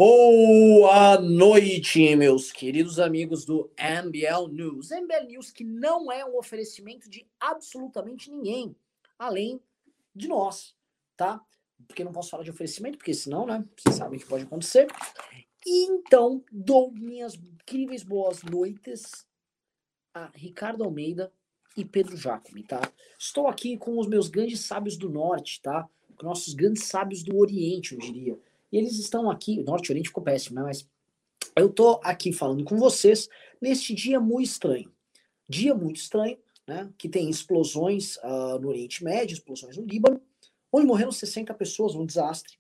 Boa noite, meus queridos amigos do MBL News. MBL News que não é um oferecimento de absolutamente ninguém, além de nós, tá? Porque não posso falar de oferecimento, porque senão, né, vocês sabem o que pode acontecer. E então, dou minhas incríveis boas noites a Ricardo Almeida e Pedro Jacome, tá? Estou aqui com os meus grandes sábios do Norte, tá? Com nossos grandes sábios do Oriente, eu diria. E eles estão aqui, Norte e Oriente ficou péssimo, né? Mas eu tô aqui falando com vocês neste dia muito estranho. Dia muito estranho, né? Que tem explosões no Oriente Médio, explosões no Líbano, onde morreram 60 pessoas, um desastre.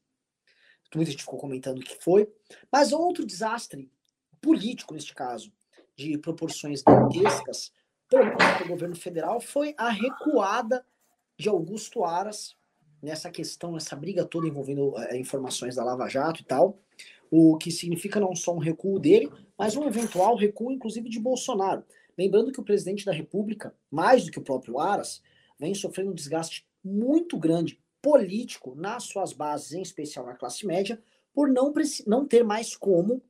Muita gente ficou comentando o que foi. Mas outro desastre político, neste caso, de proporções dantescas, pelo menos para o governo federal, foi a recuada de Augusto Aras nessa questão, nessa briga toda envolvendo informações da Lava Jato e tal, o que significa não só um recuo dele, mas um eventual recuo, inclusive, de Bolsonaro. Lembrando que o presidente da República, mais do que o próprio Aras, vem sofrendo um desgaste muito grande político nas suas bases, em especial na classe média, por não ter mais como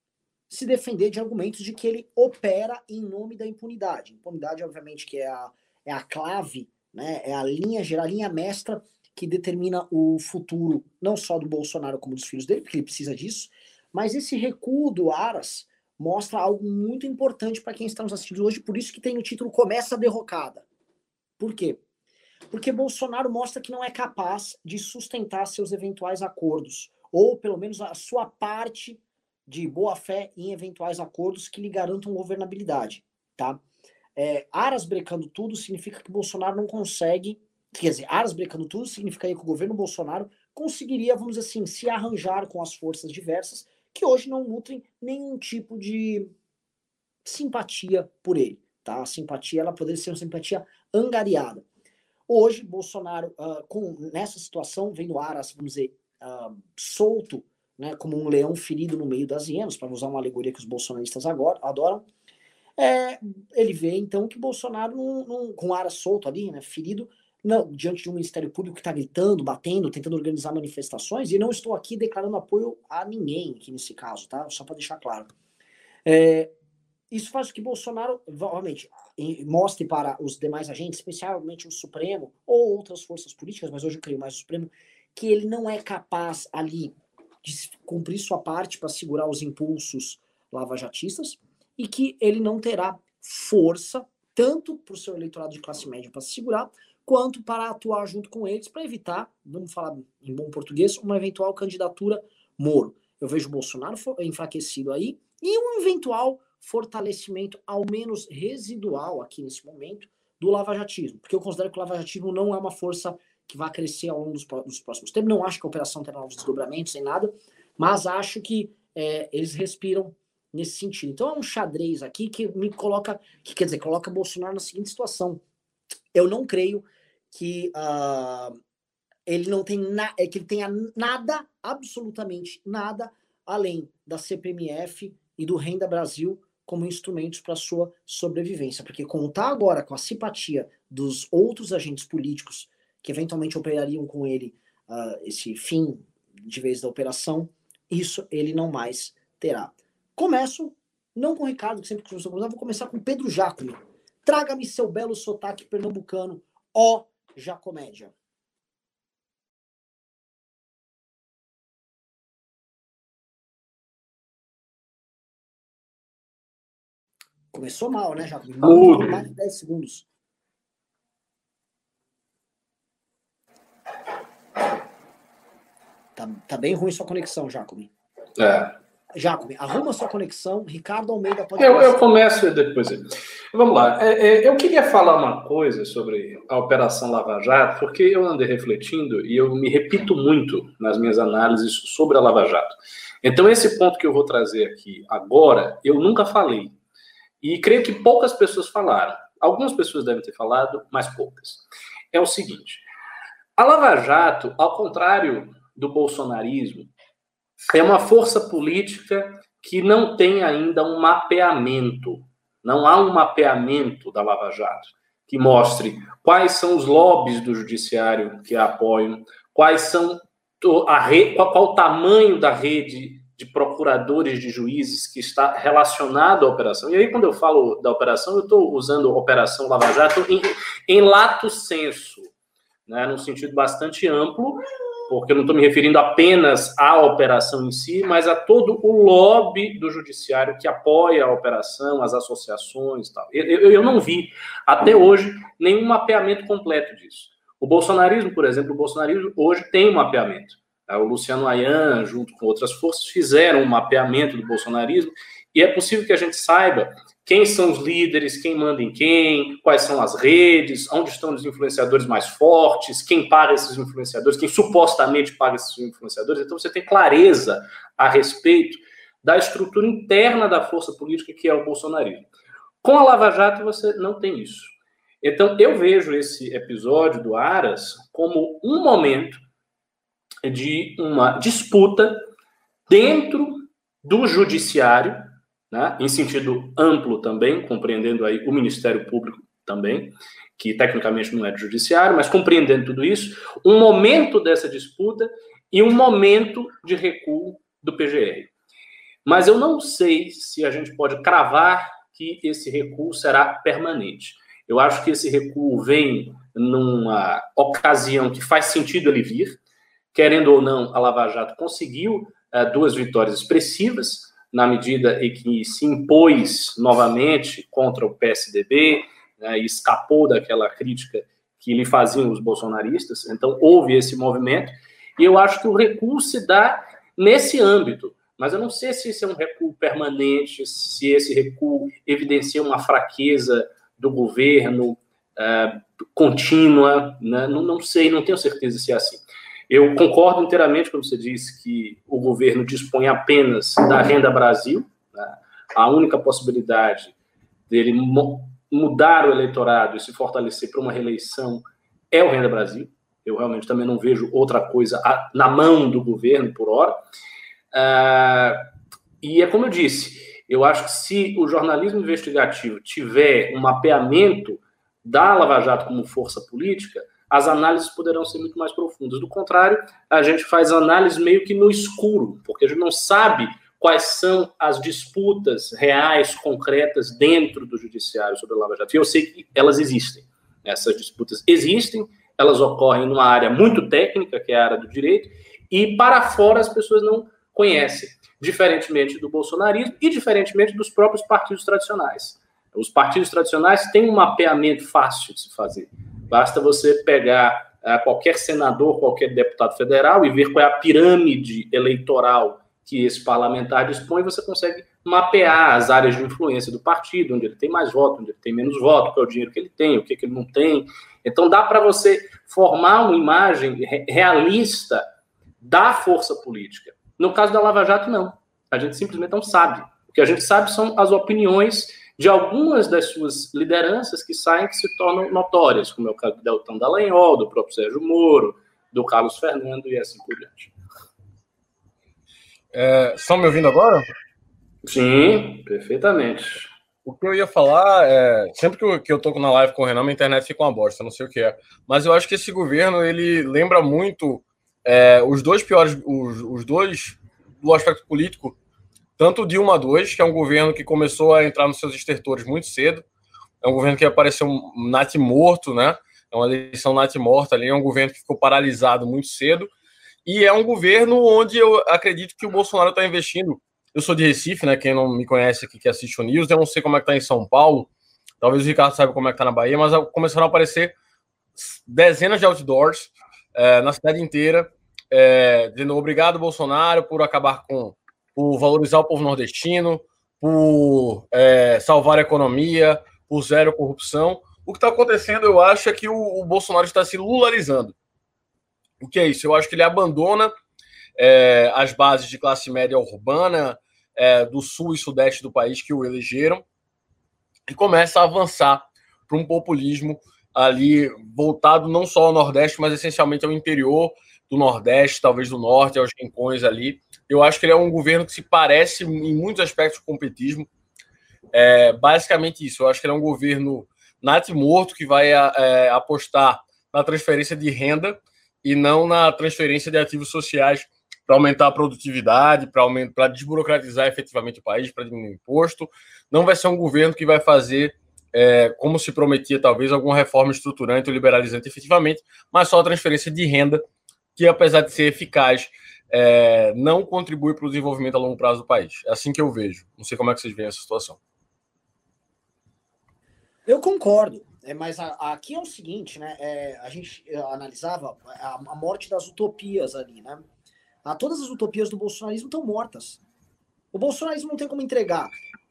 se defender de argumentos de que ele opera em nome da impunidade. Impunidade, obviamente, que é a clave, né, é a linha geral, a linha mestra que determina o futuro, não só do Bolsonaro como dos filhos dele, porque ele precisa disso, mas esse recuo do Aras mostra algo muito importante para quem está nos assistindo hoje, por isso que tem o título Começa a Derrocada. Por quê? Porque Bolsonaro mostra que não é capaz de sustentar seus eventuais acordos, ou pelo menos a sua parte de boa-fé em eventuais acordos que lhe garantam governabilidade, tá? Aras brecando tudo significa que Bolsonaro não consegue, quer dizer, Aras brecando tudo significaria que o governo Bolsonaro conseguiria, vamos dizer assim, se arranjar com as forças diversas que hoje não nutrem nenhum tipo de simpatia por ele, tá? A simpatia, ela poderia ser uma simpatia angariada. Hoje, Bolsonaro, nessa situação, vendo Aras, vamos dizer, solto, né, como um leão ferido no meio das hienas, para usar uma alegoria que os bolsonaristas agora adoram, ele vê, então, que Bolsonaro, com o Aras solto ali, né, ferido, não, diante de um Ministério Público que está gritando, batendo, tentando organizar manifestações, e não estou aqui declarando apoio a ninguém, aqui nesse caso, tá? Só para deixar claro. Isso faz com que Bolsonaro, obviamente, mostre para os demais agentes, especialmente o Supremo, ou outras forças políticas, mas hoje eu creio mais o Supremo, que ele não é capaz ali de cumprir sua parte para segurar os impulsos lavajatistas, e que ele não terá força, tanto para o seu eleitorado de classe média para segurar, quanto para atuar junto com eles para evitar, vamos falar em bom português, uma eventual candidatura Moro. Eu vejo o Bolsonaro enfraquecido aí, e um eventual fortalecimento, ao menos residual aqui nesse momento, do lavajatismo. Porque eu considero que o lavajatismo não é uma força que vai crescer ao longo dos próximos tempos. Não acho que a operação terá novos desdobramentos, nem nada, mas acho que eles respiram nesse sentido. Então é um xadrez aqui que me coloca, quer dizer, coloca Bolsonaro na seguinte situação. Eu não creio que ele não tem que ele tenha nada, absolutamente nada, além da CPMF e do Renda Brasil como instrumentos para sua sobrevivência. Porque contar agora com a simpatia dos outros agentes políticos que eventualmente operariam com ele esse fim de vez da operação, isso ele não mais terá. Começo, não com o Ricardo, que sempre começou vou começar com Pedro Jacome. Traga-me seu belo sotaque pernambucano, ó Jacomédia. Começou mal, né, Jacome? Por mais de 10 segundos. Tá bem ruim sua conexão, Jacome. Jacome, arruma sua conexão. Ricardo Almeida pode começar. Eu começo depois. Vamos lá. Eu queria falar uma coisa sobre a Operação Lava Jato, porque eu andei refletindo e eu me repito muito nas minhas análises sobre a Lava Jato. Então, esse ponto que eu vou trazer aqui agora, eu nunca falei. E creio que poucas pessoas falaram. Algumas pessoas devem ter falado, mas poucas. É o seguinte. A Lava Jato, ao contrário do bolsonarismo, é uma força política que não tem ainda um mapeamento. Não há um mapeamento da Lava Jato que mostre quais são os lobbies do judiciário que a apoiam, qual o tamanho da rede de procuradores, de juízes, que está relacionado à operação. E aí, quando eu falo da operação, eu estou usando a Operação Lava Jato em lato sensu, né, num sentido bastante amplo, porque eu não estou me referindo apenas à operação em si, mas a todo o lobby do judiciário que apoia a operação, as associações e tal. Eu não vi, até hoje, nenhum mapeamento completo disso. O bolsonarismo, por exemplo, hoje tem um mapeamento. O Luciano Ayan, junto com outras forças, fizeram um mapeamento do bolsonarismo, e é possível que a gente saiba quem são os líderes, quem manda em quem, quais são as redes, onde estão os influenciadores mais fortes, quem paga esses influenciadores, quem supostamente paga esses influenciadores. Então você tem clareza a respeito da estrutura interna da força política que é o bolsonarismo. Com a Lava Jato você não tem isso. Então eu vejo esse episódio do Aras como um momento de uma disputa dentro do judiciário, né, em sentido amplo também, compreendendo aí o Ministério Público também, que tecnicamente não é do judiciário, mas compreendendo tudo isso, um momento dessa disputa e um momento de recuo do PGR. Mas eu não sei se a gente pode cravar que esse recuo será permanente. Eu acho que esse recuo vem numa ocasião que faz sentido ele vir. Querendo ou não, a Lava Jato conseguiu 2 vitórias expressivas, na medida em que se impôs novamente contra o PSDB, né, e escapou daquela crítica que lhe faziam os bolsonaristas. Então, houve esse movimento, e eu acho que o recuo se dá nesse âmbito. Mas eu não sei se esse é um recuo permanente, se esse recuo evidencia uma fraqueza do governo contínua, né? Não sei, não tenho certeza se é assim. Eu concordo inteiramente quando você diz que o governo dispõe apenas da Renda Brasil, né? A única possibilidade dele mudar o eleitorado e se fortalecer para uma reeleição é o Renda Brasil. Eu realmente também não vejo outra coisa na mão do governo por hora. E é como eu disse, eu acho que se o jornalismo investigativo tiver um mapeamento da Lava Jato como força política, as análises poderão ser muito mais profundas. Do contrário, a gente faz análise meio que no escuro, porque a gente não sabe quais são as disputas reais, concretas, dentro do judiciário sobre a Lava Jato. E eu sei que elas existem. Essas disputas existem, elas ocorrem numa área muito técnica, que é a área do direito, e para fora as pessoas não conhecem, diferentemente do bolsonarismo e diferentemente dos próprios partidos tradicionais. Os partidos tradicionais têm um mapeamento fácil de se fazer. Basta você pegar qualquer senador, qualquer deputado federal e ver qual é a pirâmide eleitoral que esse parlamentar dispõe, e você consegue mapear as áreas de influência do partido, onde ele tem mais voto, onde ele tem menos voto, qual é o dinheiro que ele tem, o que ele não tem. Então dá para você formar uma imagem realista da força política. No caso da Lava Jato, não. A gente simplesmente não sabe. O que a gente sabe são as opiniões de algumas das suas lideranças que saem, que se tornam notórias, como é o caso do Deltan Dallagnol, do próprio Sérgio Moro, do Carlos Fernando e assim por diante. Estão me ouvindo agora? Sim, perfeitamente. O que eu ia falar sempre que eu tô na live com o Renan, minha internet fica uma bosta, não sei o que é. Mas eu acho que esse governo, ele lembra muito os dois piores, os dois do aspecto político, tanto o Dilma II, que é um governo que começou a entrar nos seus estertores muito cedo, é um governo que apareceu natimorto, né? É uma eleição natimorta ali, é um governo que ficou paralisado muito cedo, e é um governo onde eu acredito que o Bolsonaro está investindo. Eu sou de Recife, né? Quem não me conhece aqui, que assiste o News, eu não sei como é que tá em São Paulo, talvez o Ricardo saiba como é que tá na Bahia, mas começaram a aparecer dezenas de outdoors na cidade inteira, dizendo obrigado, Bolsonaro, por por valorizar o povo nordestino, por salvar a economia, por zero corrupção. O que está acontecendo, eu acho, é que o Bolsonaro está se lularizando. O que é isso? Eu acho que ele abandona as bases de classe média urbana do sul e sudeste do país que o elegeram e começa a avançar para um populismo ali voltado não só ao Nordeste, mas essencialmente ao interior do Nordeste, talvez do Norte, aos rincões ali. Eu acho que ele é um governo que se parece em muitos aspectos com o petismo. Basicamente isso. Eu acho que ele é um governo natimorto que vai apostar na transferência de renda e não na transferência de ativos sociais para aumentar a produtividade, para desburocratizar efetivamente o país, para diminuir o imposto. Não vai ser um governo que vai fazer, como se prometia, talvez, alguma reforma estruturante ou liberalizante efetivamente, mas só a transferência de renda, que, apesar de ser eficaz, não contribui para o desenvolvimento a longo prazo do país. É assim que eu vejo. Não sei como é que vocês veem essa situação. Eu concordo, mas aqui é o seguinte, né? A gente analisava a morte das utopias ali, né? Todas as utopias do bolsonarismo estão mortas. O bolsonarismo não tem como entregar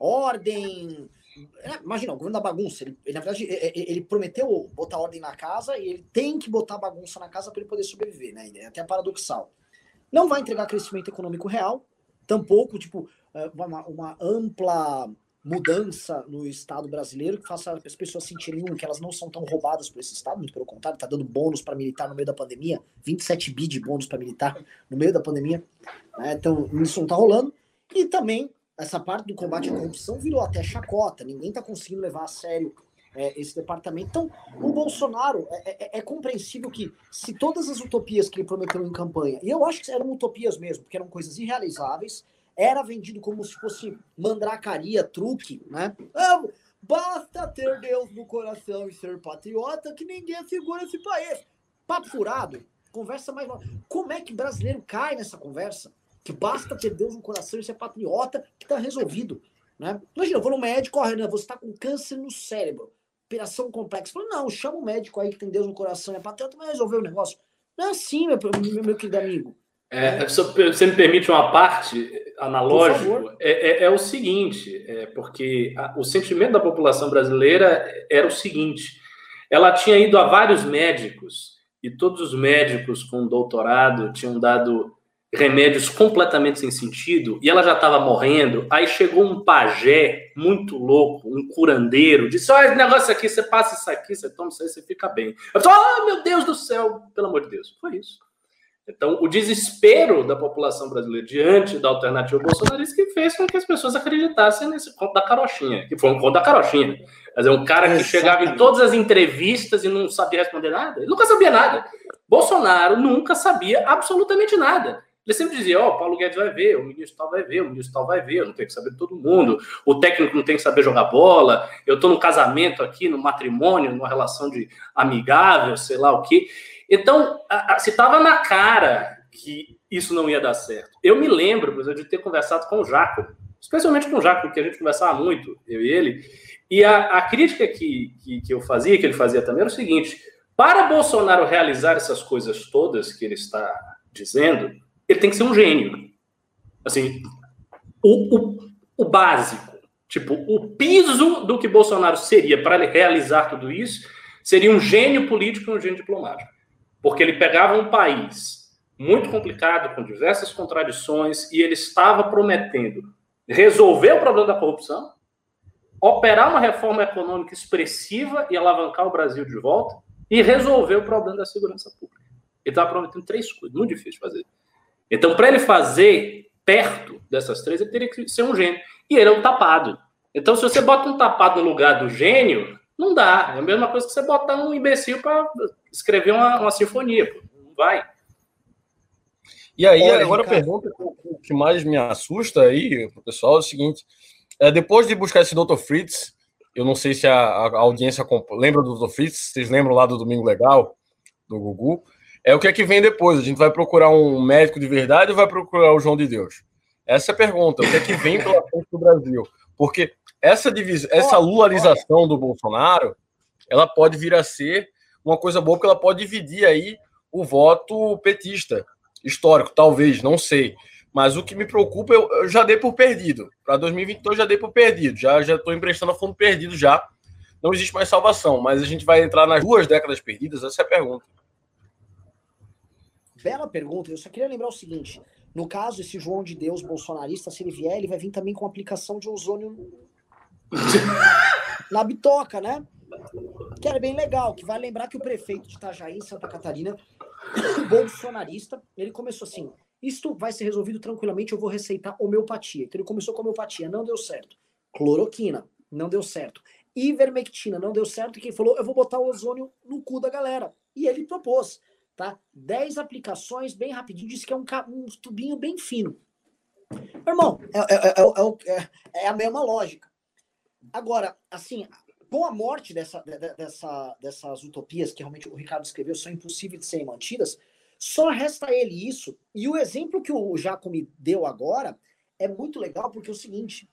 ordem. Imagina, o governo da bagunça. Na verdade, ele prometeu botar ordem na casa e ele tem que botar bagunça na casa para ele poder sobreviver, né? É até paradoxal. Não vai entregar crescimento econômico real, tampouco, tipo, uma ampla mudança no Estado brasileiro que faça as pessoas sentirem que elas não são tão roubadas por esse Estado, muito pelo contrário, tá dando bônus para militar no meio da pandemia, 27 bi de bônus para militar no meio da pandemia, né? Então isso não tá rolando, e também essa parte do combate à corrupção virou até chacota, ninguém tá conseguindo levar a sério esse departamento. Então o Bolsonaro, é compreensível que se todas as utopias que ele prometeu em campanha, e eu acho que eram utopias mesmo, porque eram coisas irrealizáveis, era vendido como se fosse mandracaria, truque, né? Basta ter Deus no coração e ser patriota que ninguém segura esse país. Papo furado, conversa mais... Como é que brasileiro cai nessa conversa? Que basta ter Deus no coração e ser patriota que tá resolvido, né? Imagina, eu vou no médico, Renan, você tá com câncer no cérebro, operação complexa. Falo, não, chama o médico aí que tem Deus no coração e é patriota, vai resolver o negócio. Não é assim, meu querido amigo. Você me permite uma parte analógico? É o seguinte, porque o sentimento da população brasileira era o seguinte: ela tinha ido a vários médicos e todos os médicos com doutorado tinham dado remédios completamente sem sentido e ela já estava morrendo. Aí chegou um pajé muito louco, um curandeiro, disse: olha, esse negócio aqui, você passa isso aqui, você toma isso aí, você fica bem. Eu falei: meu Deus do céu, pelo amor de Deus. Foi isso. Então, o desespero da população brasileira diante da alternativa bolsonarista que fez com que as pessoas acreditassem nesse conto da carochinha, que foi um conto da carochinha. Mas é um cara que chegava em todas as entrevistas e não sabia responder nada. Ele nunca sabia nada. Bolsonaro nunca sabia absolutamente nada. Ele sempre dizia: ó, Paulo Guedes vai ver, o ministro tal vai ver, o ministro tal vai ver, eu não tenho que saber de todo mundo, o técnico não tem que saber jogar bola, eu estou no casamento aqui, no matrimônio, numa relação de amigável, sei lá o quê. Então, se estava na cara que isso não ia dar certo. Eu me lembro, por exemplo, de ter conversado com o Jaco, especialmente com o Jaco, porque a gente conversava muito, eu e ele, e a crítica que eu fazia, que ele fazia também, era o seguinte: para Bolsonaro realizar essas coisas todas que ele está dizendo, ele tem que ser um gênio. Assim, o básico, tipo, o piso do que Bolsonaro seria para ele realizar tudo isso, seria um gênio político e um gênio diplomático. Porque ele pegava um país muito complicado, com diversas contradições, e ele estava prometendo resolver o problema da corrupção, operar uma reforma econômica expressiva e alavancar o Brasil de volta, e resolver o problema da segurança pública. Ele estava prometendo 3 coisas, muito difícil de fazer. Então, para ele fazer perto dessas 3, ele teria que ser um gênio. E ele é um tapado. Então, se você bota um tapado no lugar do gênio, não dá. É a mesma coisa que você botar um imbecil para escrever uma sinfonia. Pô. Não vai. E aí, agora a pergunta que mais me assusta aí, pro pessoal, é o seguinte: depois de buscar esse Dr. Fritz, eu não sei se a audiência lembra do Dr. Fritz, vocês lembram lá do Domingo Legal, do Gugu? O que é que vem depois? A gente vai procurar um médico de verdade ou vai procurar o João de Deus? Essa é a pergunta. O que é que vem pela frente do Brasil? Porque essa lularização do Bolsonaro, ela pode vir a ser uma coisa boa, porque ela pode dividir aí o voto petista histórico, talvez, não sei. Mas o que me preocupa, eu já dei por perdido. Para 2022 já dei por perdido. Já estou emprestando a fundo perdido já. Não existe mais salvação. Mas a gente vai entrar nas 2 décadas perdidas? Essa é a pergunta. Bela pergunta. Eu só queria lembrar o seguinte: no caso, esse João de Deus bolsonarista, se ele vier, ele vai vir também com aplicação de ozônio na bitoca, né? Que era bem legal, que vai lembrar que o prefeito de Itajaí, em Santa Catarina, bolsonarista, ele começou assim: isto vai ser resolvido tranquilamente, eu vou receitar homeopatia. Então ele começou com homeopatia, não deu certo. Cloroquina, não deu certo. Ivermectina, não deu certo. E quem falou: eu vou botar o ozônio no cu da galera. E ele propôs. tá? 10 aplicações, bem rapidinho, disse que é um tubinho bem fino. Meu irmão, é a mesma lógica. Agora, assim, com a morte dessas utopias que realmente o Ricardo escreveu, são impossíveis de serem mantidas, só resta ele isso. E o exemplo que o Jaco me deu agora é muito legal, porque é o seguinte,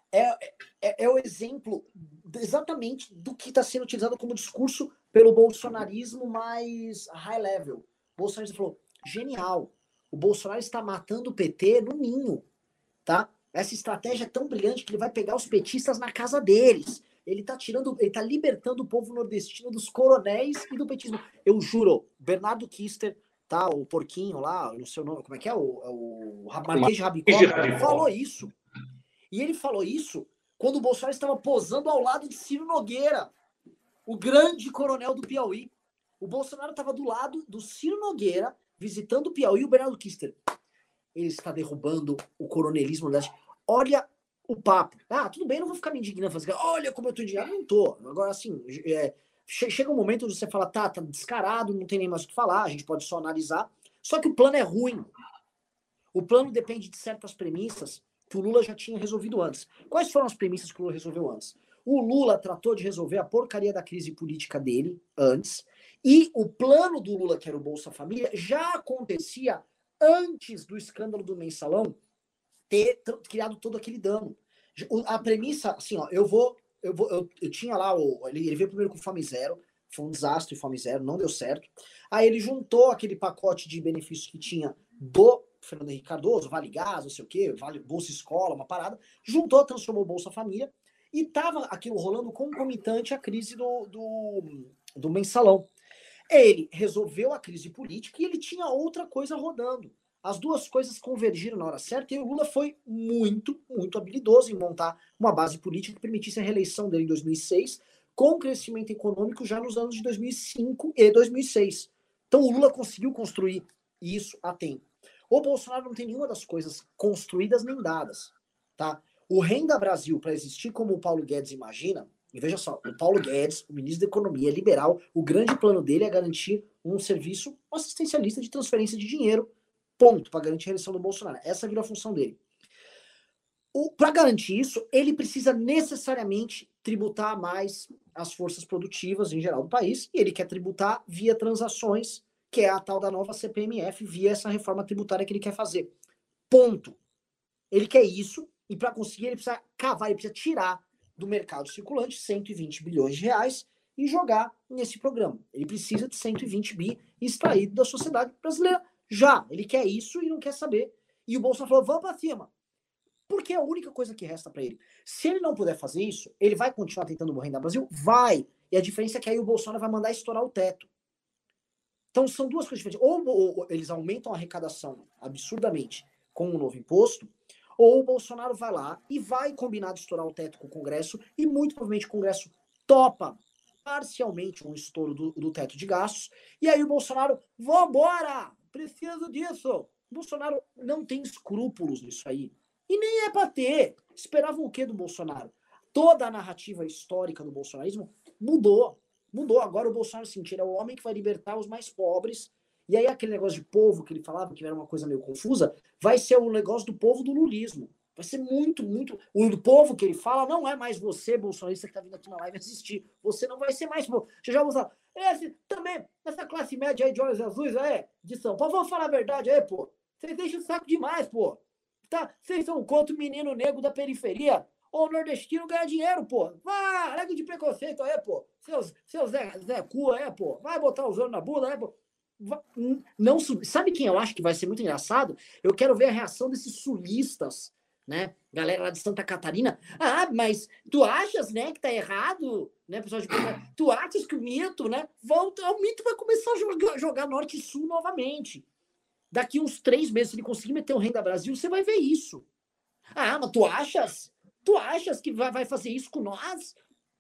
é o exemplo exatamente do que está sendo utilizado como discurso pelo bolsonarismo mais high level. O bolsonarismo falou, genial, o Bolsonaro está matando o PT no ninho, tá? Essa estratégia é tão brilhante que ele vai pegar os petistas na casa deles. Ele tá libertando o povo nordestino dos coronéis e do petismo. Eu juro, Bernardo Kister, tá? O porquinho lá, não sei o nome, como é que é? O Marquês de Rabicó falou isso. E ele falou isso quando o Bolsonaro estava posando ao lado de Ciro Nogueira, o grande coronel do Piauí. O Bolsonaro estava do lado do Ciro Nogueira, visitando o Piauí, e o Bernardo Kister. Ele está derrubando o coronelismo. Olha o papo. Ah, tudo bem, não vou ficar me indignando. Olha como eu tô indignado. Não tô. Agora, assim, chega um momento onde você fala, tá descarado, não tem nem mais o que falar, a gente pode só analisar. Só que o plano é ruim. O plano depende de certas premissas que o Lula já tinha resolvido antes. Quais foram as premissas que o Lula resolveu antes? O Lula tratou de resolver a porcaria da crise política dele antes, e o plano do Lula, que era o Bolsa Família, já acontecia antes do escândalo do Mensalão ter criado todo aquele dano. A premissa, assim, ó, eu tinha lá, ele veio primeiro com o Fome Zero, foi um desastre o Fome Zero, não deu certo. Aí ele juntou aquele pacote de benefícios que tinha do Fernando Henrique Cardoso, Vale Gás, não sei o quê, Vale Bolsa Escola, uma parada, juntou, transformou o Bolsa Família, e tava aquilo rolando concomitante à crise do Mensalão. Ele resolveu a crise política e ele tinha outra coisa rodando. As duas coisas convergiram na hora certa e o Lula foi muito, muito habilidoso em montar uma base política que permitisse a reeleição dele em 2006, com crescimento econômico já nos anos de 2005 e 2006. Então o Lula conseguiu construir isso a tempo. O Bolsonaro não tem nenhuma das coisas construídas nem dadas, tá? O Renda Brasil, para existir como o Paulo Guedes imagina, e veja só, o Paulo Guedes, o ministro da Economia liberal, o grande plano dele é garantir um serviço assistencialista de transferência de dinheiro, ponto, para garantir a reeleição do Bolsonaro. Essa vira a função dele. Para garantir isso, ele precisa necessariamente tributar mais as forças produtivas em geral do país, e ele quer tributar via transações, que é a tal da nova CPMF, via essa reforma tributária que ele quer fazer. Ponto. Ele quer isso, e para conseguir ele precisa cavar, ele precisa tirar do mercado circulante 120 bilhões de reais e jogar nesse programa. Ele precisa de 120 bi extraído da sociedade brasileira já. Ele quer isso e não quer saber. E o Bolsonaro falou, vamos para cima. Porque é a única coisa que resta para ele. Se ele não puder fazer isso, ele vai continuar tentando morrer no Brasil? Vai. E a diferença é que aí o Bolsonaro vai mandar estourar o teto. Então são duas coisas diferentes. Ou eles aumentam a arrecadação absurdamente com um novo imposto, ou o Bolsonaro vai lá e vai combinar de estourar o teto com o Congresso, e muito provavelmente o Congresso topa parcialmente um estouro do teto de gastos, e aí o Bolsonaro, vambora, preciso disso. O Bolsonaro não tem escrúpulos nisso aí. E nem é para ter. Esperavam o quê do Bolsonaro? Toda a narrativa histórica do bolsonarismo mudou. Mudou. Agora o Bolsonaro, assim, é o homem que vai libertar os mais pobres. E aí aquele negócio de povo que ele falava, que era uma coisa meio confusa, vai ser o negócio do povo do lulismo. Vai ser muito, muito... O povo que ele fala não é mais você, bolsonarista, que tá vindo aqui na live assistir. Você não vai ser mais... Você já usa... Também, essa classe média aí de olhos azuis, de São Paulo, vamos falar a verdade aí, pô. Vocês deixam o saco demais, pô. Tá? Vocês são contra o menino negro da periferia. Ou o nordestino ganha dinheiro, pô. Vai, larga de preconceito aí, pô. Seu Zé Cu aí, pô. Vai botar os olhos na bunda aí, pô. Não, sabe quem eu acho que vai ser muito engraçado? Eu quero ver a reação desses sulistas, né? Galera lá de Santa Catarina. Ah, mas tu achas, né, que tá errado, né, pessoal de... Tu achas que o mito, né, volta, o mito vai começar a jogar norte e sul novamente. Daqui uns 3 meses, se ele conseguir meter o Renda Brasil, você vai ver isso. Ah, mas tu achas? Tu achas que vai fazer isso com nós?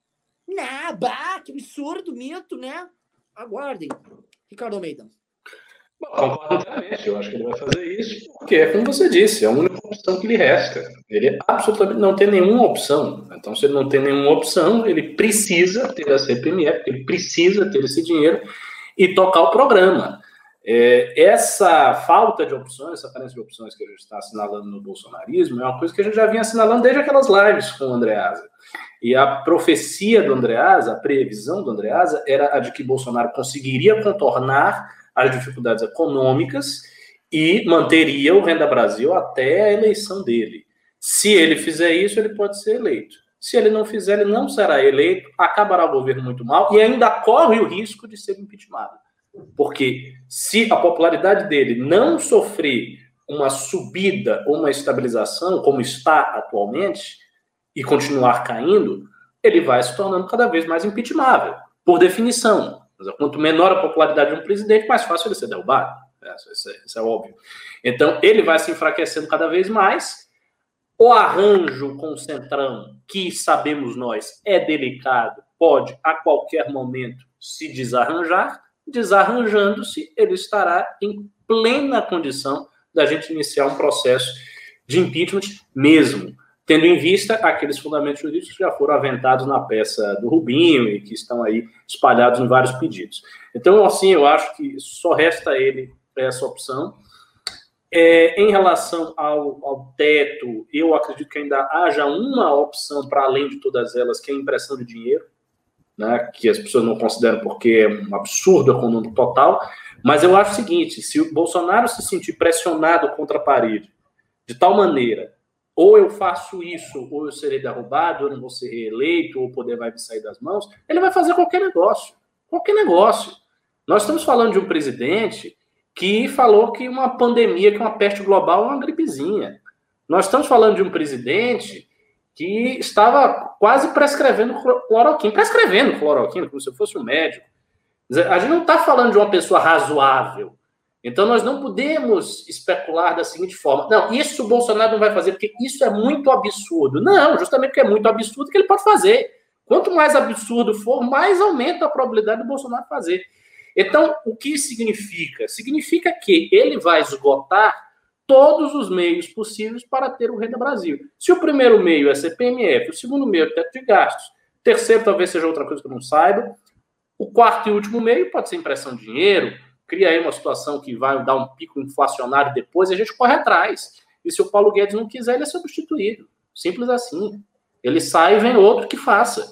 Não, que absurdo, mito, né? Aguardem. Ricardo Almeida. Concordo plenamente. Eu acho que ele vai fazer isso porque é como você disse, é a única opção que lhe resta. Ele absolutamente não tem nenhuma opção. Então, se ele não tem nenhuma opção, ele precisa ter a CPMF, ele precisa ter esse dinheiro e tocar o programa. Essa falta de opções, essa carência de opções que a gente está assinalando no bolsonarismo é uma coisa que a gente já vinha assinalando desde aquelas lives com o Andreasa. E a profecia do Andreasa, a previsão do Andreasa, era a de que Bolsonaro conseguiria contornar as dificuldades econômicas e manteria o Renda Brasil até a eleição dele. Se ele fizer isso, ele pode ser eleito. Se ele não fizer, ele não será eleito, acabará o governo muito mal e ainda corre o risco de ser impeachmentado. Porque se a popularidade dele não sofrer uma subida ou uma estabilização, como está atualmente, e continuar caindo, ele vai se tornando cada vez mais impeachmentável, por definição. Quanto menor a popularidade de um presidente, mais fácil ele ser derrubado. Isso é óbvio. Então, ele vai se enfraquecendo cada vez mais. O arranjo com o Centrão, que sabemos nós, é delicado, pode a qualquer momento se desarranjar. Desarranjando-se, ele estará em plena condição da gente iniciar um processo de impeachment mesmo, tendo em vista aqueles fundamentos jurídicos que já foram aventados na peça do Rubinho e que estão aí espalhados em vários pedidos. Então, assim, eu acho que só resta a ele essa opção. Em relação ao teto, eu acredito que ainda haja uma opção para além de todas elas, que é a impressão de dinheiro, né, que as pessoas não consideram porque é um absurdo econômico total, mas eu acho o seguinte, se o Bolsonaro se sentir pressionado contra a parede, de tal maneira, ou eu faço isso, ou eu serei derrubado, ou eu não vou ser reeleito, ou o poder vai me sair das mãos, ele vai fazer qualquer negócio. Qualquer negócio. Nós estamos falando de um presidente que falou que uma pandemia, que uma peste global é uma gripezinha. Nós estamos falando de um presidente que estava quase prescrevendo cloroquina, como se eu fosse um médico. A gente não está falando de uma pessoa razoável. Então, nós não podemos especular da seguinte forma. Não, isso o Bolsonaro não vai fazer, porque isso é muito absurdo. Não, justamente porque é muito absurdo que ele pode fazer. Quanto mais absurdo for, mais aumenta a probabilidade do Bolsonaro fazer. Então, o que significa? Significa que ele vai esgotar todos os meios possíveis para ter o Renda Brasil. Se o primeiro meio é CPMF, o segundo meio é teto de gastos, o terceiro talvez seja outra coisa que eu não saiba, o quarto e último meio pode ser impressão de dinheiro, cria aí uma situação que vai dar um pico inflacionário depois e a gente corre atrás. E se o Paulo Guedes não quiser, ele é substituído. Simples assim. Ele sai e vem outro que faça.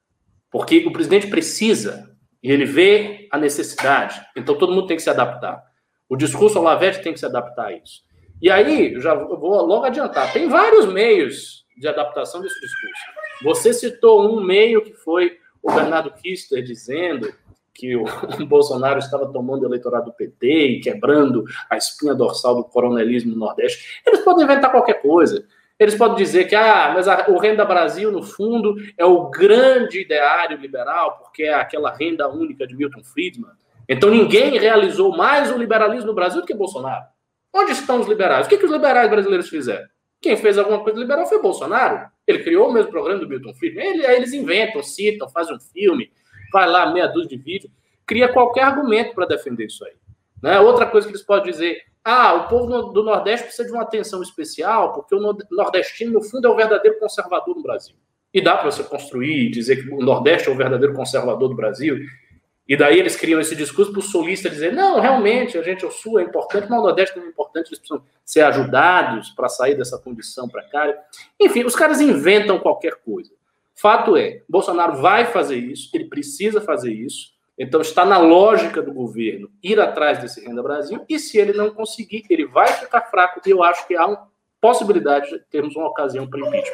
Porque o presidente precisa e ele vê a necessidade. Então todo mundo tem que se adaptar. O discurso Olavete tem que se adaptar a isso. E aí, eu vou logo adiantar, tem vários meios de adaptação desse discurso. Você citou um meio que foi o Bernardo Kister dizendo que o Bolsonaro estava tomando o eleitorado do PT e quebrando a espinha dorsal do coronelismo no Nordeste. Eles podem inventar qualquer coisa. Eles podem dizer que mas o Renda Brasil, no fundo, é o grande ideário liberal, porque é aquela renda única de Milton Friedman. Então ninguém realizou mais o liberalismo no Brasil do que Bolsonaro. Onde estão os liberais? O que os liberais brasileiros fizeram? Quem fez alguma coisa liberal foi Bolsonaro. Ele criou o mesmo programa do Milton Friedman. Aí eles inventam, citam, fazem um filme, vai lá, meia dúzia de vídeo, cria qualquer argumento para defender isso aí. Né? Outra coisa que eles podem dizer, o povo do Nordeste precisa de uma atenção especial, porque o nordestino, no fundo, é o verdadeiro conservador do Brasil. E dá para você construir e dizer que o Nordeste é o verdadeiro conservador do Brasil. E daí eles criam esse discurso para o sulista dizer, não, realmente, o Sul é importante, mas o Nordeste não é importante, eles precisam ser ajudados para sair dessa condição precária. Enfim, os caras inventam qualquer coisa. Fato é, Bolsonaro vai fazer isso, ele precisa fazer isso, então está na lógica do governo ir atrás desse Renda Brasil, e se ele não conseguir, ele vai ficar fraco, e eu acho que há uma possibilidade de termos uma ocasião para impeachment.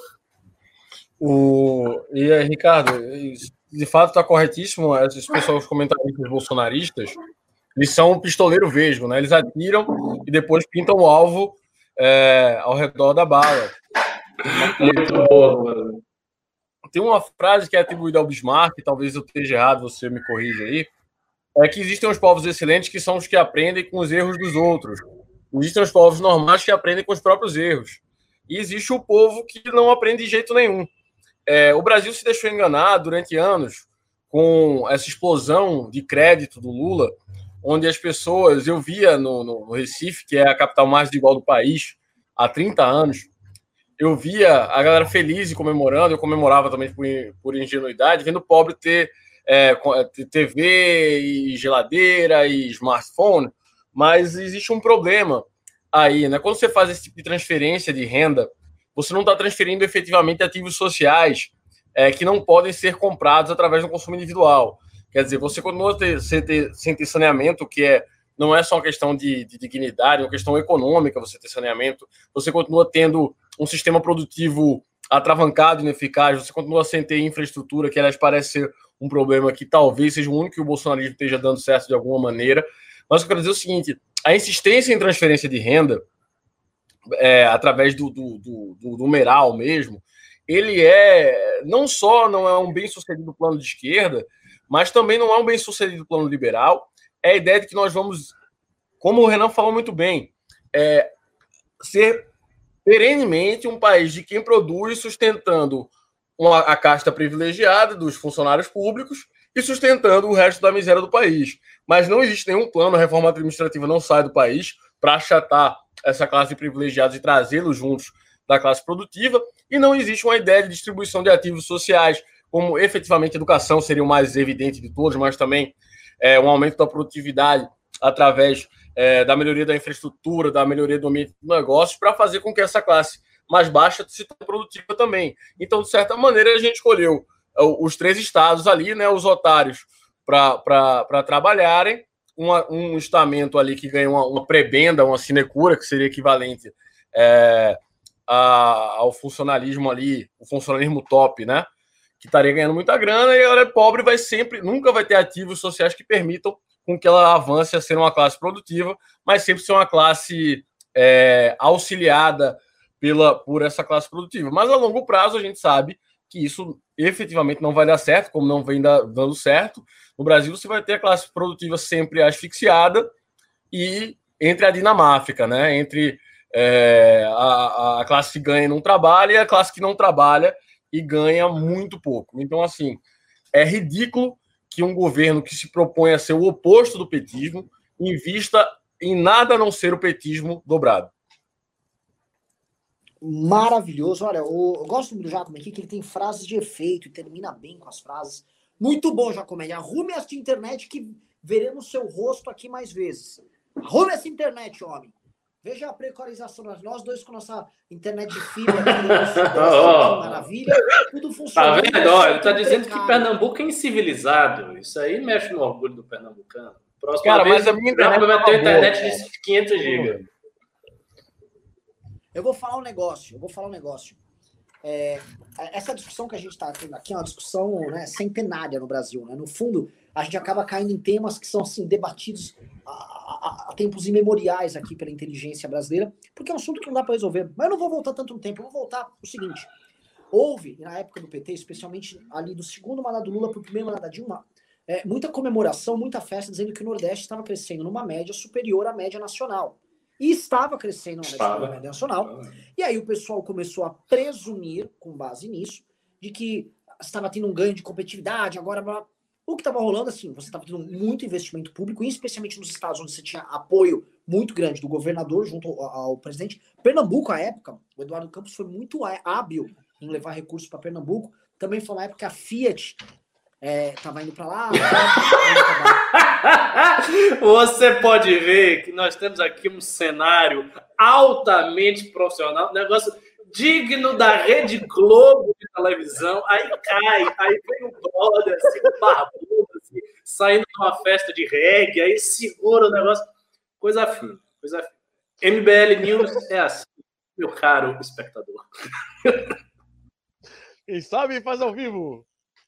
Ricardo, de fato está corretíssimo, esses pessoas comentaristas bolsonaristas, eles são um pistoleiro vesgo, né? Eles atiram e depois pintam o alvo ao redor da bala. Muito boa, mano. Tem uma frase que é atribuída ao Bismarck, talvez eu esteja errado, você me corrija aí, é que existem os povos excelentes que são os que aprendem com os erros dos outros. Existem os povos normais que aprendem com os próprios erros. E existe o povo que não aprende de jeito nenhum. O Brasil se deixou enganar durante anos com essa explosão de crédito do Lula, onde as pessoas, eu via no Recife, que é a capital mais desigual do país, há 30 anos, eu via a galera feliz e comemorando, eu comemorava também por ingenuidade, vendo o pobre ter TV e geladeira e smartphone, mas existe um problema aí, né? Quando você faz esse tipo de transferência de renda, você não está transferindo efetivamente ativos sociais que não podem ser comprados através do consumo individual. Quer dizer, você continua sem ter saneamento, que não é só uma questão de dignidade, é uma questão econômica você ter saneamento. Você continua tendo um sistema produtivo atravancado, ineficaz, você continua sem ter infraestrutura, que aliás parece ser um problema que talvez seja o único que o bolsonarismo esteja dando certo de alguma maneira. Mas eu quero dizer o seguinte, a insistência em transferência de renda, através do numeral mesmo, ele não só não é um bem-sucedido plano de esquerda, mas também não é um bem-sucedido plano liberal. É a ideia de que nós vamos, como o Renan falou muito bem, ser perenemente um país de quem produz, sustentando a casta privilegiada dos funcionários públicos e sustentando o resto da miséria do país. Mas não existe nenhum plano, a reforma administrativa não sai do país para achatar essa classe de privilegiados e trazê-los juntos da classe produtiva, e não existe uma ideia de distribuição de ativos sociais, como efetivamente a educação seria o mais evidente de todos, mas também um aumento da produtividade através da melhoria da infraestrutura, da melhoria do ambiente do negócio, para fazer com que essa classe mais baixa se torne produtiva também. Então, de certa maneira, a gente escolheu os 3 estados ali, né, os otários, para trabalharem, um estamento ali que ganha uma prebenda, uma sinecura, que seria equivalente ao funcionalismo ali, o funcionalismo top, né, que estaria ganhando muita grana, e ela é pobre, nunca vai ter ativos sociais que permitam com que ela avance a ser uma classe produtiva, mas sempre ser uma classe auxiliada por essa classe produtiva. Mas a longo prazo a gente sabe que isso efetivamente não vai dar certo, como não vem dando certo. No Brasil você vai ter a classe produtiva sempre asfixiada e entre a dinamáfica, né? Entre a classe que ganha e não trabalha e a classe que não trabalha e ganha muito pouco. Então, assim, é ridículo que um governo que se propõe a ser o oposto do petismo invista em nada a não ser o petismo dobrado. Maravilhoso. Olha, eu gosto do Jacome aqui, que ele tem frases de efeito e termina bem com as frases. Muito bom, Jacome. Arrume esta internet que veremos seu rosto aqui mais vezes. Arrume essa internet, homem. Veja a precarização. Nós dois com nossa internet de fibra aqui, maravilha. Tudo funciona. Tá vendo? Ele tá dizendo que Pernambuco é incivilizado. Isso aí mexe no orgulho do pernambucano. Próxima vez, mas a minha internet vai ter internet de 500 GB. Eu vou falar um negócio. Essa discussão que a gente está tendo aqui é uma discussão, né, centenária no Brasil. Né? No fundo, a gente acaba caindo em temas que são assim, debatidos há tempos imemoriais aqui pela inteligência brasileira, porque é um assunto que não dá para resolver. Mas eu não vou voltar tanto no tempo, eu vou voltar o seguinte. Houve, na época do PT, especialmente ali do segundo mandato do Lula para o primeiro mandato da Dilma, muita comemoração, muita festa, dizendo que o Nordeste estava crescendo numa média superior à média nacional. E estava crescendo na média nacional. E aí o pessoal começou a presumir, com base nisso, de que estava tendo um ganho de competitividade. Agora, o que estava rolando, assim, você estava tendo muito investimento público, especialmente nos estados onde você tinha apoio muito grande do governador junto ao presidente. Pernambuco, à época, o Eduardo Campos foi muito hábil em levar recursos para Pernambuco. Também foi uma época que a Fiat estava indo para lá. Você pode ver que nós temos aqui um cenário altamente profissional, um negócio digno da Rede Globo de televisão. Aí vem um brother assim, barbudo, assim, saindo de uma festa de reggae, aí segura o negócio. Coisa fina. MBL News é assim, meu caro espectador. Quem sabe faz ao vivo.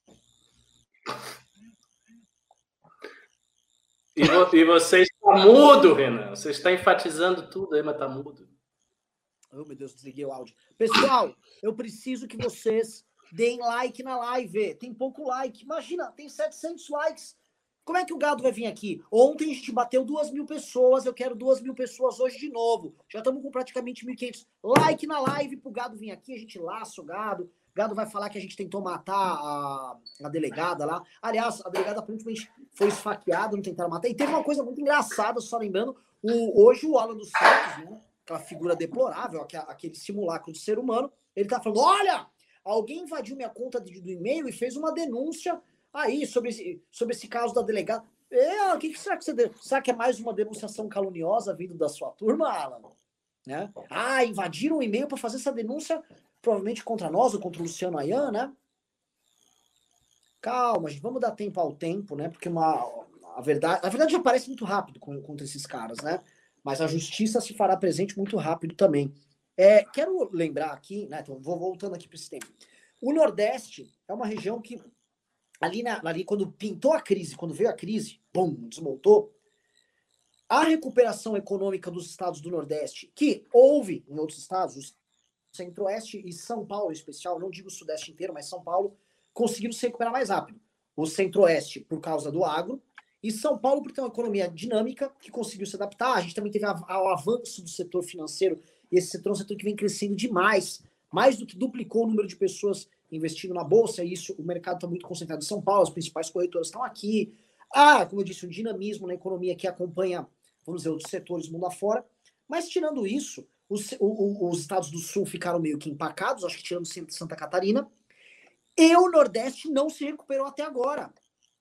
E você está mudo, Renan. Você está enfatizando tudo aí, mas está mudo. Oh, meu Deus, desliguei o áudio. Pessoal, eu preciso que vocês deem like na live. Tem pouco like. Imagina, tem 700 likes. Como é que o gado vai vir aqui? Ontem a gente bateu 2.000 pessoas. Eu quero 2.000 pessoas hoje de novo. Já estamos com praticamente 1.500. Like na live pro gado vir aqui. A gente laça o gado. O gado vai falar que a gente tentou matar a delegada lá. Aliás, a delegada aparentemente foi esfaqueada, não tentaram matar. E teve uma coisa muito engraçada, só lembrando. Hoje o Alan dos Santos, né? Aquela figura deplorável, aquele simulacro de ser humano, ele tá falando, olha, alguém invadiu minha conta do e-mail e fez uma denúncia Aí, sobre esse caso da delegada, o que será que será que é mais uma denunciação caluniosa vindo da sua turma, Alan? Né? Invadiram o e-mail para fazer essa denúncia, provavelmente contra nós ou contra o Luciano Ayan, né? Calma, gente, vamos dar tempo ao tempo, né? Porque a verdade já aparece muito rápido contra esses caras, né? Mas a justiça se fará presente muito rápido também. Quero lembrar aqui, né? Então, vou voltando aqui para esse tempo. O Nordeste é uma região que ali quando pintou a crise, quando veio a crise, desmontou. A recuperação econômica dos estados do Nordeste, que houve em outros estados, o Centro-Oeste e São Paulo em especial, não digo o Sudeste inteiro, mas São Paulo, conseguiram se recuperar mais rápido. O Centro-Oeste por causa do agro, e São Paulo por ter uma economia dinâmica que conseguiu se adaptar. A gente também teve o avanço do setor financeiro, e esse setor é um setor que vem crescendo demais, mais do que duplicou o número de pessoas investindo na Bolsa, e isso, o mercado está muito concentrado em São Paulo, as principais corretoras estão aqui. Como eu disse, um dinamismo na economia que acompanha, vamos dizer, outros setores mundo afora. Mas tirando isso, os estados do Sul ficaram meio que empacados, acho que tirando Santa Catarina, e o Nordeste não se recuperou até agora.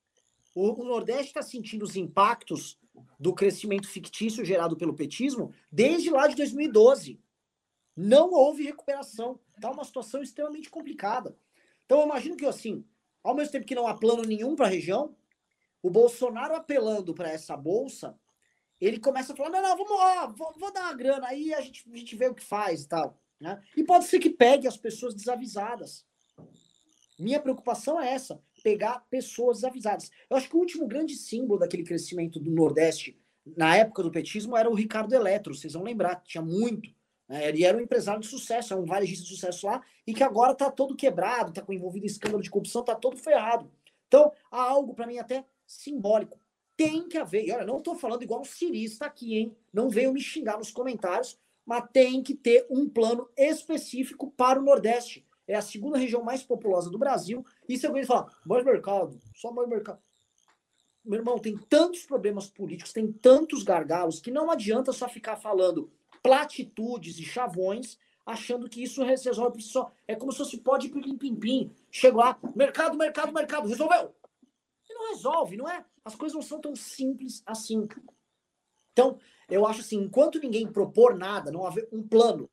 O Nordeste está sentindo os impactos do crescimento fictício gerado pelo petismo desde lá de 2012. Não houve recuperação. Está uma situação extremamente complicada. Então, eu imagino que, assim, ao mesmo tempo que não há plano nenhum para a região, o Bolsonaro apelando para essa bolsa, ele começa a falar, não, vamos lá, vou dar uma grana, aí a gente vê o que faz e tal. Né? E pode ser que pegue as pessoas desavisadas. Minha preocupação é essa, pegar pessoas desavisadas. Eu acho que o último grande símbolo daquele crescimento do Nordeste, na época do petismo, era o Ricardo Eletro, vocês vão lembrar, tinha muito. Ele era um empresário de sucesso, era um varejista de sucesso lá, e que agora está todo quebrado, está envolvido em escândalo de corrupção, está todo ferrado. Então, há algo, para mim, até simbólico. Tem que haver, e olha, não estou falando igual um cirista aqui, hein? Não veio me xingar nos comentários, mas tem que ter um plano específico para o Nordeste. É a segunda região mais populosa do Brasil, e se alguém falar, mais mercado, só mais mercado. Meu irmão, tem tantos problemas políticos, tem tantos gargalos, que não adianta só ficar falando platitudes e chavões, achando que isso resolve por si só. É como se fosse pode pim-pim-pim. Chega lá, mercado, resolveu. E não resolve, não é? As coisas não são tão simples assim. Então, eu acho assim, enquanto ninguém propor nada, não haver um plano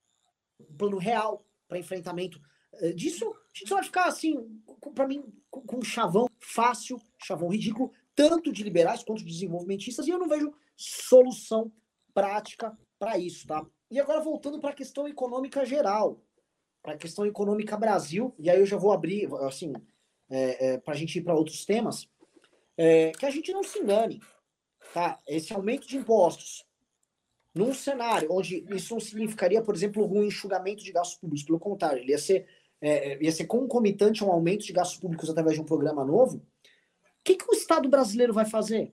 real para enfrentamento disso, a gente só vai ficar assim, para mim, com um chavão fácil, chavão ridículo, tanto de liberais quanto de desenvolvimentistas, e eu não vejo solução prática para isso, tá? E agora voltando para a questão econômica geral, para a questão econômica Brasil, e aí eu já vou abrir, assim, para a gente ir para outros temas, que a gente não se engane, tá? Esse aumento de impostos, num cenário onde isso não significaria, por exemplo, algum enxugamento de gastos públicos, pelo contrário, ele ia ser concomitante a um aumento de gastos públicos através de um programa novo, o que o Estado brasileiro vai fazer?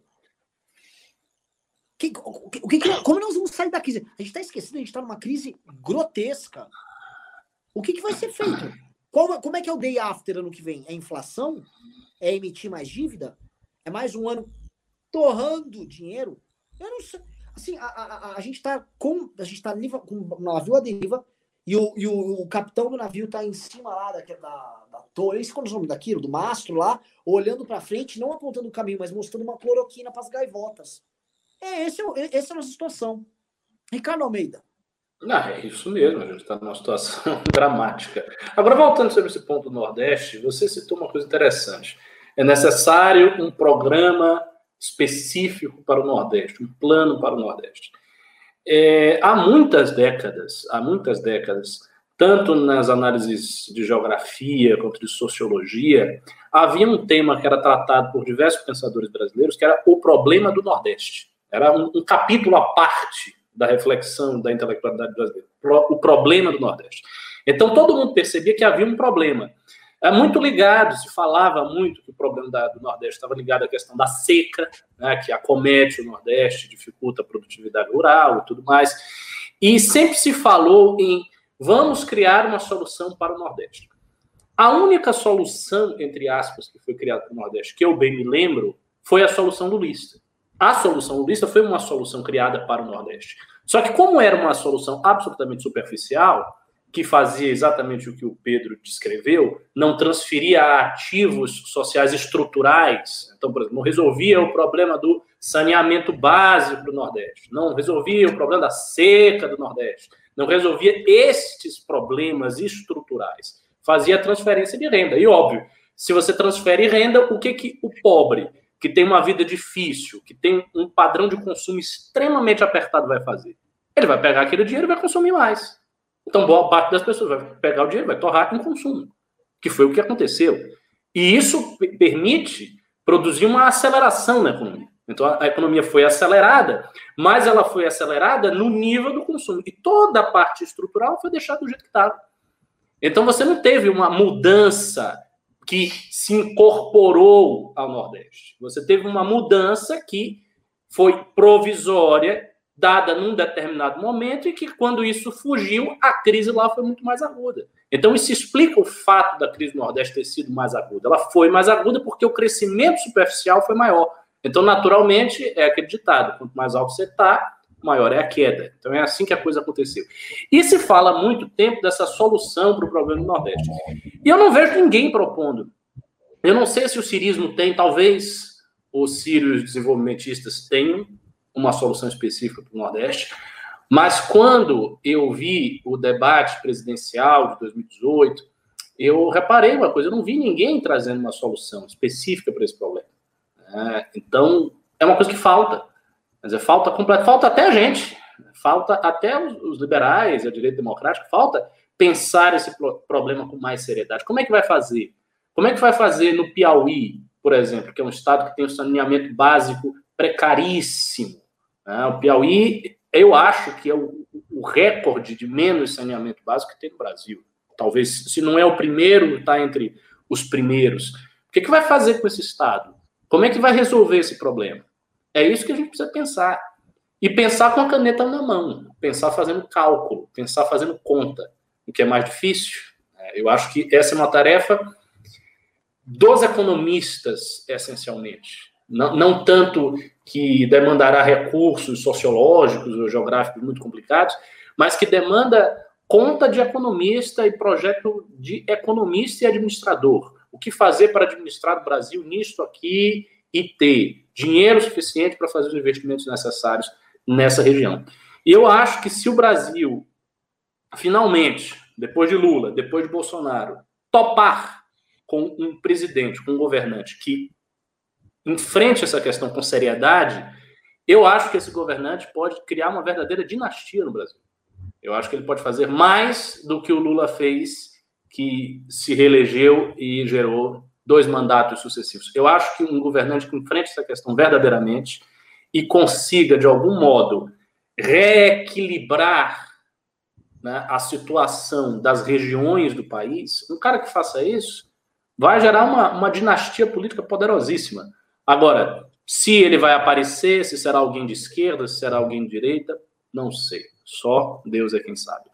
Como nós vamos sair da crise? A gente está esquecendo, a gente está numa crise grotesca. O que vai ser feito? Como é que é o day after ano que vem? É inflação? É emitir mais dívida? É mais um ano torrando dinheiro? Eu não sei. Assim, a gente está com o navio à deriva e o capitão do navio está em cima lá da torre, esse qual é o nome daquilo? Do mastro lá, olhando para frente, não apontando o caminho, mas mostrando uma cloroquina para as gaivotas. Essa é a nossa situação. Ricardo Almeida. É isso mesmo, a gente está numa situação dramática. Agora, voltando sobre esse ponto do Nordeste, você citou uma coisa interessante. É necessário um programa específico para o Nordeste, um plano para o Nordeste. Há muitas décadas, tanto nas análises de geografia quanto de sociologia, havia um tema que era tratado por diversos pensadores brasileiros, que era o problema do Nordeste. Era um capítulo à parte da reflexão da intelectualidade brasileira, o problema do Nordeste. Então, todo mundo percebia que havia um problema. Muito ligado, se falava muito que o problema do Nordeste estava ligado à questão da seca, né, que acomete o Nordeste, dificulta a produtividade rural e tudo mais. E sempre se falou em vamos criar uma solução para o Nordeste. A única solução, entre aspas, que foi criada para o Nordeste, que eu bem me lembro, foi a solução lulista. A solução lulista foi uma solução criada para o Nordeste. Só que como era uma solução absolutamente superficial, que fazia exatamente o que o Pedro descreveu, não transferia ativos sociais estruturais. Então, por exemplo, não resolvia o problema do saneamento básico do Nordeste, não resolvia o problema da seca do Nordeste, não resolvia estes problemas estruturais. Fazia transferência de renda. E, óbvio, se você transfere renda, o que o pobre, que tem uma vida difícil, que tem um padrão de consumo extremamente apertado, vai fazer? Ele vai pegar aquele dinheiro e vai consumir mais. Então, boa parte das pessoas vai pegar o dinheiro, vai torrar em consumo, que foi o que aconteceu. E isso permite produzir uma aceleração na economia. Então, a economia foi acelerada, mas ela foi acelerada no nível do consumo. E toda a parte estrutural foi deixada do jeito que estava. Então, você não teve uma mudança que se incorporou ao Nordeste. Você teve uma mudança que foi provisória, dada num determinado momento, e que, quando isso fugiu, a crise lá foi muito mais aguda. Então, isso explica o fato da crise do Nordeste ter sido mais aguda. Ela foi mais aguda porque o crescimento superficial foi maior. Então, naturalmente, é aquele ditado: quanto mais alto você está, maior é a queda. Então, é assim que a coisa aconteceu. E se fala há muito tempo dessa solução para o problema do Nordeste. E eu não vejo ninguém propondo. Eu não sei se o cirismo tem, talvez os sírios desenvolvimentistas tenham uma solução específica para o Nordeste, mas quando eu vi o debate presidencial de 2018, eu reparei uma coisa: eu não vi ninguém trazendo uma solução específica para esse problema. Então, é uma coisa que falta. Mas falta completa, falta até a gente, falta até os liberais, a direita democrática, falta pensar esse problema com mais seriedade. Como é que vai fazer? Como é que vai fazer no Piauí, por exemplo, que é um estado que tem um saneamento básico precaríssimo? O Piauí, eu acho que é o recorde de menos saneamento básico que tem no Brasil. Talvez, se não é o primeiro, está entre os primeiros. O que vai fazer com esse estado? Como é que vai resolver esse problema? É isso que a gente precisa pensar. E pensar com a caneta na mão. Pensar fazendo cálculo. Pensar fazendo conta. O que é mais difícil. Eu acho que essa é uma tarefa dos economistas, essencialmente. Não tanto que demandará recursos sociológicos ou geográficos muito complicados, mas que demanda conta de economista e projeto de economista e administrador. O que fazer para administrar o Brasil nisto aqui e ter dinheiro suficiente para fazer os investimentos necessários nessa região. E eu acho que se o Brasil, finalmente, depois de Lula, depois de Bolsonaro, topar com um presidente, com um governante que enfrente essa questão com seriedade, eu acho que esse governante pode criar uma verdadeira dinastia no Brasil. Eu acho que ele pode fazer mais do que o Lula fez, que se reelegeu e gerou 2 mandatos sucessivos. Eu acho que um governante que enfrente essa questão verdadeiramente e consiga, de algum modo, reequilibrar, né, a situação das regiões do país, um cara que faça isso vai gerar uma dinastia política poderosíssima. Agora, se ele vai aparecer, se será alguém de esquerda, se será alguém de direita, não sei. Só Deus é quem sabe.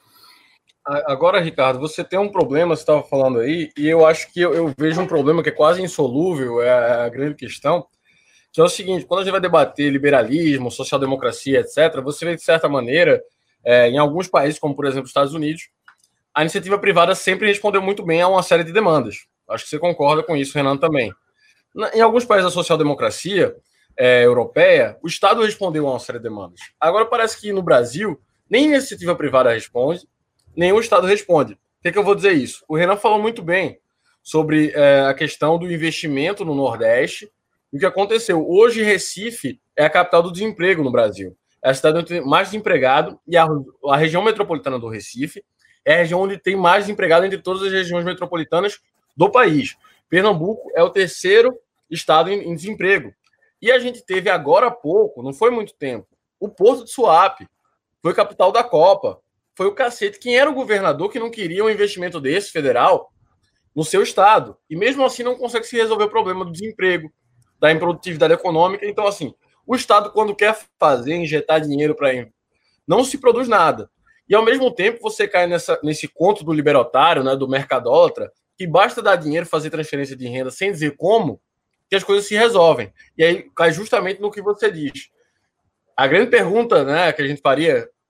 Agora, Ricardo, você tem um problema, você estava falando aí, e eu acho que eu vejo um problema que é quase insolúvel, é a grande questão, que é o seguinte: quando a gente vai debater liberalismo, social-democracia, etc., você vê, de certa maneira, em alguns países, como, por exemplo, os Estados Unidos, a iniciativa privada sempre respondeu muito bem a uma série de demandas. Acho que você concorda com isso, Renan, também. Em alguns países da social-democracia europeia, o Estado respondeu a uma série de demandas. Agora, parece que no Brasil, nem a iniciativa privada responde, nem o Estado responde. Por que eu vou dizer isso? O Renan falou muito bem sobre a questão do investimento no Nordeste e o que aconteceu. Hoje, Recife é a capital do desemprego no Brasil. É a cidade onde tem mais desempregado e a região metropolitana do Recife é a região onde tem mais desempregado entre todas as regiões metropolitanas do país. Pernambuco é o 3º estado em desemprego. E a gente teve agora há pouco, não foi muito tempo, o Porto de Suape, foi capital da Copa, foi o cacete. Quem era o governador que não queria um investimento desse federal no seu estado? E mesmo assim não consegue se resolver o problema do desemprego, da improdutividade econômica. Então, assim, o Estado, quando quer fazer, injetar dinheiro para não se produz nada. E, ao mesmo tempo, você cai nesse conto do liberotário, né, do mercadólatra, que basta dar dinheiro, fazer transferência de renda sem dizer como, que as coisas se resolvem. E aí cai justamente no que você diz. A grande pergunta, né, que a gente faria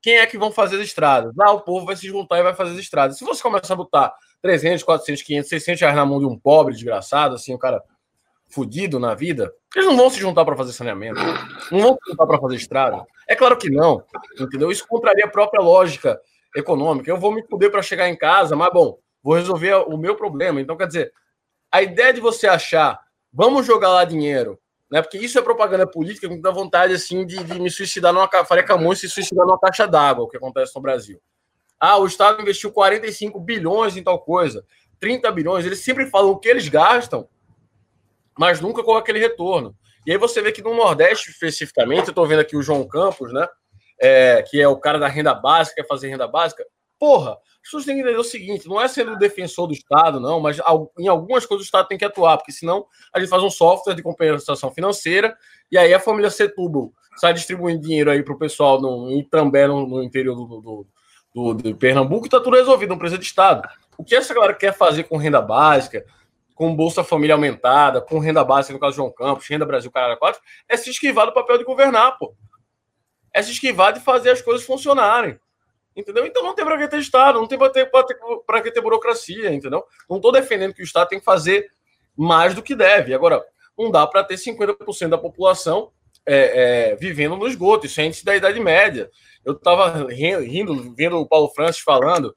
quem é que vão fazer as estradas? O povo vai se juntar e vai fazer as estradas. Se você começar a botar 300, 400, 500, 600 reais na mão de um pobre desgraçado, assim, um cara fudido na vida, eles não vão se juntar para fazer saneamento, não vão se juntar para fazer estrada. É claro que não, entendeu? Isso contraria a própria lógica econômica. Eu vou me fuder para chegar em casa, mas, bom, vou resolver o meu problema. Então, quer dizer, a ideia de você achar, vamos jogar lá dinheiro, né? Porque isso é propaganda política que me dá vontade, assim, de me suicidar numa... Faria Camões se suicidar numa caixa d'água, o que acontece no Brasil. O Estado investiu 45 bilhões em tal coisa, 30 bilhões, eles sempre falam o que eles gastam, mas nunca com aquele retorno. E aí você vê que no Nordeste, especificamente, eu estou vendo aqui o João Campos, né? Que é o cara da renda básica, quer fazer renda básica. Porra, as pessoas têm que entender o seguinte, não é sendo defensor do Estado, não, mas em algumas coisas o Estado tem que atuar, porque senão a gente faz um software de compensação financeira e aí a família Setúbal sai distribuindo dinheiro aí para o pessoal em Trambé, no interior de Pernambuco, e está tudo resolvido, não precisa de Estado. O que essa galera quer fazer com renda básica, com Bolsa Família aumentada, com renda básica, no caso do João Campos, Renda Brasil, Caralho 4, é se esquivar do papel de governar, pô. É se esquivar de fazer as coisas funcionarem. Entendeu? Então não tem para que ter Estado, não tem para que ter burocracia, entendeu? Não estou defendendo que o Estado tem que fazer mais do que deve. Agora, não dá para ter 50% da população vivendo no esgoto. Isso é índice da Idade Média. Eu estava rindo, vendo o Paulo Francis falando,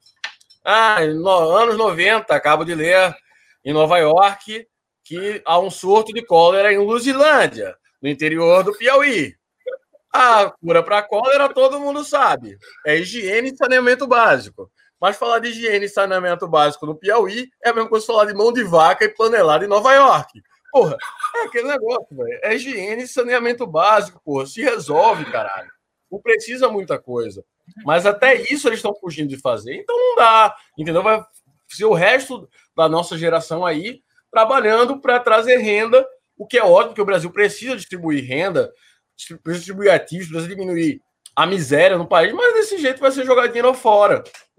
anos 90, acabo de ler, em Nova York, que há um surto de cólera em Luzilândia, no interior do Piauí. A cura para a cólera todo mundo sabe. É higiene e saneamento básico. Mas falar de higiene e saneamento básico no Piauí é a mesma coisa que falar de mão de vaca e panelada em Nova York. Porra, é aquele negócio, velho. É higiene e saneamento básico, porra. Se resolve, caralho. Não precisa muita coisa. Mas até isso eles estão fugindo de fazer. Então não dá, entendeu? Vai ser o resto da nossa geração aí trabalhando para trazer renda, o que é óbvio que o Brasil precisa distribuir renda, distribuir ativos, precisa diminuir a miséria no país, mas desse jeito vai ser jogar dinheiro fora.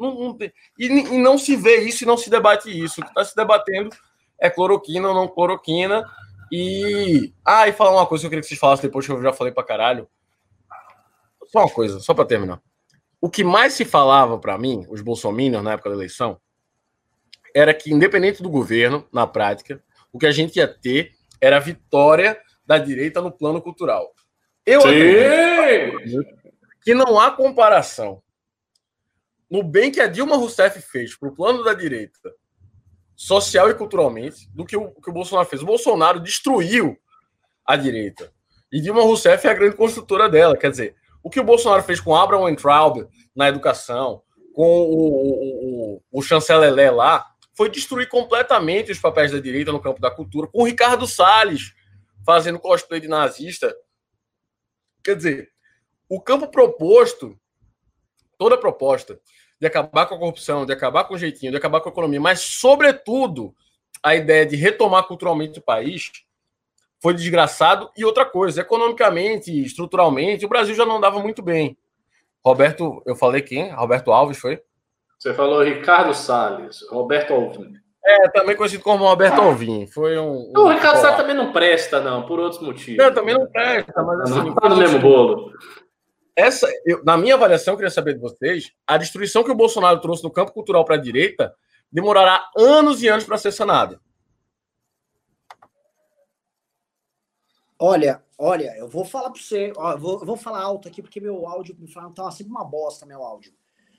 E não se vê isso e não se debate isso. O que está se debatendo é cloroquina ou não cloroquina. E falar uma coisa que eu queria que vocês falassem depois, que eu já falei pra caralho. Só uma coisa, só para terminar. O que mais se falava para mim, os bolsominions, na época da eleição, era que, independente do governo, na prática, o que a gente ia ter era a vitória da direita no plano cultural. Eu acredito que não há comparação no bem que a Dilma Rousseff fez para o plano da direita, social e culturalmente, do que o Bolsonaro fez. O Bolsonaro destruiu a direita. E Dilma Rousseff é a grande construtora dela. Quer dizer, o que o Bolsonaro fez com Abraham Weintraub na educação, com o chanceler lá, foi destruir completamente os papéis da direita no campo da cultura, com o Ricardo Salles fazendo cosplay de nazista. Quer dizer, o campo proposto, toda a proposta de acabar com a corrupção, de acabar com o jeitinho, de acabar com a economia, mas, sobretudo, a ideia de retomar culturalmente o país, foi desgraçado. E outra coisa, economicamente, estruturalmente, o Brasil já não andava muito bem. Roberto, eu falei quem? Roberto Alves, foi? Você falou Ricardo Salles, Roberto Alvim. Também conhecido como Roberto Alvim. Foi o Ricardo Salles também não presta, não, por outros motivos. Não, também não presta, mas assim... Não tá no mesmo bolo. Na minha avaliação, eu queria saber de vocês, a destruição que o Bolsonaro trouxe no campo cultural para a direita demorará anos e anos para ser sanada. Olha, eu vou falar para você, eu vou falar alto aqui, porque meu áudio tá sempre uma bosta, meu áudio.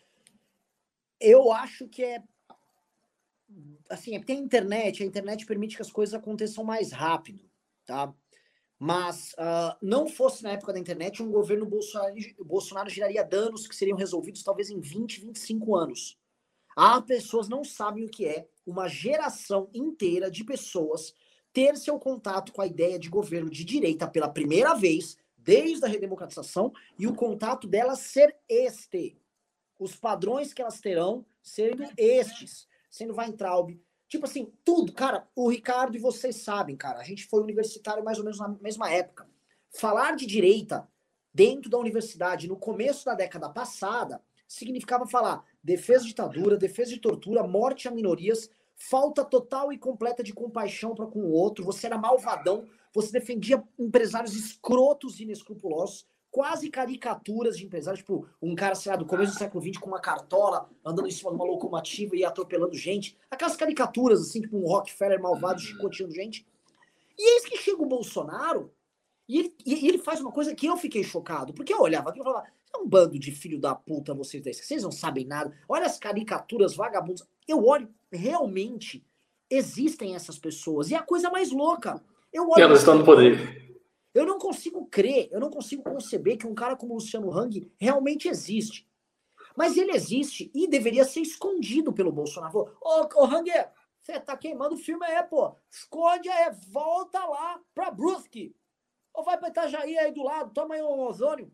Eu acho que assim, tem a internet permite que as coisas aconteçam mais rápido, tá? Mas não fosse na época da internet, um governo Bolsonaro geraria danos que seriam resolvidos talvez em 20, 25 anos. As pessoas não sabem o que é uma geração inteira de pessoas ter seu contato com a ideia de governo de direita pela primeira vez, desde a redemocratização, e o contato delas ser os padrões que elas terão sendo estes, sendo Weintraub, tipo assim, tudo, cara, o Ricardo e vocês sabem, cara, a gente foi universitário mais ou menos na mesma época. Falar de direita dentro da universidade no começo da década passada significava falar defesa de ditadura, defesa de tortura, morte a minorias, falta total e completa de compaixão para com o outro, você era malvadão, você defendia empresários escrotos e inescrupulosos, quase caricaturas de empresários, tipo, um cara, sei lá, do começo do século XX com uma cartola, andando em cima de uma locomotiva e atropelando gente. Aquelas caricaturas, assim, tipo um Rockefeller malvado chicoteando gente. E eis que chega o Bolsonaro e ele faz uma coisa que eu fiquei chocado, porque eu olhava aqui e falava, é um bando de filho da puta vocês não sabem nada, olha as caricaturas vagabundas. Eu olho, realmente, existem essas pessoas, e é a coisa mais louca. Elas estão no poder. Eu não consigo crer, eu não consigo conceber que um cara como o Luciano Hang realmente existe. Mas ele existe e deveria ser escondido pelo Bolsonaro. Ô Hang, você tá queimando o filme aí, pô. Esconde aí, volta lá pra Brusque. Ou vai pra Itajaí aí do lado, toma aí um ozônio.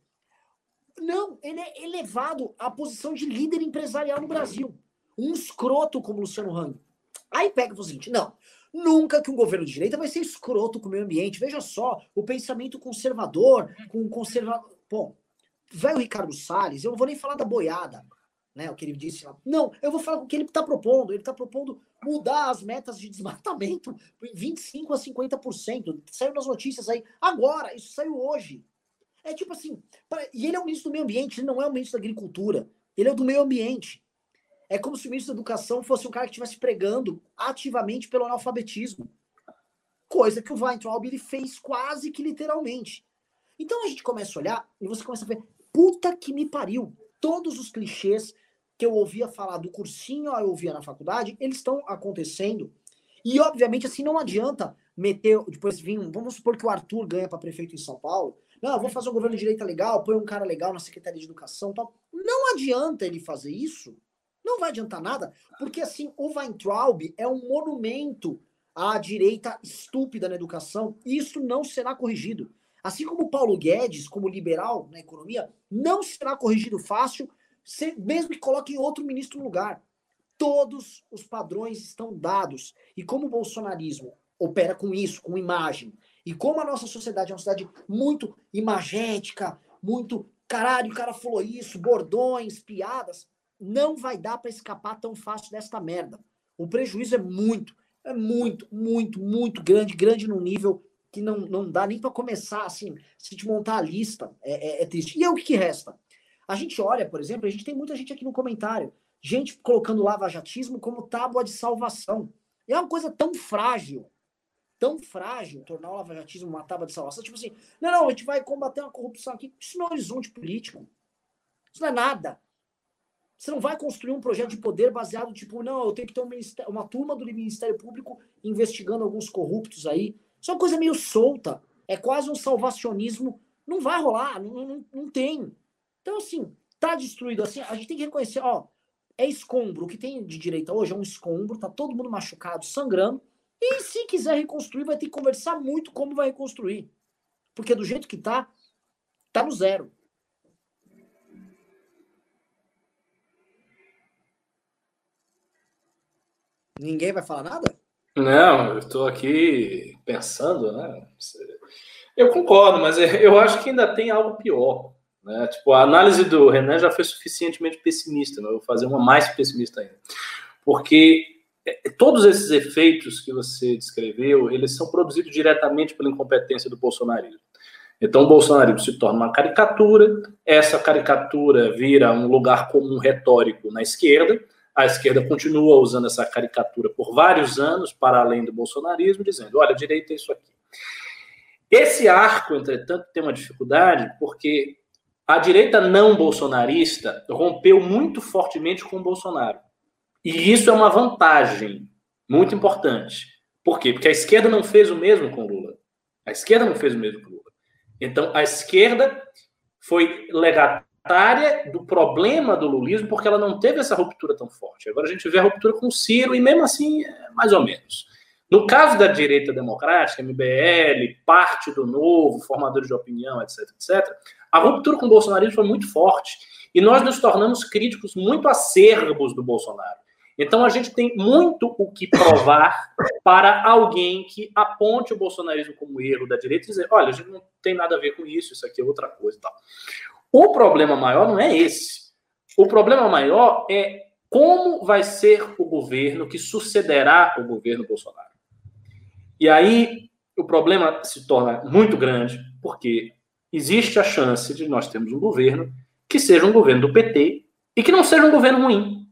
Não, ele é elevado à posição de líder empresarial no Brasil. Um escroto como o Luciano Hang. Aí pega o seguinte, não, nunca que um governo de direita vai ser escroto com o meio ambiente. Veja só, o pensamento conservador, com o conservador... Bom, vai o Ricardo Salles, eu não vou nem falar da boiada, né, o que ele disse lá. Não, eu vou falar o que ele está propondo. Ele está propondo mudar as metas de desmatamento em 25% a 50%. Saiu nas notícias aí. Agora, isso saiu hoje. É tipo assim, e ele é o ministro do meio ambiente, ele não é o ministro da agricultura. Ele é o do meio ambiente. É como se o ministro da educação fosse um cara que estivesse pregando ativamente pelo analfabetismo. Coisa que o Weintraub ele fez quase que literalmente. Então a gente começa a olhar e você começa a ver, puta que me pariu. Todos os clichês que eu ouvia falar do cursinho, eu ouvia na faculdade, eles estão acontecendo. E obviamente assim não adianta meter, depois vir, vamos supor que o Arthur ganha para prefeito em São Paulo. Não, eu vou fazer um governo de direita legal, põe um cara legal na Secretaria de Educação, tal. Não adianta ele fazer isso. Não vai adiantar nada, porque assim, o Weintraub é um monumento à direita estúpida na educação, e isso não será corrigido. Assim como o Paulo Guedes, como liberal na economia, não será corrigido fácil, mesmo que coloquem outro ministro no lugar. Todos os padrões estão dados. E como o bolsonarismo opera com isso, com imagem, e como a nossa sociedade é uma sociedade muito imagética, muito, caralho, o cara falou isso, bordões, piadas, não vai dar para escapar tão fácil desta merda. O prejuízo é muito grande num nível que não dá nem para começar, assim, se te montar a lista, é triste. E aí o que resta? A gente olha, por exemplo, a gente tem muita gente aqui no comentário, gente colocando o lavajatismo como tábua de salvação. E é uma coisa tão frágil, tornar o lavajatismo uma tábua de salvação. Tipo assim, não, a gente vai combater uma corrupção aqui. Isso não é horizonte político. Isso não é nada. Você não vai construir um projeto de poder baseado, tipo, não, eu tenho que ter uma turma do Ministério Público investigando alguns corruptos aí. Isso é uma coisa meio solta. É quase um salvacionismo. Não vai rolar, não tem. Então, assim, tá destruído assim, a gente tem que reconhecer, ó, é escombro. O que tem de direita hoje é um escombro, tá todo mundo machucado, sangrando. E se quiser reconstruir, vai ter que conversar muito como vai reconstruir. Porque do jeito que tá no zero. Ninguém vai falar nada? Não, eu estou aqui pensando, né? Eu concordo, mas eu acho que ainda tem algo pior, né? Tipo, a análise do Renan já foi suficientemente pessimista, né? Eu vou fazer uma mais pessimista ainda. Porque todos esses efeitos que você descreveu, eles são produzidos diretamente pela incompetência do bolsonarismo. Então, o bolsonarismo se torna uma caricatura, essa caricatura vira um lugar comum retórico na esquerda, a esquerda continua usando essa caricatura por vários anos, para além do bolsonarismo, dizendo, olha, a direita é isso aqui. Esse arco, entretanto, tem uma dificuldade, porque a direita não bolsonarista rompeu muito fortemente com o Bolsonaro. E isso é uma vantagem muito importante. Por quê? Porque a esquerda não fez o mesmo com o Lula. A esquerda não fez o mesmo com o Lula. Então, a esquerda foi legatária do problema do lulismo porque ela não teve essa ruptura tão forte. Agora a gente vê a ruptura com o Ciro e mesmo assim, mais ou menos. No caso da direita democrática, MBL, parte do Novo, formadores de opinião, etc., etc., a ruptura com o bolsonarismo foi muito forte. E nós nos tornamos críticos muito acerbos do Bolsonaro. Então a gente tem muito o que provar para alguém que aponte o bolsonarismo como erro da direita e dizer, olha, a gente não tem nada a ver com isso, isso aqui é outra coisa e tal. O problema maior não é esse. O problema maior é como vai ser o governo que sucederá o governo Bolsonaro. E aí o problema se torna muito grande, porque existe a chance de nós termos um governo que seja um governo do PT e que não seja um governo ruim.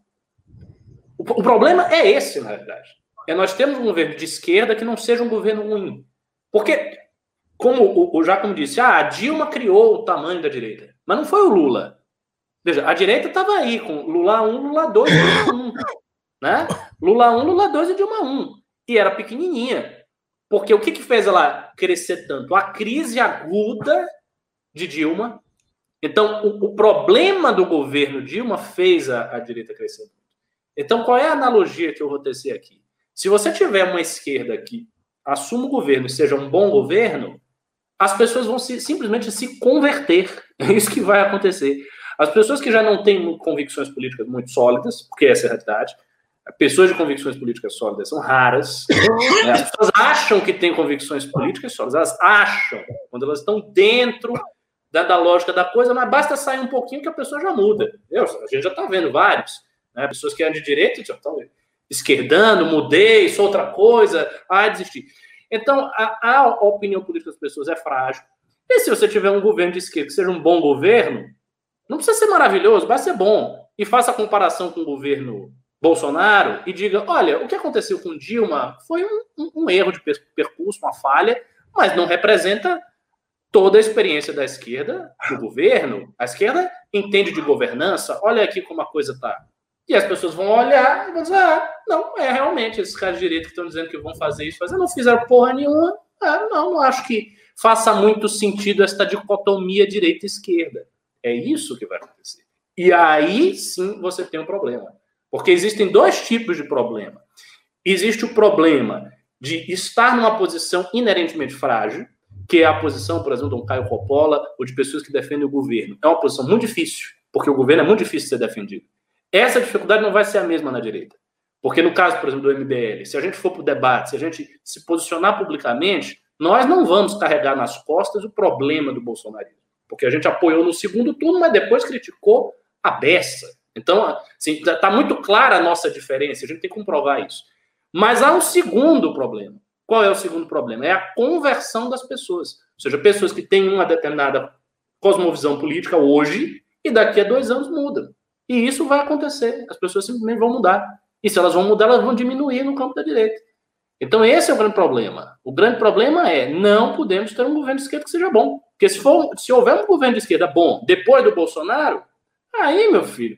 O problema é esse, na verdade. É nós termos um governo de esquerda que não seja um governo ruim. Porque, como o Giacomo disse, a Dilma criou o tamanho da direita, mas não foi o Lula. Veja, a direita estava aí com Lula 1, Lula 2 e Dilma 1. Né? Lula 1, Lula 2 e Dilma 1. E era pequenininha. Porque o que fez ela crescer tanto? A crise aguda de Dilma. Então, o problema do governo Dilma fez a direita crescer. Então, qual é a analogia que eu vou tecer aqui? Se você tiver uma esquerda que assuma o governo e seja um bom governo, as pessoas vão simplesmente se converter. É isso que vai acontecer. As pessoas que já não têm convicções políticas muito sólidas, porque essa é a realidade, pessoas de convicções políticas sólidas são raras. Né? As pessoas acham que têm convicções políticas sólidas, elas acham, quando elas estão dentro da lógica da coisa, mas basta sair um pouquinho que a pessoa já muda. A gente já está vendo vários. Né? Pessoas que eram de direita já estão esquerdando, mudei, sou outra coisa, desisti. Então, a opinião política das pessoas é frágil. E se você tiver um governo de esquerda que seja um bom governo, não precisa ser maravilhoso, vai ser bom. E faça a comparação com o governo Bolsonaro e diga, olha, o que aconteceu com Dilma foi um erro de percurso, uma falha, mas não representa toda a experiência da esquerda, do governo. A esquerda entende de governança, olha aqui como a coisa está. E as pessoas vão olhar e vão dizer, não, realmente, esses caras de direita que estão dizendo que vão fazer isso, não fizeram porra nenhuma. Não acho que faça muito sentido esta dicotomia direita e esquerda. É isso que vai acontecer. E aí, sim, você tem um problema. Porque existem dois tipos de problema. Existe o problema de estar numa posição inerentemente frágil, que é a posição, por exemplo, de um Caio Coppola ou de pessoas que defendem o governo. É uma posição muito difícil, porque o governo é muito difícil de ser defendido. Essa dificuldade não vai ser a mesma na direita. Porque no caso, por exemplo, do MBL, se a gente for para o debate, se a gente se posicionar publicamente, nós não vamos carregar nas costas o problema do bolsonarismo. Porque a gente apoiou no segundo turno, mas depois criticou a beça. Então, assim, está muito clara a nossa diferença, a gente tem que comprovar isso. Mas há um segundo problema. Qual é o segundo problema? É a conversão das pessoas. Ou seja, pessoas que têm uma determinada cosmovisão política hoje e daqui a 2 anos mudam. E isso vai acontecer. As pessoas simplesmente vão mudar. E se elas vão mudar, elas vão diminuir no campo da direita. Então, esse é o grande problema. O grande problema é não podemos ter um governo de esquerda que seja bom. Porque se houver um governo de esquerda bom depois do Bolsonaro, aí, meu filho,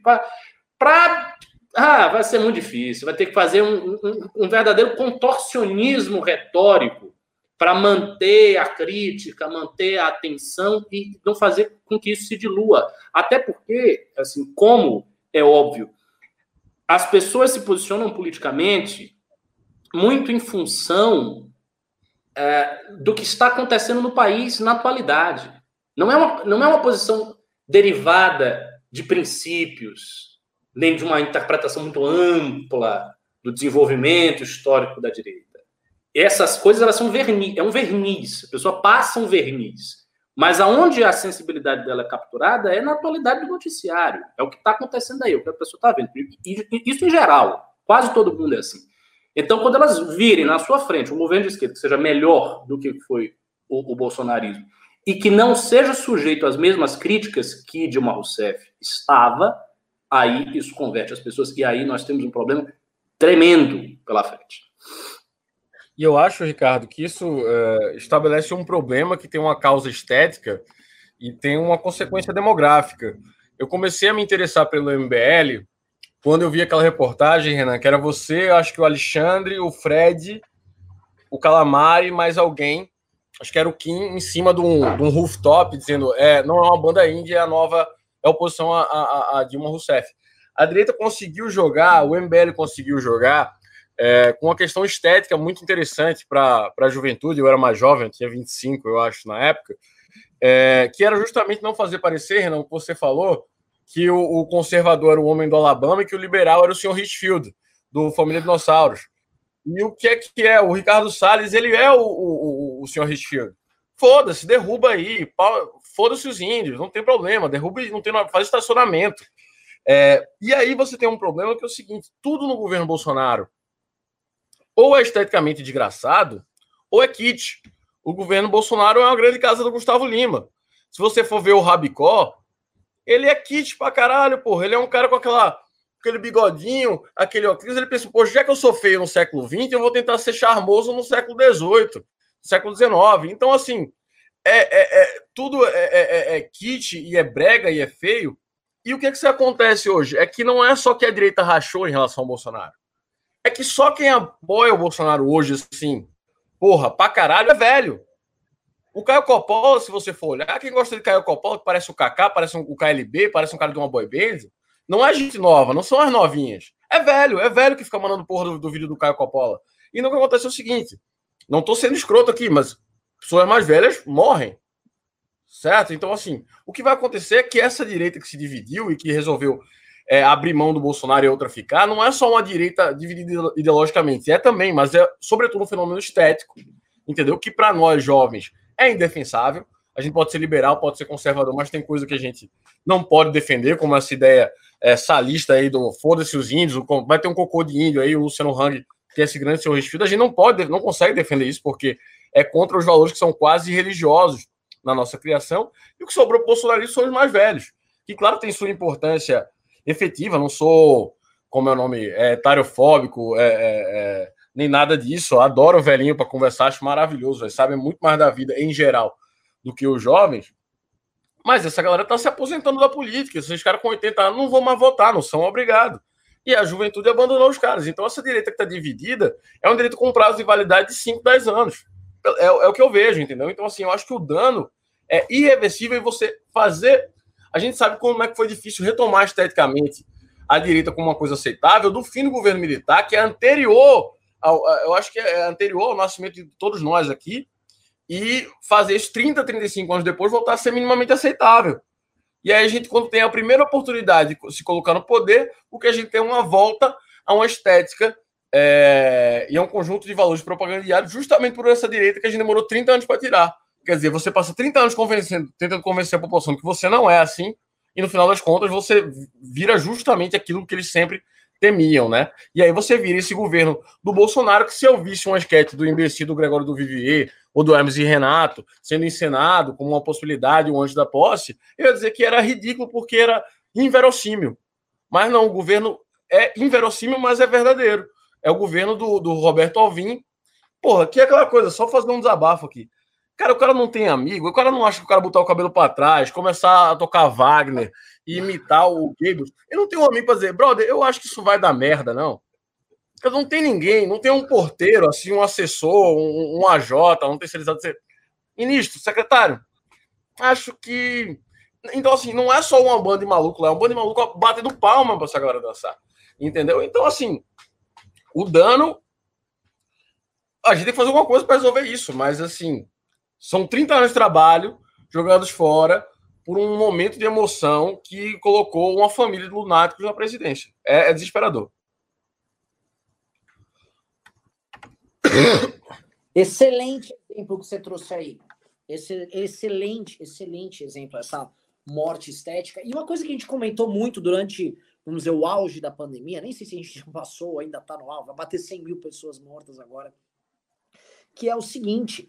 vai ser muito difícil. Vai ter que fazer um verdadeiro contorcionismo retórico para manter a crítica, manter a atenção e não fazer com que isso se dilua. Até porque, assim, como é óbvio, as pessoas se posicionam politicamente muito em função do que está acontecendo no país na atualidade. Não é uma posição derivada de princípios, nem de uma interpretação muito ampla do desenvolvimento histórico da direita. Essas coisas, elas são verniz, é um verniz, a pessoa passa um verniz. Mas aonde a sensibilidade dela é capturada é na atualidade do noticiário. É o que está acontecendo aí, é o que a pessoa está vendo. E isso em geral, quase todo mundo é assim. Então, quando elas virem na sua frente um governo de esquerda que seja melhor do que foi o bolsonarismo e que não seja sujeito às mesmas críticas que Dilma Rousseff estava, aí isso converte as pessoas e aí nós temos um problema tremendo pela frente. E eu acho, Ricardo, que isso estabelece um problema que tem uma causa estética e tem uma consequência demográfica. Eu comecei a me interessar pelo MBL quando eu vi aquela reportagem, Renan, que era você, acho que o Alexandre, o Fred, o Calamari, mais alguém, acho que era o Kim, em cima de um rooftop, dizendo não é uma banda indie, é a nova oposição a Dilma Rousseff. A direita conseguiu jogar, o MBL conseguiu jogar com uma questão estética muito interessante para a juventude. Eu era mais jovem, eu tinha 25, eu acho, na época, que era justamente não fazer parecer, Renan, o que você falou, que o conservador era o homem do Alabama e que o liberal era o Sr. Richfield, do Família Dinossauros. E o que é? O Ricardo Salles, ele é o Sr. Richfield. Foda-se, derruba aí, foda-se os índios, não tem problema, derruba, não tem nada, faz estacionamento. E aí você tem um problema que é o seguinte, tudo no governo Bolsonaro ou é esteticamente desgraçado, ou é kit. O governo Bolsonaro é uma grande casa do Gustavo Lima. se você for ver o Rabicó, ele é kit pra caralho, porra. Ele é um cara com aquele bigodinho, aquele óculos. Ele pensa, poxa, já que eu sou feio no século XX, eu vou tentar ser charmoso no século XVIII, século XIX. Então, assim, tudo é kit e é brega e é feio. E o que acontece hoje? É que não é só que a direita rachou em relação ao Bolsonaro. É que só quem apoia o Bolsonaro hoje, assim, porra, pra caralho, é velho. O Caio Coppola, se você for olhar, quem gosta de Caio Coppola, que parece o Kaká, parece o KLB, parece um cara de uma boy band, não é gente nova, não são as novinhas. É velho que fica mandando porra do vídeo do Caio Coppola. E não, o que acontece é o seguinte, não tô sendo escroto aqui, mas pessoas mais velhas morrem. Certo? Então, assim, o que vai acontecer é que essa direita que se dividiu e que resolveu abrir mão do Bolsonaro e outra ficar, não é só uma direita dividida ideologicamente, é também, mas é sobretudo um fenômeno estético, entendeu? Que para nós jovens é indefensável. A gente pode ser liberal, pode ser conservador, mas tem coisa que a gente não pode defender, como essa ideia salista aí do foda-se os índios, vai ter um cocô de índio aí, o Luciano Hang, que é esse grande seu respeito. A gente não consegue defender isso, porque é contra os valores que são quase religiosos na nossa criação, e o que sobrou para o bolsonarismo são os mais velhos, que, claro, tem sua importância efetiva, não sou, como é o nome, etariofóbico, nem nada disso, eu adoro o velhinho para conversar, acho maravilhoso, eles sabem muito mais da vida em geral do que os jovens, mas essa galera está se aposentando da política, esses caras com 80 anos não vão mais votar, não são obrigados, e a juventude abandonou os caras, então essa direita que está dividida é uma direita com prazo de validade de 5, 10 anos, é o que eu vejo, entendeu? Então, assim, eu acho que o dano é irreversível em você fazer... A gente sabe como é que foi difícil retomar esteticamente a direita como uma coisa aceitável do fim do governo militar, que é anterior eu acho que é anterior ao nascimento de todos nós aqui, e fazer isso 30, 35 anos depois voltar a ser minimamente aceitável. E aí a gente, quando tem a primeira oportunidade de se colocar no poder, o que a gente tem é uma volta a uma estética e a um conjunto de valores propagandeados justamente por essa direita que a gente demorou 30 anos para tirar. Quer dizer, você passa 30 anos tentando convencer a população que você não é assim, e no final das contas você vira justamente aquilo que eles sempre temiam, né? E aí você vira esse governo do Bolsonaro, que se eu visse uma esquete do imbecil do Gregório do Vivier ou do Hermes e Renato sendo encenado como uma possibilidade, um anjo da posse, eu ia dizer que era ridículo porque era inverossímil. Mas não, o governo é inverossímil, mas é verdadeiro. É o governo do Roberto Alvim. Porra, que é aquela coisa, só fazer um desabafo aqui. Cara, o cara não tem amigo, o cara não acha que o cara botar o cabelo para trás, começar a tocar Wagner e imitar o Goebbels. Ele não tem um amigo para dizer, brother, eu acho que isso vai dar merda, não. Não tem ninguém, não tem um porteiro, assim, um assessor, um AJ, um terceirizado. Ministro, secretário, acho que... Então, assim, não é só uma banda de maluco lá, é uma banda de maluco batendo palma para essa galera dançar. Entendeu? Então, assim, o dano... A gente tem que fazer alguma coisa para resolver isso, mas, assim, são 30 anos de trabalho jogados fora por um momento de emoção que colocou uma família de lunáticos na presidência. É desesperador. Excelente exemplo que você trouxe aí. Excelente exemplo, essa morte estética. E uma coisa que a gente comentou muito durante, vamos dizer, o auge da pandemia, nem sei se a gente já passou, ainda está no auge, vai bater 100 mil pessoas mortas agora, que é o seguinte,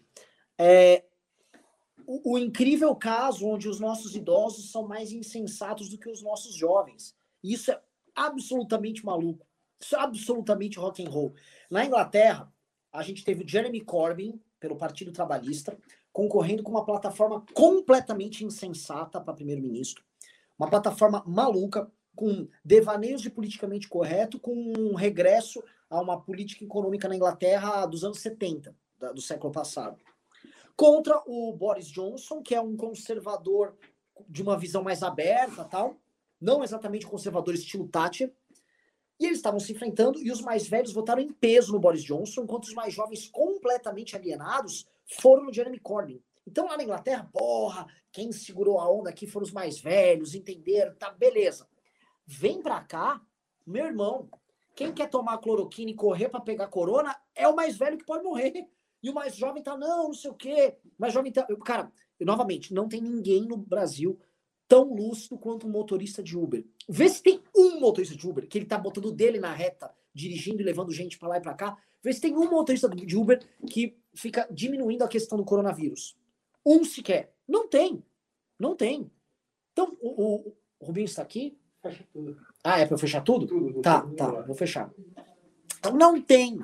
o incrível caso onde os nossos idosos são mais insensatos do que os nossos jovens. E isso é absolutamente maluco. Isso é absolutamente rock and roll. Na Inglaterra, a gente teve o Jeremy Corbyn, pelo Partido Trabalhista, concorrendo com uma plataforma completamente insensata para primeiro-ministro. Uma plataforma maluca, com devaneios de politicamente correto, com um regresso a uma política econômica na Inglaterra dos anos 70, do século passado. Contra o Boris Johnson, que é um conservador de uma visão mais aberta, tal, não exatamente conservador estilo Thatcher. E eles estavam se enfrentando e os mais velhos votaram em peso no Boris Johnson, enquanto os mais jovens, completamente alienados, foram no Jeremy Corbyn. Então lá na Inglaterra, porra, quem segurou a onda aqui foram os mais velhos, entenderam, tá, beleza. Vem pra cá, meu irmão, quem quer tomar cloroquina e correr pra pegar corona é o mais velho que pode morrer. E o mais jovem tá, não sei o quê. O mais jovem tá... Cara, novamente, não tem ninguém no Brasil tão lúcido quanto um motorista de Uber. Vê se tem um motorista de Uber, que ele tá botando o dele na reta, dirigindo e levando gente pra lá e pra cá. Vê se tem um motorista de Uber que fica diminuindo a questão do coronavírus. Um sequer. Não tem. Não tem. Então, o Rubinho está aqui? Fecha tudo. Ah, é para eu fechar tudo? Tudo. Tá, vou fechar. Então, não tem.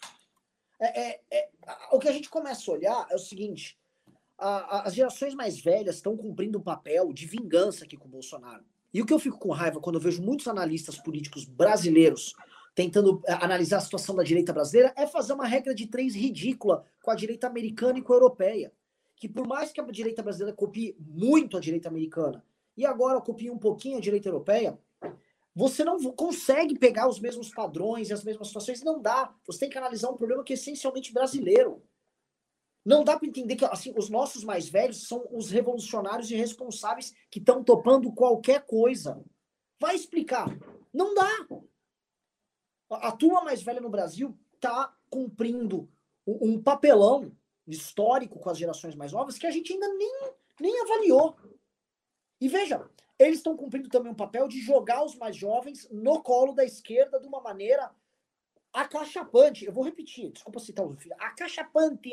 O que a gente começa a olhar é o seguinte, as gerações mais velhas estão cumprindo um papel de vingança aqui com o Bolsonaro. E o que eu fico com raiva quando eu vejo muitos analistas políticos brasileiros tentando analisar a situação da direita brasileira é fazer uma regra de 3 ridícula com a direita americana e com a europeia. Que por mais que a direita brasileira copie muito a direita americana e agora copie um pouquinho a direita europeia, você não consegue pegar os mesmos padrões e as mesmas situações. Não dá. Você tem que analisar um problema que é essencialmente brasileiro. Não dá para entender que assim, os nossos mais velhos são os revolucionários e responsáveis que estão topando qualquer coisa. Vai explicar. Não dá. A turma mais velha no Brasil está cumprindo um papelão histórico com as gerações mais novas que a gente ainda nem avaliou. E veja, eles estão cumprindo também um papel de jogar os mais jovens no colo da esquerda de uma maneira acachapante. Eu vou repetir, desculpa citar o filho. Acachapante.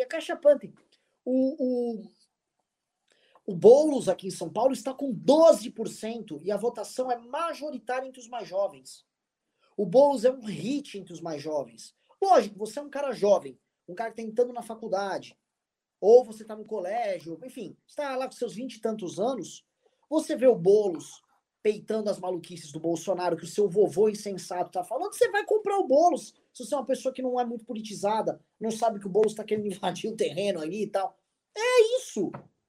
O Boulos aqui em São Paulo está com 12% e a votação é majoritária entre os mais jovens. O Boulos é um hit entre os mais jovens. Lógico, você é um cara jovem, um cara que está entrando na faculdade, ou você está no colégio, enfim, está lá com seus 20 e tantos anos, você vê o Boulos peitando as maluquices do Bolsonaro, que o seu vovô insensato está falando, você vai comprar o Boulos. Se você é uma pessoa que não é muito politizada, não sabe que o Boulos está querendo invadir o terreno ali e tal. É isso.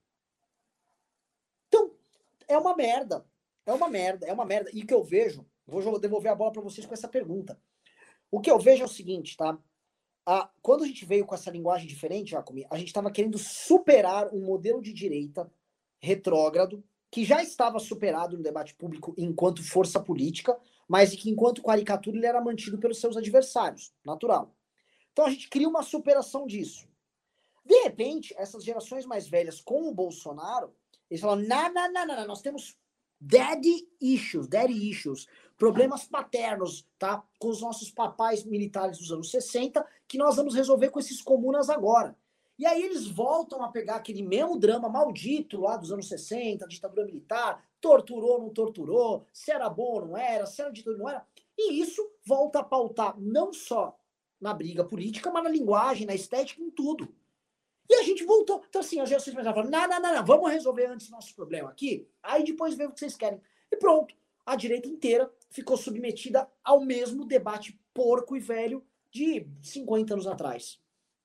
Então, é uma merda. E o que eu vejo, vou devolver a bola para vocês com essa pergunta. O que eu vejo é o seguinte, tá? Quando a gente veio com essa linguagem diferente, Jacome, a gente estava querendo superar um modelo de direita retrógrado, que já estava superado no debate público enquanto força política, mas que enquanto caricatura ele era mantido pelos seus adversários, natural. Então a gente cria uma superação disso. De repente, essas gerações mais velhas com o Bolsonaro, eles falam, não, nós temos daddy issues, problemas paternos, tá? Com os nossos papais militares dos anos 60, que nós vamos resolver com esses comunas agora. E aí eles voltam a pegar aquele mesmo drama maldito lá dos anos 60, ditadura militar, torturou, não torturou, se era bom ou não era, se era ditadura não era. E isso volta a pautar não só na briga política, mas na linguagem, na estética, em tudo. E a gente voltou. Então assim, as gerações mais velhas falam, não, vamos resolver antes o nosso problema aqui, aí depois vê o que vocês querem. E pronto, a direita inteira ficou submetida ao mesmo debate porco e velho de 50 anos atrás.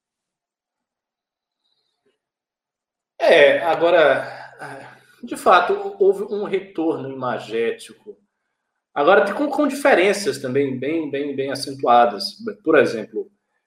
Agora, de fato, houve um retorno imagético. Agora, com diferenças também bem acentuadas. Por exemplo,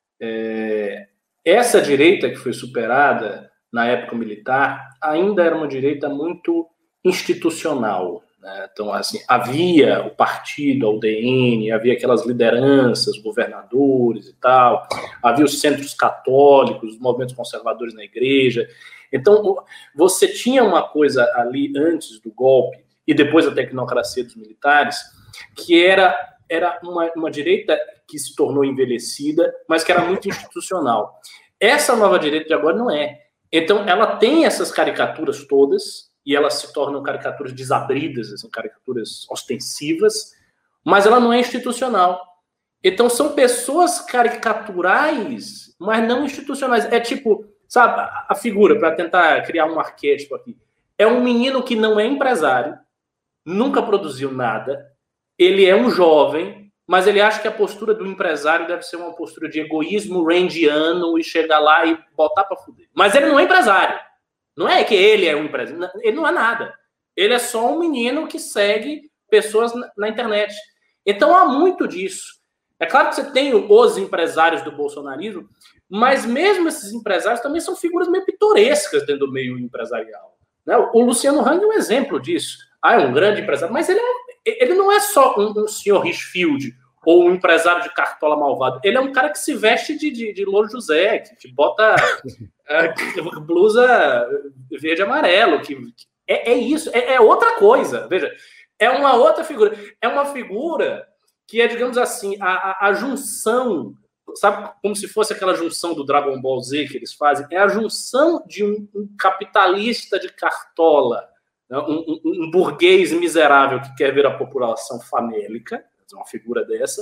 essa direita que foi superada na época militar ainda era uma direita muito institucional. Né? Então, assim, havia o partido, a UDN, havia aquelas lideranças, governadores e tal, havia os centros católicos, os movimentos conservadores na igreja. Então, você tinha uma coisa ali antes do golpe e depois da tecnocracia dos militares, que era uma direita que se tornou envelhecida, mas que era muito institucional. Essa nova direita de agora não é. Então, ela tem essas caricaturas todas, e elas se tornam caricaturas desabridas, assim, caricaturas ostensivas, mas ela não é institucional. Então, são pessoas caricaturais, mas não institucionais. É tipo, sabe, a figura, para tentar criar um arquétipo aqui, é um menino que não é empresário, nunca produziu nada, ele é um jovem, mas ele acha que a postura do empresário deve ser uma postura de egoísmo randiano e chegar lá e botar para fuder. Mas ele não é empresário. Não é que ele é um empresário. Ele não é nada. Ele é só um menino que segue pessoas na internet. Então há muito disso. É claro que você tem os empresários do bolsonarismo, mas mesmo esses empresários também são figuras meio pitorescas dentro do meio empresarial. Né? O Luciano Hang é um exemplo disso. É um grande empresário, mas ele não é só um senhor Richfield ou um empresário de cartola malvado. Ele é um cara que se veste de Louro José, que bota blusa verde e amarelo. É isso, é outra coisa. Veja, é uma outra figura. É uma figura que é, digamos assim, a junção, sabe, como se fosse aquela junção do Dragon Ball Z que eles fazem, é a junção de um capitalista de cartola, né, um burguês miserável que quer ver a população famélica, uma figura dessa,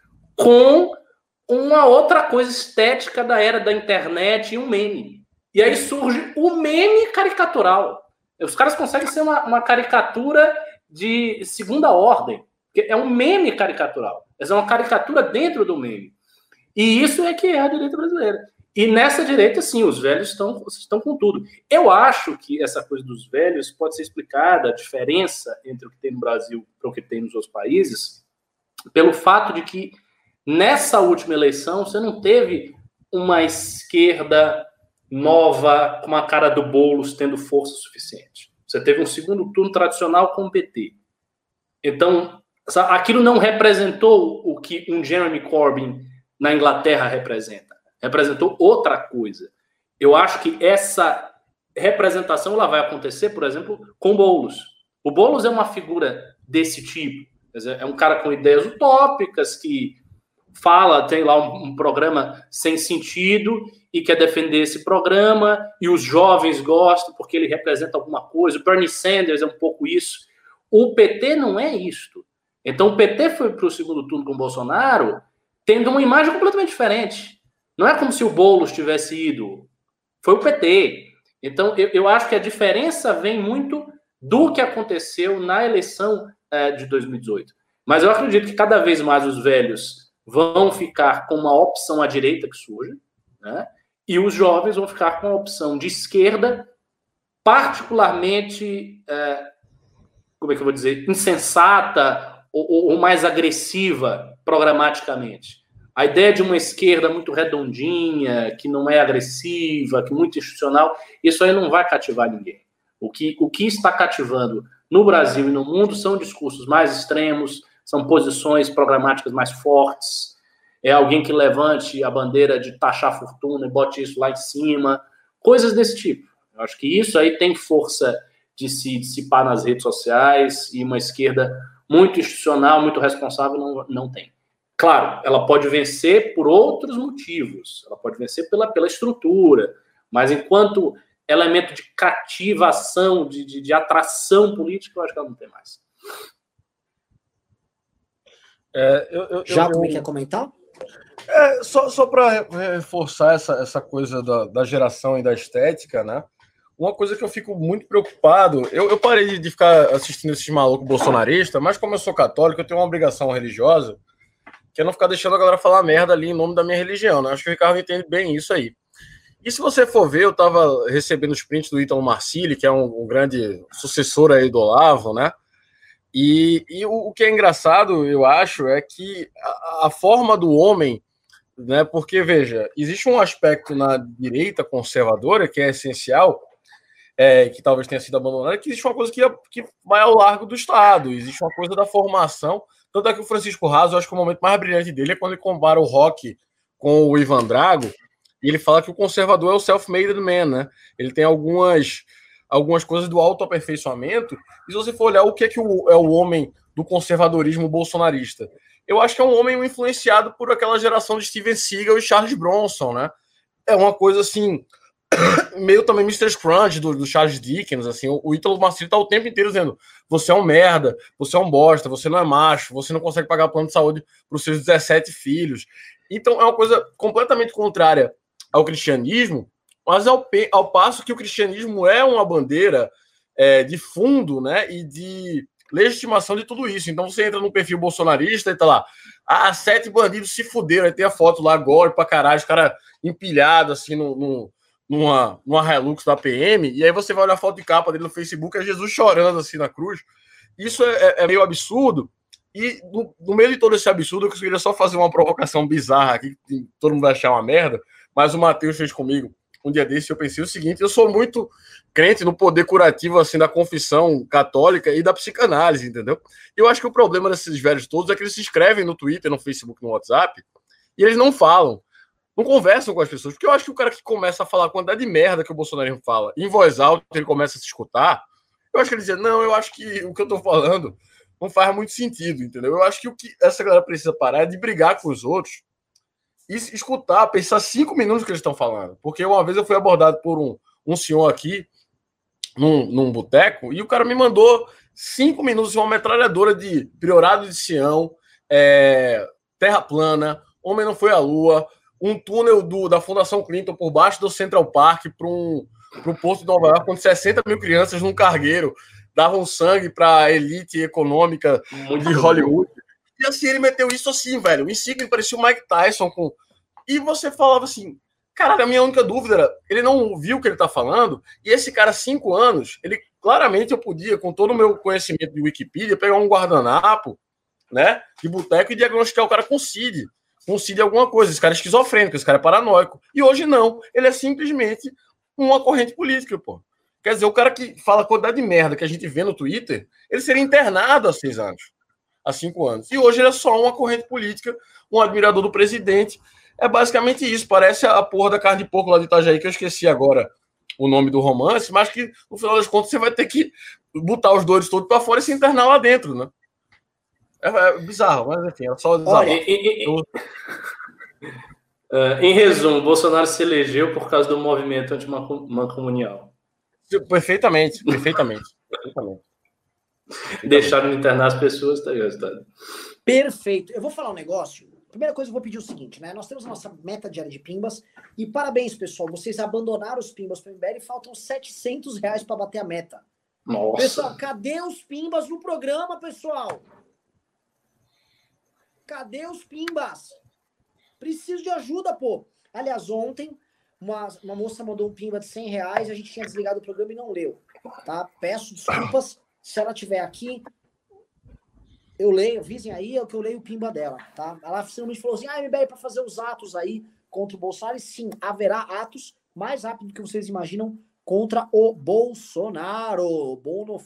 com uma outra coisa estética da era da internet e um meme. E aí surge o meme caricatural. Os caras conseguem ser uma caricatura de segunda ordem. É um meme caricatural. É uma caricatura dentro do meme. E isso é que é a direita brasileira. E nessa direita, sim, os velhos estão com tudo. Eu acho que essa coisa dos velhos pode ser explicada, a diferença entre o que tem no Brasil e o que tem nos outros países, pelo fato de que nessa última eleição você não teve uma esquerda nova com a cara do Boulos tendo força suficiente. Você teve um segundo turno tradicional com o PT. Então, aquilo não representou o que um Jeremy Corbyn na Inglaterra representa. Representou outra coisa. Eu acho que essa representação ela vai acontecer, por exemplo, com o Boulos. O Boulos é uma figura desse tipo. É um cara com ideias utópicas, que fala, tem lá um programa sem sentido e quer defender esse programa, e os jovens gostam porque ele representa alguma coisa. O Bernie Sanders é um pouco isso. O PT não é isto. Então o PT foi para o segundo turno com o Bolsonaro tendo uma imagem completamente diferente. Não é como se o Boulos tivesse ido. Foi o PT. Então, eu acho que a diferença vem muito do que aconteceu na eleição de 2018. Mas eu acredito que cada vez mais os velhos vão ficar com uma opção à direita que surge, né? E os jovens vão ficar com a opção de esquerda, particularmente, como é que eu vou dizer, insensata ou mais agressiva programaticamente. A ideia de uma esquerda muito redondinha, que não é agressiva, que é muito institucional, isso aí não vai cativar ninguém. O que está cativando no Brasil e no mundo são discursos mais extremos, são posições programáticas mais fortes, é alguém que levante a bandeira de taxar a fortuna e bote isso lá em cima, coisas desse tipo. Eu acho que isso aí tem força de se dissipar nas redes sociais, e uma esquerda muito institucional, muito responsável não tem. Claro, ela pode vencer por outros motivos, ela pode vencer pela estrutura, mas enquanto elemento de cativação, de atração política, eu acho que ela não tem mais. Jacome quer comentar? Só para reforçar essa coisa da geração e da estética, né? Uma coisa que eu fico muito preocupado, eu parei de ficar assistindo esses malucos bolsonaristas, mas como eu sou católico, eu tenho uma obrigação religiosa, que é não ficar deixando a galera falar merda ali em nome da minha religião, né? Acho que o Ricardo entende bem isso aí. E se você for ver, eu estava recebendo os prints do Ítalo Marcilli, que é um grande sucessor aí do Olavo, né? E o que é engraçado, eu acho, é que a forma do homem, né? Porque, veja, existe um aspecto na direita conservadora que é essencial, que talvez tenha sido abandonado, que existe uma coisa que vai ao largo do Estado, existe uma coisa da formação. Tanto é que o Francisco Raso, eu acho que o momento mais brilhante dele é quando ele compara o Rock com o Ivan Drago, e ele fala que o conservador é o self-made man, né? Ele tem algumas coisas do autoaperfeiçoamento, e se você for olhar o que é o homem do conservadorismo bolsonarista, eu acho que é um homem influenciado por aquela geração de Steven Seagal e Charles Bronson, né? É uma coisa assim, meio também Mr. Scrunch do Charles Dickens, assim. O Ítalo Marcilli tá o tempo inteiro dizendo: você é um merda, você é um bosta, você não é macho, você não consegue pagar plano de saúde para os seus 17 filhos. Então é uma coisa completamente contrária ao cristianismo, mas ao passo que o cristianismo é uma bandeira de fundo, né, e de legitimação de tudo isso. Então você entra no perfil bolsonarista e tá lá, 7 bandidos se fuderam, aí tem a foto lá, golpe pra caralho, os caras empilhados assim numa Hilux da PM, e aí você vai olhar a foto de capa dele no Facebook, é Jesus chorando assim na cruz. Isso é meio absurdo, e no meio de todo esse absurdo, eu queria só fazer uma provocação bizarra aqui, que todo mundo vai achar uma merda, mas o Matheus fez comigo um dia desse, eu pensei o seguinte: eu sou muito crente no poder curativo assim da confissão católica e da psicanálise, entendeu? Eu acho que o problema desses velhos todos é que eles se inscrevem no Twitter, no Facebook, no WhatsApp, e eles não falam, não conversam com as pessoas, porque eu acho que o cara que começa a falar a quantidade de merda que o bolsonarismo fala, em voz alta, ele começa a se escutar, eu acho que ele diz: não, eu acho que o que eu tô falando não faz muito sentido, entendeu? Eu acho que o que essa galera precisa parar é de brigar com os outros e escutar, pensar 5 minutos que eles estão falando. Porque uma vez eu fui abordado por um senhor aqui, num boteco, e o cara me mandou 5 minutos de uma metralhadora de Priorado de Sião, Terra Plana, Homem Não Foi à Lua, um túnel da Fundação Clinton por baixo do Central Park para o posto de Nova York, onde 60 mil crianças num cargueiro davam sangue para a elite econômica de Hollywood. E assim, ele meteu isso assim, velho. O Insigne parecia o Mike Tyson. E você falava assim, cara, a minha única dúvida era, ele não viu o que ele tá falando, e esse cara, 5 anos, ele claramente eu podia, com todo o meu conhecimento de Wikipedia, pegar um guardanapo, né, de boteco e diagnosticar o cara com CID alguma coisa. Esse cara é esquizofrênico, esse cara é paranoico. E hoje não, ele é simplesmente uma corrente política, pô. Quer dizer, o cara que fala a quantidade de merda que a gente vê no Twitter, ele seria internado há 6 anos, há 5 anos. E hoje ele é só uma corrente política, um admirador do presidente. É basicamente isso. Parece a porra da carne de porco lá de Itajaí, que eu esqueci agora o nome do romance, mas que, no final das contas, você vai ter que botar os dois todos para fora e se internar lá dentro, né? É bizarro, mas enfim, é só desabafo. Em resumo, Bolsonaro se elegeu por causa do movimento antimancomunial. Perfeitamente. Deixaram de internar as pessoas, tá ligado? Perfeito. Eu vou falar um negócio. Primeira coisa, eu vou pedir o seguinte, né? Nós temos a nossa meta diária de pimbas e parabéns, pessoal. Vocês abandonaram os pimbas para o MBL e faltam R$700 para bater a meta. Nossa. Pessoal, cadê os pimbas no programa, pessoal? Cadê os pimbas? Preciso de ajuda, pô. Aliás, ontem, uma moça mandou um pimba de R$100, a gente tinha desligado o programa e não leu, tá? Peço desculpas. Se ela estiver aqui, eu leio, avisem aí, é que eu leio o pimba dela, tá? Ela finalmente falou assim, MBL, para fazer os atos aí contra o Bolsonaro, e sim, haverá atos mais rápido do que vocês imaginam contra o Bolsonaro.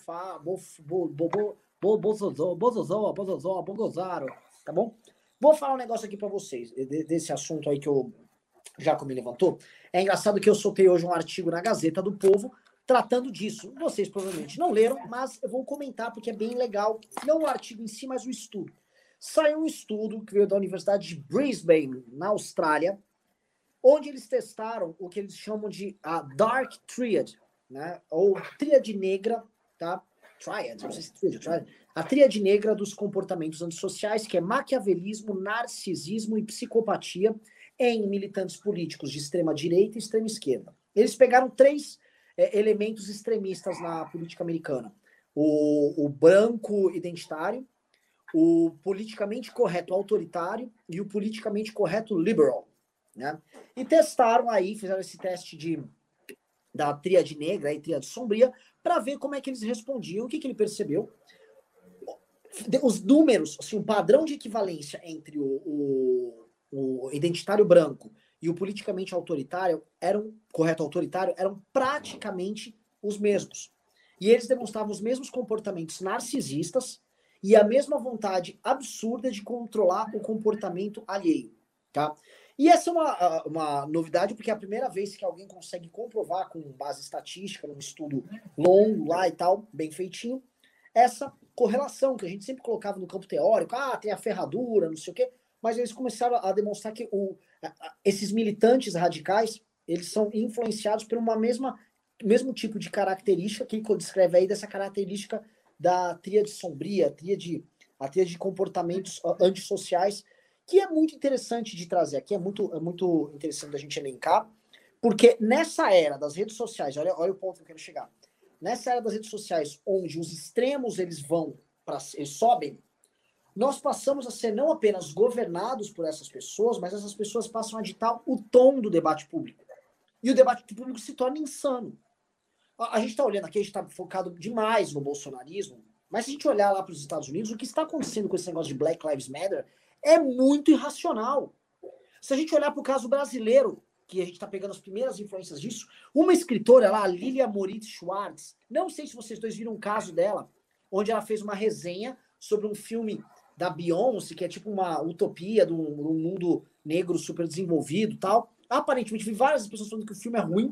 Bolsonaro, tá bom? Vou falar um negócio aqui para vocês, desse assunto aí que o Jaco me levantou. É engraçado que eu soltei hoje um artigo na Gazeta do Povo tratando disso. Vocês provavelmente não leram, mas eu vou comentar porque é bem legal. Não o artigo em si, mas o estudo. Saiu um estudo que veio da Universidade de Brisbane, na Austrália, onde eles testaram o que eles chamam de a Dark Triad, né? Ou Tríade Negra, tá? Triad, não sei se é Triad. A Tríade Negra dos comportamentos antissociais, que é maquiavelismo, narcisismo e psicopatia em militantes políticos de extrema direita e extrema esquerda. Eles pegaram 3 elementos extremistas na política americana. O branco identitário, o politicamente correto autoritário e o politicamente correto liberal, né? E testaram aí, fizeram esse teste da tríade negra e tríade sombria para ver como é que eles respondiam. O que ele percebeu? Os números, assim, o padrão de equivalência entre o identitário branco e o politicamente autoritário eram praticamente os mesmos. E eles demonstravam os mesmos comportamentos narcisistas e a mesma vontade absurda de controlar o comportamento alheio, tá? E essa é uma novidade, porque é a primeira vez que alguém consegue comprovar com base estatística, num estudo longo lá e tal, bem feitinho, essa correlação que a gente sempre colocava no campo teórico, tem a ferradura, não sei o quê, mas eles começaram a demonstrar que esses militantes radicais, eles são influenciados por mesmo tipo de característica que ele descreve aí, dessa característica da tríade sombria, a tríade de comportamentos antissociais, que é muito interessante de trazer aqui, é muito interessante da gente elencar, porque nessa era das redes sociais, olha o ponto que eu quero chegar, nessa era das redes sociais, onde os extremos eles sobem, nós passamos a ser não apenas governados por essas pessoas, mas essas pessoas passam a ditar o tom do debate público. E o debate público se torna insano. A gente está olhando aqui, a gente está focado demais no bolsonarismo, mas se a gente olhar lá para os Estados Unidos, o que está acontecendo com esse negócio de Black Lives Matter é muito irracional. Se a gente olhar para o caso brasileiro, que a gente está pegando as primeiras influências disso, uma escritora lá, Lilia Moritz Schwartz, não sei se vocês dois viram um caso dela, onde ela fez uma resenha sobre um filme da Beyoncé, que é tipo uma utopia de um mundo negro super desenvolvido e tal. Aparentemente, vi várias pessoas falando que o filme é ruim.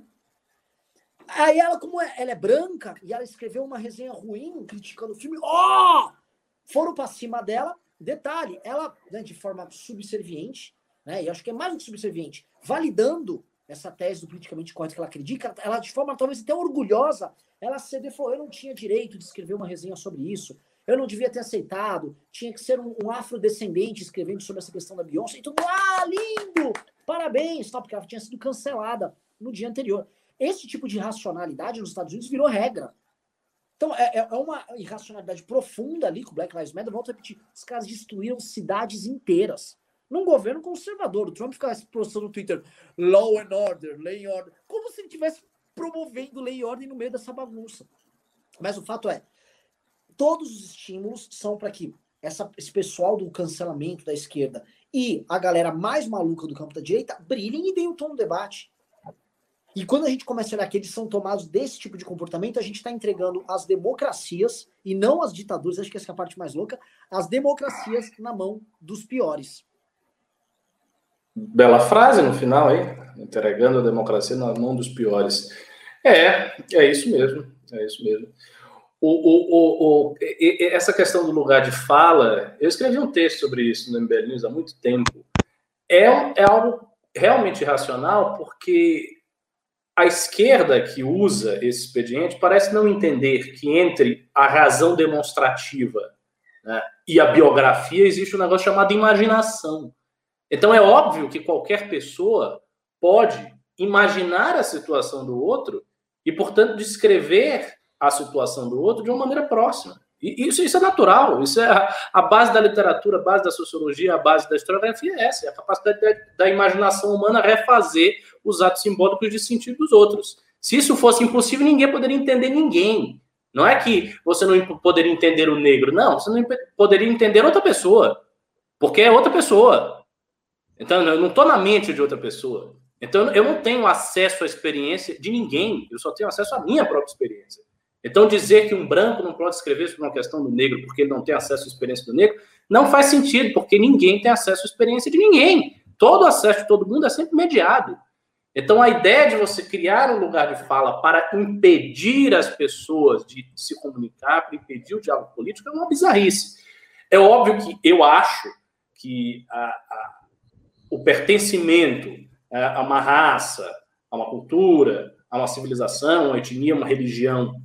Aí ela, como ela é branca, e ela escreveu uma resenha ruim, criticando o filme, foram para cima dela. Detalhe, ela, né, de forma subserviente, né, e acho que é mais do que subserviente, validando essa tese do politicamente correto que ela acredita, ela de forma talvez até orgulhosa, ela cedeu e falou, eu não tinha direito de escrever uma resenha sobre isso, eu não devia ter aceitado, tinha que ser um afrodescendente escrevendo sobre essa questão da Beyoncé, e tudo, lindo, parabéns, porque ela tinha sido cancelada no dia anterior. Esse tipo de irracionalidade nos Estados Unidos virou regra. Então, é uma irracionalidade profunda ali com o Black Lives Matter. Volto a repetir, os caras destruíram cidades inteiras. Num governo conservador. O Trump ficava postando no Twitter, law and order, lei and order. Como se ele estivesse promovendo lei e ordem no meio dessa bagunça. Mas o fato é, todos os estímulos são para que esse pessoal do cancelamento da esquerda e a galera mais maluca do campo da direita brilhem e deem o tom do debate. E quando a gente começa a olhar que eles são tomados desse tipo de comportamento, a gente está entregando as democracias, e não as ditaduras, acho que essa é a parte mais louca, as democracias na mão dos piores. Bela frase no final aí, entregando a democracia na mão dos piores. É isso mesmo, é isso mesmo. Essa questão do lugar de fala, eu escrevi um texto sobre isso no MBL News há muito tempo. É algo realmente irracional, porque a esquerda que usa esse expediente parece não entender que entre a razão demonstrativa, né, e a biografia existe um negócio chamado imaginação. Então é óbvio que qualquer pessoa pode imaginar a situação do outro e, portanto, descrever a situação do outro de uma maneira próxima. E isso é natural, isso é a base da literatura, a base da sociologia, a base da historiografia é essa, é a capacidade da imaginação humana refazer os atos simbólicos de sentido dos outros. Se isso fosse impossível, ninguém poderia entender ninguém. Não é que você não poderia entender o negro, não, você não poderia entender outra pessoa, porque é outra pessoa. Então, eu não estou na mente de outra pessoa. Então, eu não tenho acesso à experiência de ninguém, eu só tenho acesso à minha própria experiência. Então, dizer que um branco não pode escrever sobre uma questão do negro porque ele não tem acesso à experiência do negro, não faz sentido, porque ninguém tem acesso à experiência de ninguém. Todo acesso de todo mundo é sempre mediado. Então, a ideia de você criar um lugar de fala para impedir as pessoas de se comunicar, para impedir o diálogo político, é uma bizarrice. É óbvio que eu acho que o pertencimento a uma raça, a uma cultura, a uma civilização, uma etnia, uma religião,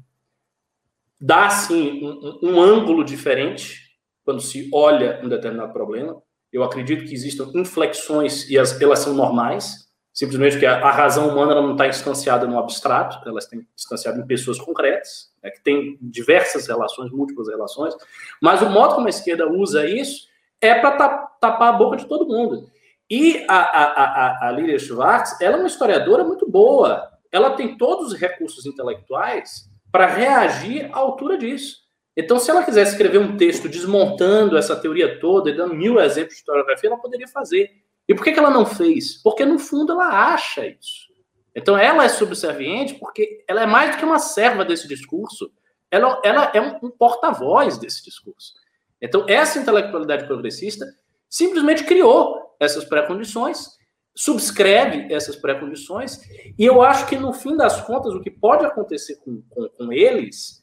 dá, sim, um ângulo diferente quando se olha um determinado problema. Eu acredito que existam inflexões e elas são normais, simplesmente que a razão humana ela não está instanciada no abstrato, ela está instanciada em pessoas concretas, que tem diversas relações, múltiplas relações, mas o modo como a esquerda usa isso é para tapar a boca de todo mundo. E a Lilia Schwartz, ela é uma historiadora muito boa, ela tem todos os recursos intelectuais para reagir à altura disso. Então, se ela quisesse escrever um texto desmontando essa teoria toda e dando 1000 exemplos de historiografia, ela poderia fazer. E por que ela não fez? Porque, no fundo, ela acha isso. Então, ela é subserviente porque ela é mais do que uma serva desse discurso. Ela é um porta-voz desse discurso. Então, essa intelectualidade progressista simplesmente criou essas pré-condições, subscreve essas pré-condições, e eu acho que, no fim das contas, o que pode acontecer com eles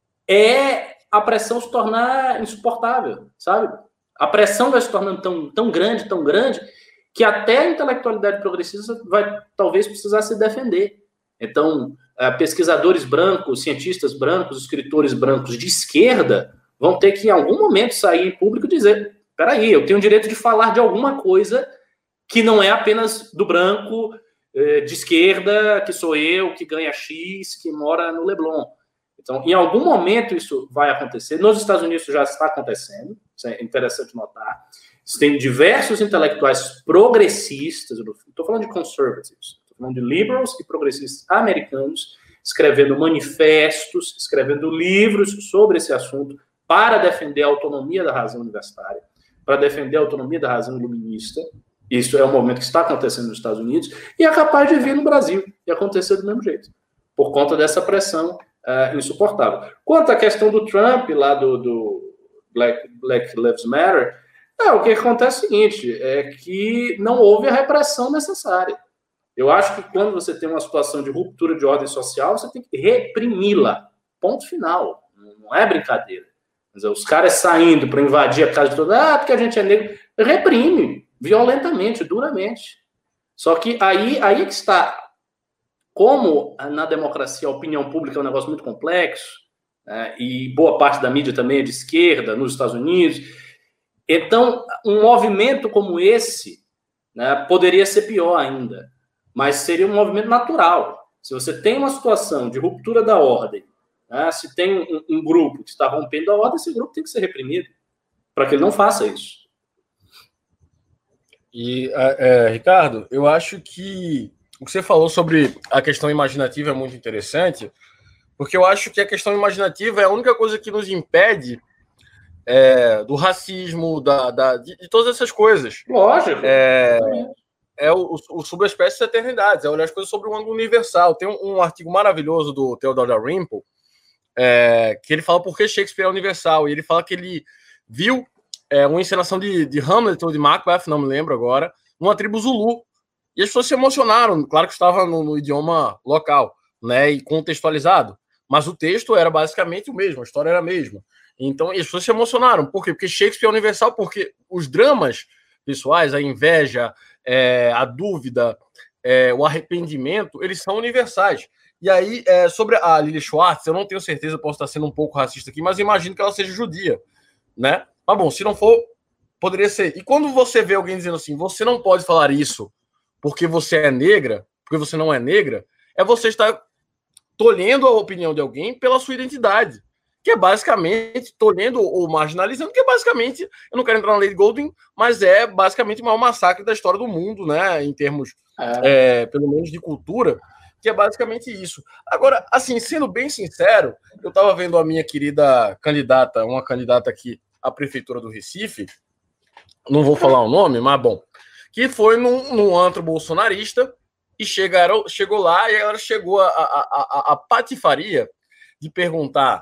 é a pressão se tornar insuportável, sabe? A pressão vai se tornando tão grande, que até a intelectualidade progressista vai, talvez, precisar se defender. Então, pesquisadores brancos, cientistas brancos, escritores brancos de esquerda vão ter que, em algum momento, sair em público e dizer: peraí, eu tenho o direito de falar de alguma coisa que não é apenas do branco de esquerda, que sou eu, que ganha X, que mora no Leblon. Então, em algum momento isso vai acontecer. Nos Estados Unidos já está acontecendo, isso é interessante notar. Tem diversos intelectuais progressistas, eu estou falando de conservatives, estou falando de liberals e progressistas americanos, escrevendo manifestos, escrevendo livros sobre esse assunto para defender a autonomia da razão universitária, para defender a autonomia da razão iluminista. Isso é um movimento que está acontecendo nos Estados Unidos e é capaz de vir no Brasil e acontecer do mesmo jeito, por conta dessa pressão insuportável. Quanto à questão do Trump, lá do Black Lives Matter, o que acontece é o seguinte, é que não houve a repressão necessária. Eu acho que quando você tem uma situação de ruptura de ordem social, você tem que reprimi-la. Ponto final. Não é brincadeira. Os caras saindo para invadir a casa de todo mundo, porque a gente é negro, reprime violentamente, duramente. Só que aí é que está. Como na democracia a opinião pública é um negócio muito complexo, né, e boa parte da mídia também é de esquerda, nos Estados Unidos, então um movimento como esse, né, poderia ser pior ainda, mas seria um movimento natural. Se você tem uma situação de ruptura da ordem, né, se tem um grupo que está rompendo a ordem, esse grupo tem que ser reprimido, para que ele não faça isso. E, Ricardo, eu acho que o que você falou sobre a questão imaginativa é muito interessante, porque eu acho que a questão imaginativa é a única coisa que nos impede do racismo, de todas essas coisas. Lógico. O subespécie das eternidades, é olhar as coisas sobre um ângulo universal. Tem um artigo maravilhoso do Theodore Dalrymple, que ele fala por que Shakespeare é universal, e ele fala que ele viu uma encenação de Hamlet ou de Macbeth, não me lembro agora, numa tribo Zulu. E as pessoas se emocionaram, claro que estava no idioma local, né, e contextualizado, mas o texto era basicamente o mesmo, a história era a mesma. Então, as pessoas se emocionaram. Por quê? Porque Shakespeare é universal, porque os dramas pessoais, a inveja, a dúvida, o arrependimento, eles são universais. E aí, sobre a Lilia Schwartz, eu não tenho certeza, posso estar sendo um pouco racista aqui, mas imagino que ela seja judia, né? Mas bom, se não for, poderia ser. E quando você vê alguém dizendo assim, você não pode falar isso porque você é negra, porque você não é negra, você estar tolhendo a opinião de alguém pela sua identidade, que é basicamente, tolhendo ou marginalizando, que é basicamente, eu não quero entrar na lei de Golding, mas é basicamente o maior massacre da história do mundo, né, em termos, pelo menos, de cultura, que é basicamente isso. Agora, assim, sendo bem sincero, eu estava vendo a minha querida candidata, uma candidata aqui à Prefeitura do Recife, não vou falar o nome, mas bom, que foi num antro bolsonarista e chegou lá e ela chegou a patifaria de perguntar,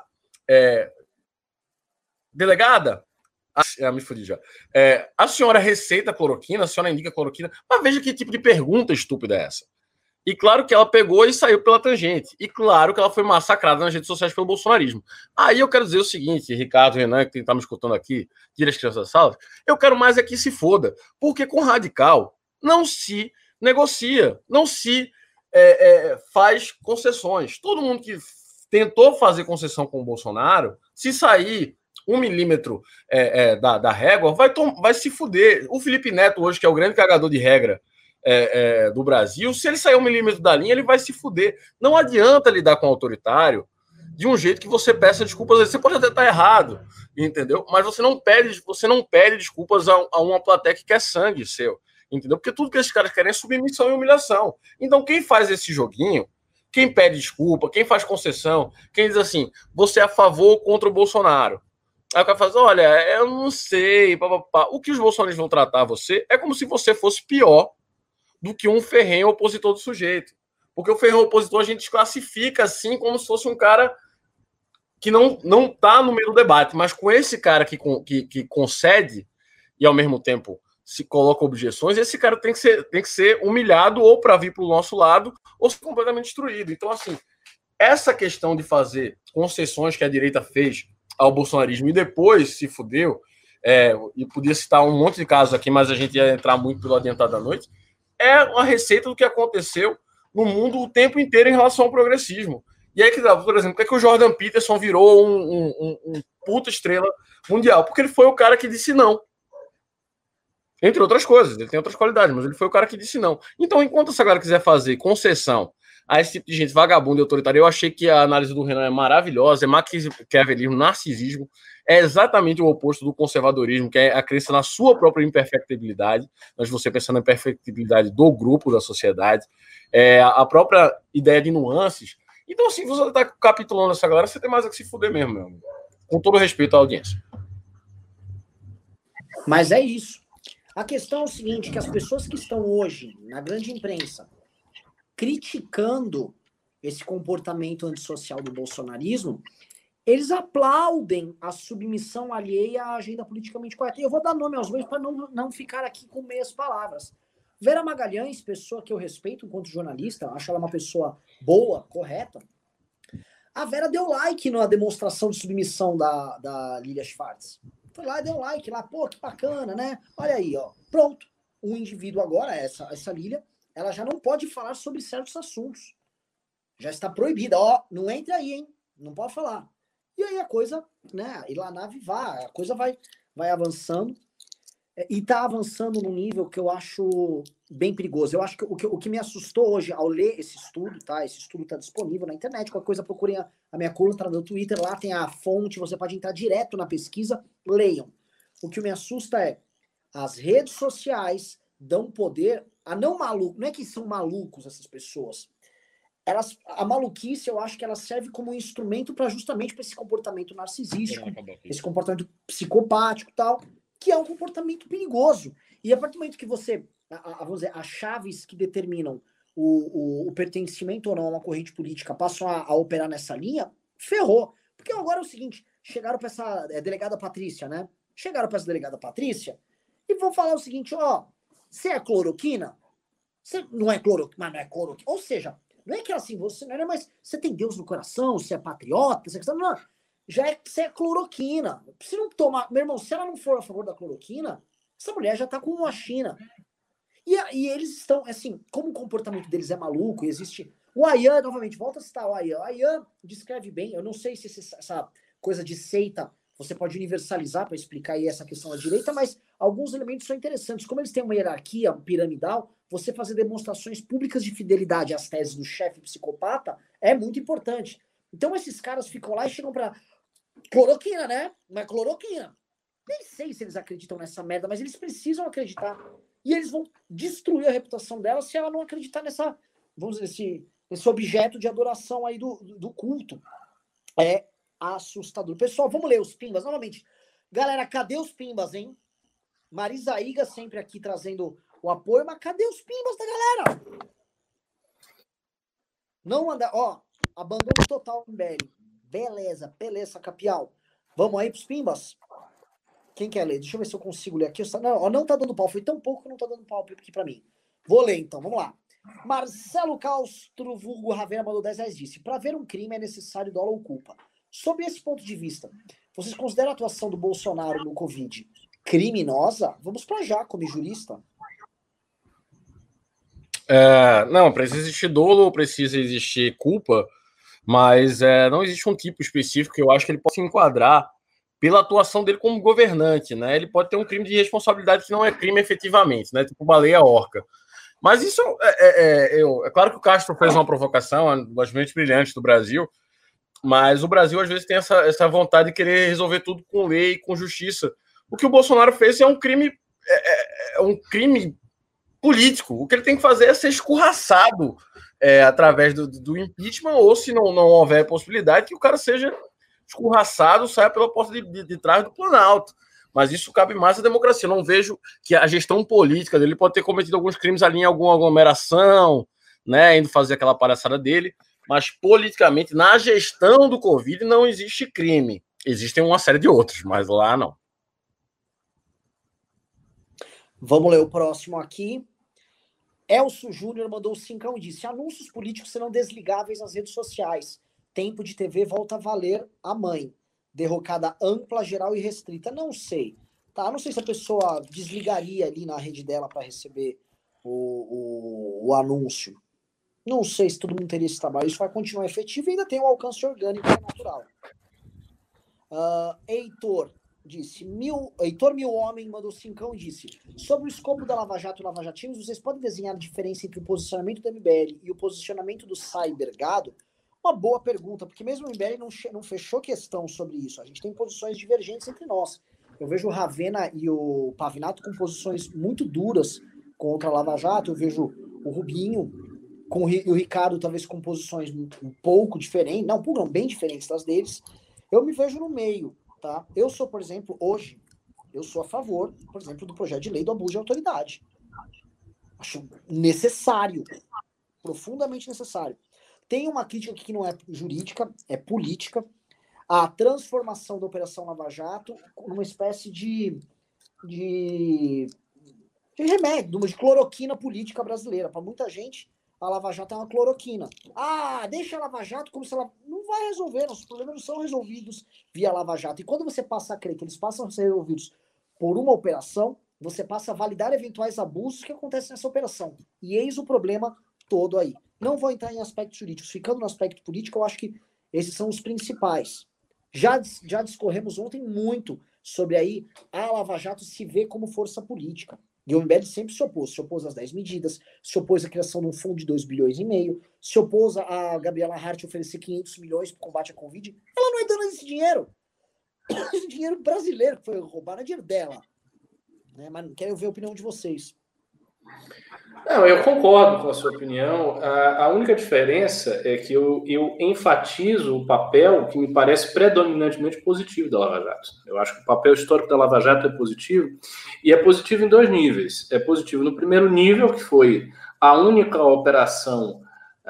delegada, me fudi já, a senhora receita cloroquina, a senhora indica cloroquina, mas veja que tipo de pergunta estúpida é essa. E claro que ela pegou e saiu pela tangente. E claro que ela foi massacrada nas redes sociais pelo bolsonarismo. Aí eu quero dizer o seguinte, Ricardo, Renan, que está me escutando aqui, tira as crianças da sala, eu quero mais é que se foda. Porque com radical não se negocia, não se faz concessões. Todo mundo que tentou fazer concessão com o Bolsonaro, se sair 1 milímetro da régua, vai se fuder. O Felipe Neto hoje, que é o grande cagador de regra do Brasil, se ele sair 1 milímetro da linha, ele vai se fuder. Não adianta lidar com o autoritário de um jeito que você peça desculpas. Você pode até estar errado, entendeu? Mas você não pede desculpas a uma plateia que quer sangue seu, entendeu? Porque tudo que esses caras querem é submissão e humilhação. Então, quem faz esse joguinho, quem pede desculpa, quem faz concessão, quem diz assim, você é a favor ou contra o Bolsonaro? Aí o cara fala, olha, eu não sei, papapá. O que os bolsonaristas vão tratar você é como se você fosse pior do que um ferrenho opositor do sujeito. Porque o ferrenho opositor a gente desclassifica assim como se fosse um cara que não está no meio do debate, mas com esse cara que concede e ao mesmo tempo se coloca objeções, esse cara tem que ser humilhado ou para vir para o nosso lado ou ser completamente destruído. Então, assim, essa questão de fazer concessões que a direita fez ao bolsonarismo e depois se fudeu, e podia citar um monte de casos aqui, mas a gente ia entrar muito pelo adiantado da noite, é uma receita do que aconteceu no mundo o tempo inteiro em relação ao progressismo. E aí, por exemplo, por que o Jordan Peterson virou um puta estrela mundial? Porque ele foi o cara que disse não. Entre outras coisas, ele tem outras qualidades, mas ele foi o cara que disse não. Então, enquanto essa galera quiser fazer concessão a esse tipo de gente vagabunda e autoritária, eu achei que a análise do Renan é maravilhosa, é maquiavelismo, narcisismo, é exatamente o oposto do conservadorismo, que é a crença na sua própria imperfectibilidade, mas você pensando na imperfectibilidade do grupo, da sociedade, a própria ideia de nuances. Então, assim, você está capitulando essa galera, você tem mais a que se fuder mesmo, meu amigo. Com todo respeito à audiência. Mas é isso. A questão é o seguinte, que as pessoas que estão hoje na grande imprensa criticando esse comportamento antissocial do bolsonarismo, eles aplaudem a submissão alheia à agenda politicamente correta. E eu vou dar nome aos bois para não ficar aqui com meias palavras. Vera Magalhães, pessoa que eu respeito enquanto jornalista, acho ela uma pessoa boa, correta. A Vera deu like na demonstração de submissão da Lilia Schwartz. Foi lá e deu like lá, pô, que bacana, né? Olha aí, ó. Pronto. Um indivíduo agora, essa Lilia, ela já não pode falar sobre certos assuntos. Já está proibida. Ó, não entre aí, hein? Não pode falar. E aí a coisa, né? E lá a nave vai, a coisa vai avançando. E está avançando num nível que eu acho bem perigoso. Eu acho que o que me assustou hoje ao ler esse estudo, tá? Esse estudo está disponível na internet. Qualquer coisa, procurem a minha coluna, tá no Twitter, lá tem a fonte, você pode entrar direto na pesquisa, leiam. O que me assusta é as redes sociais dão poder a não maluco. Não é que são malucos essas pessoas. A maluquice, eu acho que ela serve como um instrumento para justamente para esse comportamento narcisístico, esse comportamento psicopático e tal, que é um comportamento perigoso. E a partir do momento que você, vamos dizer, as chaves que determinam o pertencimento ou não a uma corrente política passam a operar nessa linha, ferrou. Porque agora é o seguinte, chegaram para essa delegada Patrícia, né? Chegaram para essa delegada Patrícia e vão falar o seguinte, ó, você é cloroquina? Você não é cloroquina, mas não é cloroquina. Ou seja, não é que assim, você não é mais, você tem Deus no coração, você é patriota, você não, já é, você é cloroquina. Se não tomar, meu irmão, se ela não for a favor da cloroquina, essa mulher já tá com uma China. E eles estão, assim, como o comportamento deles é maluco, existe. O Ayan, novamente, volta a citar o Ayan. O Ayan descreve bem, eu não sei se essa coisa de seita você pode universalizar para explicar aí essa questão da direita, mas alguns elementos são interessantes. Como eles têm uma hierarquia piramidal, você fazer demonstrações públicas de fidelidade às teses do chefe psicopata é muito importante. Então esses caras ficam lá e chegam para cloroquina, né? Mas cloroquina. Nem sei se eles acreditam nessa merda, mas eles precisam acreditar. E eles vão destruir a reputação dela se ela não acreditar nessa, vamos dizer, esse objeto de adoração aí do culto. É assustador. Pessoal, vamos ler os pimbas novamente. Galera, cadê os pimbas, hein? Marisa Iga sempre aqui trazendo o apoio, mas cadê os pimbas da galera? Não anda, ó, abandono total em BL. Beleza, Capial. Vamos aí pros pimbas? Quem quer ler? Deixa eu ver se eu consigo ler aqui. Não tá dando pau, foi tão pouco que não tá dando pau aqui pra mim. Vou ler então, vamos lá. Marcelo Castro, vulgo Ravena, mandou 10 reais, disse: para ver um crime é necessário dolo ou culpa. Sob esse ponto de vista, vocês consideram a atuação do Bolsonaro no Covid criminosa? Vamos para Jacome, jurista. Não, precisa existir dolo, precisa existir culpa, mas não existe um tipo específico que eu acho que ele possa enquadrar pela atuação dele como governante, né? Ele pode ter um crime de responsabilidade que não é crime efetivamente, né? Tipo baleia orca. Mas isso é claro que o Castro fez uma provocação, uma das mentes brilhantes do Brasil, mas o Brasil às vezes tem essa vontade de querer resolver tudo com lei e com justiça. O que o Bolsonaro fez é um crime político. O que ele tem que fazer é ser escorraçado através do impeachment, ou se não houver possibilidade, que o cara seja escorraçado, saia pela porta de trás do Planalto. Mas isso cabe mais à democracia. Eu não vejo que a gestão política dele pode ter cometido alguns crimes ali em alguma aglomeração, né, indo fazer aquela palhaçada dele, mas politicamente, na gestão do Covid, não existe crime. Existem uma série de outros, mas lá não. Vamos ler o próximo aqui. Elcio Júnior mandou 5 e disse: anúncios políticos serão desligáveis nas redes sociais. Tempo de TV volta a valer a mãe. Derrocada ampla, geral e restrita. Não sei. Tá? Não sei se a pessoa desligaria ali na rede dela para receber o anúncio. Não sei se todo mundo teria esse trabalho. Isso vai continuar efetivo e ainda tem um alcance orgânico e natural. Heitor disse: Heitor Mil Homem mandou 5 e disse: sobre o escopo da Lava Jato e Lava Jatinhos, vocês podem desenhar a diferença entre o posicionamento do MBL e o posicionamento do Cybergado? Uma boa pergunta, porque mesmo o MBL não fechou questão sobre isso. A gente tem posições divergentes entre nós. Eu vejo o Ravena e o Pavinato com posições muito duras contra a Lava Jato. Eu vejo o Rubinho e o Ricardo talvez com posições um pouco diferentes. Não, bem diferentes das deles. Eu me vejo no meio, tá? Eu sou, por exemplo, hoje, eu sou a favor, por exemplo, do projeto de lei do abuso de autoridade. Acho necessário. Profundamente necessário. Tem uma crítica aqui que não é jurídica, é política. A transformação da Operação Lava Jato numa espécie de remédio, de cloroquina política brasileira. Para muita gente, a Lava Jato é uma cloroquina. Deixa a Lava Jato como se ela não vai resolver. Nossos problemas não são resolvidos via Lava Jato. E quando você passa a crer que eles passam a ser resolvidos por uma operação, você passa a validar eventuais abusos que acontecem nessa operação. E eis o problema todo aí. Não vou entrar em aspectos jurídicos. Ficando no aspecto político, eu acho que esses são os principais. Já discorremos ontem muito sobre aí a Lava Jato se ver como força política. E o MBL sempre se opôs às 10 medidas, se opôs à criação de um fundo de 2,5 bilhões, se opôs a Gabriela Hart oferecer 500 milhões para o combate à Covid. Ela não é dona desse dinheiro. Esse dinheiro brasileiro que foi roubado, é dinheiro dela. Né? Mas quero ver a opinião de vocês. Não, eu concordo com a sua opinião. A única diferença é que eu enfatizo o papel que me parece predominantemente positivo da Lava Jato. Eu acho que o papel histórico da Lava Jato é positivo, e é positivo em 2 níveis. É positivo no primeiro nível, que foi a única operação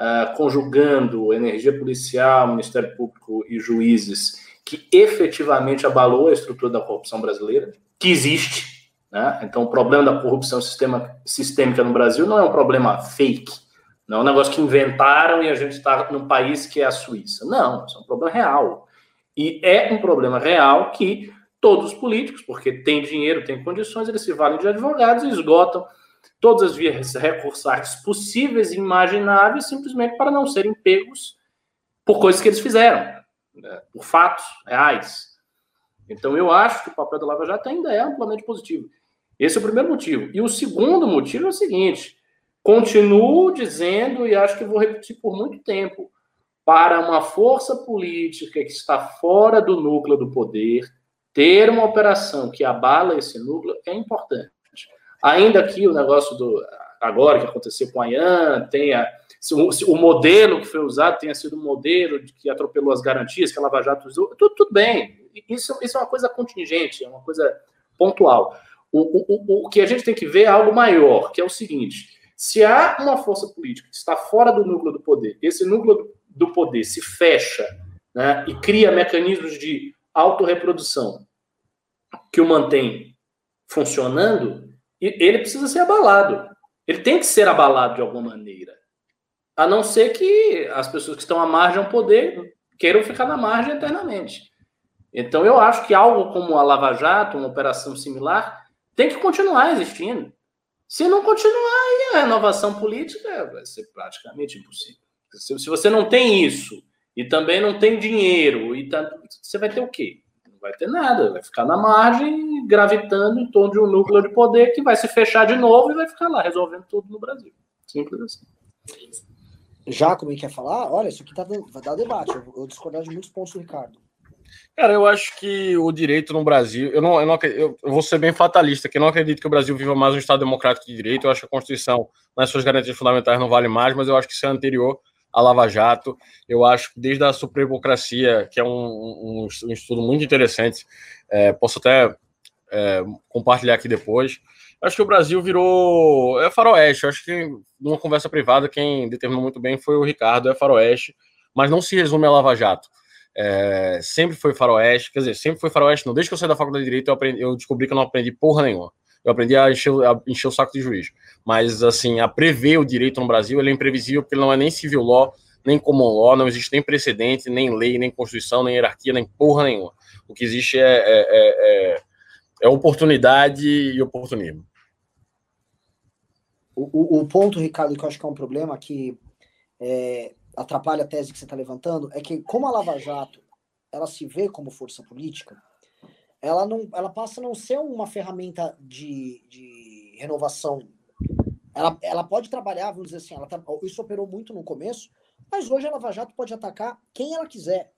conjugando energia policial, Ministério Público e juízes que efetivamente abalou a estrutura da corrupção brasileira, que existe. Né? Então, o problema da corrupção sistêmica no Brasil não é um problema fake, não é um negócio que inventaram e a gente está num país que é a Suíça. Não, isso é um problema real. E é um problema real que todos os políticos, porque têm dinheiro, têm condições, eles se valem de advogados e esgotam todas as vias recursais possíveis e imagináveis simplesmente para não serem pegos por coisas que eles fizeram, né? Por fatos reais. Então, eu acho que o papel da Lava Jato ainda é amplamente positivo. Esse é o primeiro motivo. E o segundo motivo é o seguinte: continuo dizendo, e acho que vou repetir por muito tempo, para uma força política que está fora do núcleo do poder, ter uma operação que abala esse núcleo é importante. Ainda que o negócio agora que aconteceu com a Ian, o modelo que foi usado tenha sido um modelo que atropelou as garantias que a Lava Jato usou, tudo bem. Isso é uma coisa contingente, é uma coisa pontual. O que a gente tem que ver é algo maior, que é o seguinte: se há uma força política que está fora do núcleo do poder, esse núcleo do poder se fecha, né, e cria mecanismos de autorreprodução que o mantém funcionando, ele precisa ser abalado. Ele tem que ser abalado de alguma maneira. A não ser que as pessoas que estão à margem do poder queiram ficar na margem eternamente. Então, eu acho que algo como a Lava Jato, uma operação similar, tem que continuar existindo. Se não continuar, aí a renovação política vai ser praticamente impossível. Se você não tem isso, e também não tem dinheiro, você vai ter o quê? Não vai ter nada, vai ficar na margem, gravitando em torno de um núcleo de poder que vai se fechar de novo e vai ficar lá resolvendo tudo no Brasil. Simples assim. Jacob, quer falar? Olha, isso aqui vai dar debate. Eu vou discordar de muitos pontos do Ricardo. Cara, eu acho que o direito no Brasil... Eu vou ser bem fatalista, que eu não acredito que o Brasil viva mais um Estado democrático de direito. Eu acho que a Constituição, nas suas garantias fundamentais, não vale mais, mas eu acho que isso é anterior à Lava Jato. Eu acho que desde a supremocracia, que é um estudo muito interessante, posso até compartilhar aqui depois. Acho que o Brasil virou... É faroeste. Eu acho que, numa conversa privada, quem determinou muito bem foi o Ricardo, é faroeste, mas não se resume a Lava Jato. Sempre foi faroeste, quer dizer, sempre foi faroeste, não. Desde que eu saí da faculdade de Direito, eu descobri que eu não aprendi porra nenhuma. Eu aprendi a encher o saco de juiz. Mas, assim, a prever o direito no Brasil, ele é imprevisível, porque ele não é nem civil law, nem common law, não existe nem precedente, nem lei, nem constituição, nem hierarquia, nem porra nenhuma. O que existe é oportunidade e oportunismo. O ponto, Ricardo, que eu acho que é um problema que atrapalha a tese que você está levantando, é que como a Lava Jato ela se vê como força política, ela passa a não ser uma ferramenta de renovação. Ela pode trabalhar, vamos dizer assim, isso operou muito no começo, mas hoje a Lava Jato pode atacar quem ela quiser.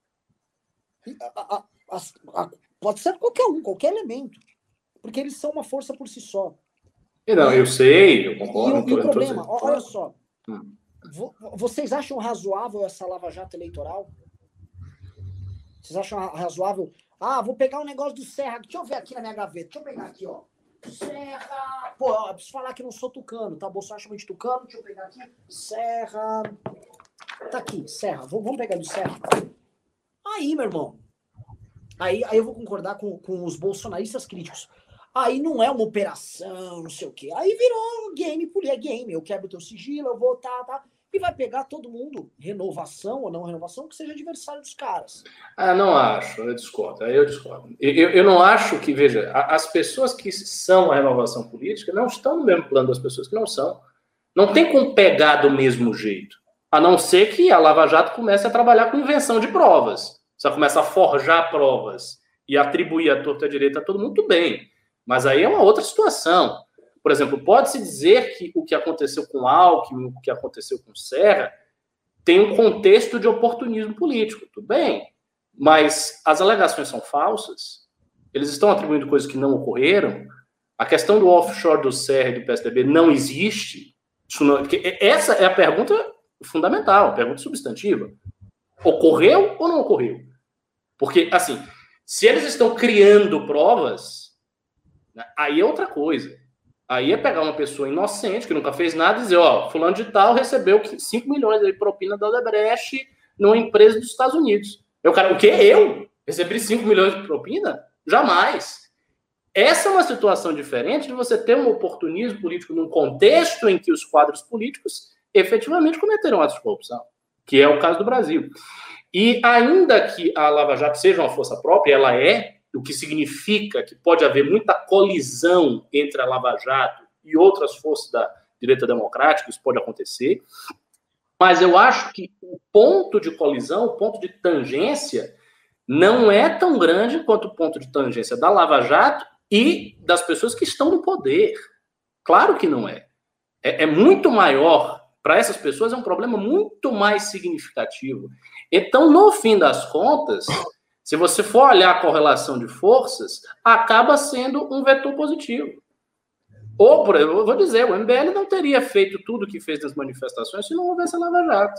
Pode ser qualquer elemento, porque eles são uma força por si só. Não, eu sei, eu concordo. E o problema, olha só, vocês acham razoável essa Lava Jato eleitoral? Vocês acham razoável? Vou pegar um negócio do Serra, deixa eu ver aqui na minha gaveta, deixa eu pegar aqui, ó. Serra, pô, eu preciso falar que não sou tucano, tá? Bolsonaro chama de tucano, deixa eu pegar aqui, Serra, tá aqui, Serra, vamos pegar do Serra. Aí, meu irmão, aí eu vou concordar com os bolsonaristas críticos. Aí não é uma operação, não sei o quê. Aí virou game, eu quebro o teu sigilo, eu vou, tá. e vai pegar todo mundo, renovação ou não renovação, que seja adversário dos caras. Não acho, eu discordo. Aí eu discordo. Eu não acho que, veja, as pessoas que são a renovação política não estão no mesmo plano das pessoas que não são. Não tem como pegar do mesmo jeito. A não ser que a Lava Jato comece a trabalhar com invenção de provas. Você começa a forjar provas e atribuir a torta direita a todo mundo, tudo bem. Mas aí é uma outra situação. Por exemplo, pode-se dizer que o que aconteceu com Alckmin, o que aconteceu com Serra, tem um contexto de oportunismo político, tudo bem. Mas as alegações são falsas, eles estão atribuindo coisas que não ocorreram, a questão do offshore do Serra e do PSDB não existe. Essa é a pergunta fundamental, a pergunta substantiva. Ocorreu ou não ocorreu? Porque, assim, se eles estão criando provas, né, aí é outra coisa. Aí é pegar uma pessoa inocente, que nunca fez nada, e dizer, fulano de tal recebeu 5 milhões de propina da Odebrecht numa empresa dos Estados Unidos. O quê? Eu? Recebi 5 milhões de propina? Jamais. Essa é uma situação diferente de você ter um oportunismo político num contexto em que os quadros políticos efetivamente cometeram atos de corrupção, que é o caso do Brasil. E ainda que a Lava Jato seja uma força própria, ela é, o que significa que pode haver muita colisão entre a Lava Jato e outras forças da direita democrática, isso pode acontecer, mas eu acho que o ponto de colisão, o ponto de tangência, não é tão grande quanto o ponto de tangência da Lava Jato e das pessoas que estão no poder. Claro que não é. É muito maior. Para essas pessoas é um problema muito mais significativo. Então, no fim das contas, se você for olhar a correlação de forças, acaba sendo um vetor positivo. Ou, por exemplo, eu vou dizer, o MBL não teria feito tudo o que fez nas manifestações se não houvesse a Lava Jato.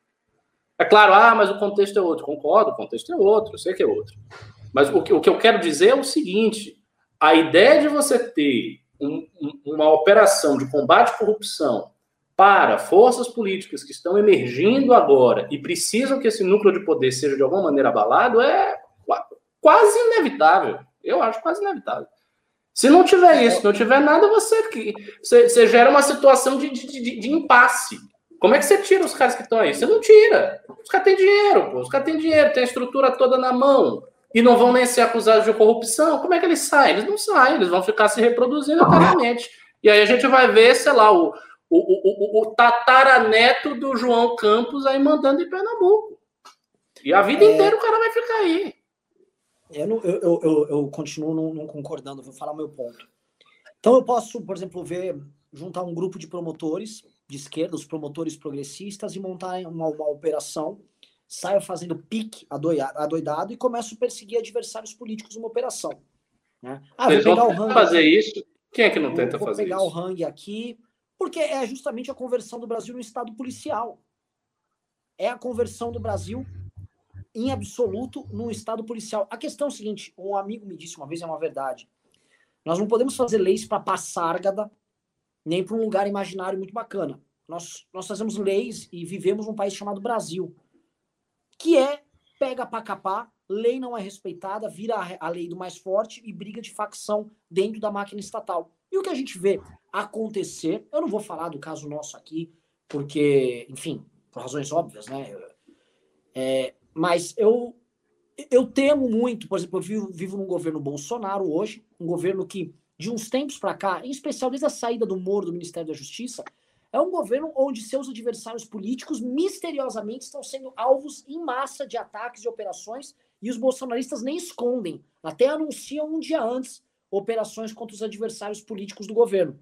É claro, mas o contexto é outro. Concordo, o contexto é outro, eu sei que é outro. Mas o que eu quero dizer é o seguinte, a ideia de você ter uma operação de combate à corrupção para forças políticas que estão emergindo agora e precisam que esse núcleo de poder seja de alguma maneira abalado é quase inevitável. Eu acho quase inevitável. Se não tiver isso, não tiver nada, você gera uma situação de impasse. Como é que você tira os caras que estão aí? Você não tira. Os caras têm dinheiro, pô. Os caras têm dinheiro, têm a estrutura toda na mão e não vão nem ser acusados de corrupção. Como é que eles saem? Eles não saem, eles vão ficar se reproduzindo eternamente. E aí a gente vai ver, sei lá, o tataraneto do João Campos aí mandando em Pernambuco. E a vida inteira o cara vai ficar aí. Eu continuo não concordando, vou falar o meu ponto. Então eu posso, por exemplo, juntar um grupo de promotores de esquerda, os promotores progressistas, e montar uma operação, saio fazendo pique adoidado e começo a perseguir adversários políticos numa operação. Né? Eles vão tentar fazer isso? Quem é que não tenta fazer isso? Vou pegar o rangue aqui, porque é justamente a conversão do Brasil no Estado policial. É a conversão do Brasil em absoluto num Estado policial. A questão é o seguinte, um amigo me disse uma vez, é uma verdade, nós não podemos fazer leis para Passárgada, nem para um lugar imaginário muito bacana. Nós fazemos leis e vivemos num país chamado Brasil, que pega pra capar, lei não é respeitada, vira a lei do mais forte e briga de facção dentro da máquina estatal. E o que a gente vê acontecer, eu não vou falar do caso nosso aqui, porque, enfim, por razões óbvias, né? Mas eu temo muito, por exemplo, eu vivo num governo Bolsonaro hoje, um governo que, de uns tempos para cá, em especial desde a saída do Moro do Ministério da Justiça, é um governo onde seus adversários políticos misteriosamente estão sendo alvos em massa de ataques e operações, e os bolsonaristas nem escondem, até anunciam um dia antes operações contra os adversários políticos do governo.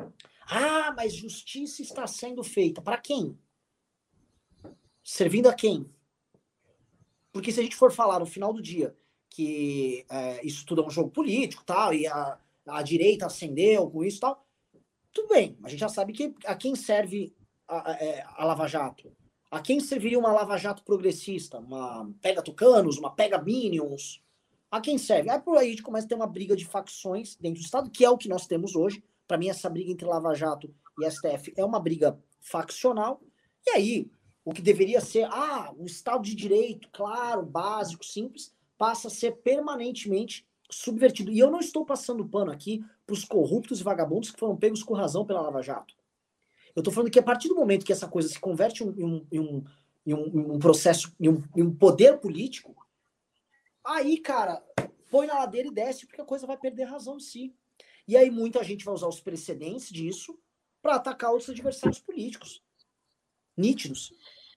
Mas justiça está sendo feita. Para quem? Servindo a quem? Porque se a gente for falar no final do dia que isso tudo é um jogo político, tal, e a direita ascendeu com isso e tal, tudo bem, a gente já sabe que a quem serve a Lava Jato? A quem serviria uma Lava Jato progressista? Uma pega tucanos, uma pega minions? A quem serve? Aí por aí a gente começa a ter uma briga de facções dentro do Estado, que é o que nós temos hoje. Para mim, essa briga entre Lava Jato e STF é uma briga faccional. E aí, o que deveria ser um Estado de direito, claro, básico, simples, passa a ser permanentemente subvertido. E eu não estou passando pano aqui para os corruptos e vagabundos que foram pegos com razão pela Lava Jato. Eu tô falando que a partir do momento que essa coisa se converte em um processo, em um poder político, aí, cara, põe na ladeira e desce, porque a coisa vai perder razão em si. E aí muita gente vai usar os precedentes disso para atacar outros adversários políticos. Nítidos.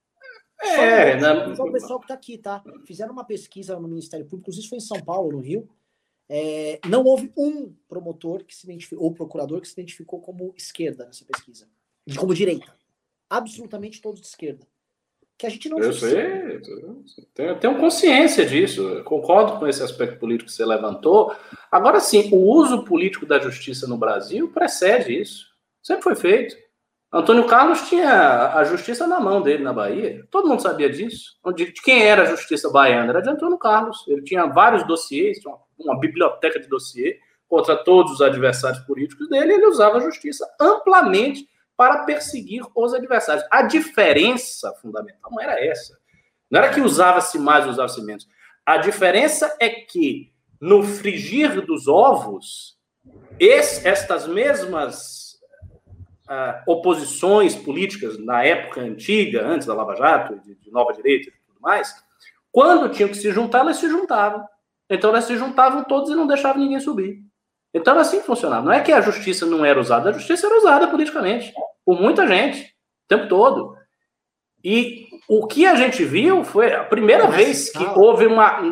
Só o pessoal que tá aqui, tá? Fizeram uma pesquisa no Ministério Público, isso foi em São Paulo, no Rio. Não houve um promotor que se identificou, ou procurador que se identificou como esquerda nessa pesquisa. Como direita. Absolutamente todos de esquerda. Que a gente não... Eu tenho consciência disso. Eu concordo com esse aspecto político que você levantou. Agora sim, o uso político da justiça no Brasil precede isso. Sempre foi feito. Antônio Carlos tinha a justiça na mão dele na Bahia. Todo mundo sabia disso. De quem era a justiça baiana? Era de Antônio Carlos. Ele tinha vários dossiês, tinha uma biblioteca de dossiê contra todos os adversários políticos dele, e ele usava a justiça amplamente para perseguir os adversários. A diferença fundamental não era essa. Não era que usava-se mais ou usava-se menos. A diferença é que, no frigir dos ovos, estas mesmas oposições políticas na época antiga, antes da Lava Jato, de Nova Direita e tudo mais, quando tinham que se juntar, elas se juntavam. Então elas se juntavam todos e não deixavam ninguém subir. Então era assim que funcionava. Não é que a justiça não era usada, a justiça era usada politicamente, por muita gente, o tempo todo. E o que a gente viu foi a primeira vez que houve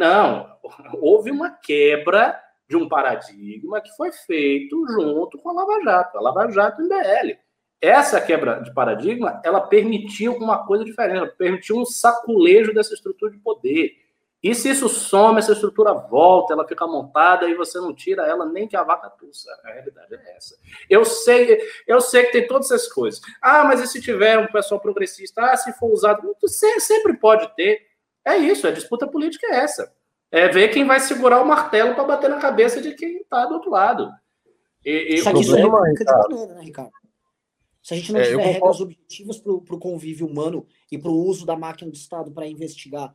uma quebra de um paradigma que foi feito junto com a Lava Jato. A Lava Jato MBL. Essa quebra de paradigma, ela permitiu uma coisa diferente, ela permitiu um saculejo dessa estrutura de poder. E se isso some, essa estrutura volta, ela fica montada e você não tira ela nem que a vaca tussa. A realidade é essa. Eu sei que tem todas essas coisas. Mas e se tiver um pessoal progressista? Se for usado? Sempre pode ter. É isso, a disputa política é essa. É ver quem vai segurar o martelo para bater na cabeça de quem está do outro lado. Isso aqui só fica de banana, né, Ricardo? Se a gente não tiver regras objetivas para o convívio humano e para o uso da máquina do Estado para investigar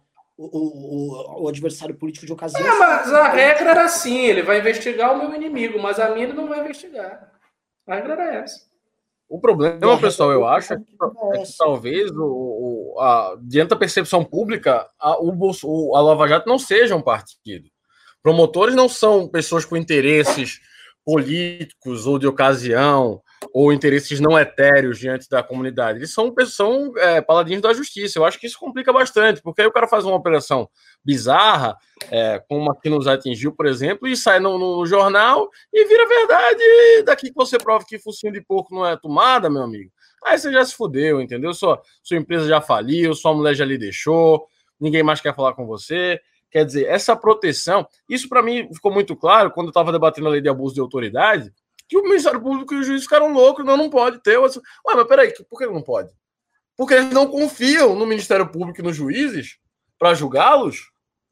o adversário político de ocasião... mas a regra era assim, ele vai investigar o meu inimigo, mas a minha ele não vai investigar. A regra era essa. O problema, pessoal, eu acho, é que talvez, diante da percepção pública, a Lava Jato não seja um partido. Promotores não são pessoas com interesses políticos ou de ocasião, ou interesses não etéreos diante da comunidade. Eles são paladinos da justiça. Eu acho que isso complica bastante, porque aí o cara faz uma operação bizarra, como a que nos atingiu, por exemplo, e sai no jornal e vira verdade. Daqui que você prova que focinho de porco não é tomada, meu amigo, aí você já se fudeu, entendeu? Sua empresa já faliu, sua mulher já lhe deixou, ninguém mais quer falar com você. Quer dizer, essa proteção, isso para mim ficou muito claro quando eu estava debatendo a lei de abuso de autoridade, que o Ministério Público e os juízes ficaram loucos, não pode ter. Mas peraí, por que não pode? Porque eles não confiam no Ministério Público e nos juízes para julgá-los?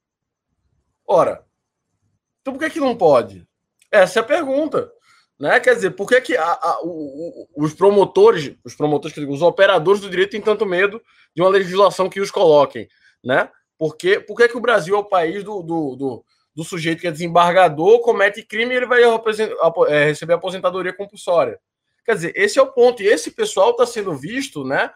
Ora, então por que não pode? Essa é a pergunta. Né? Quer dizer, por que os promotores, os operadores do direito têm tanto medo de uma legislação que os coloquem? Né? Por que o Brasil é o país do sujeito que é desembargador, comete crime e ele vai receber aposentadoria compulsória? Quer dizer, esse é o ponto. E esse pessoal está sendo visto, né,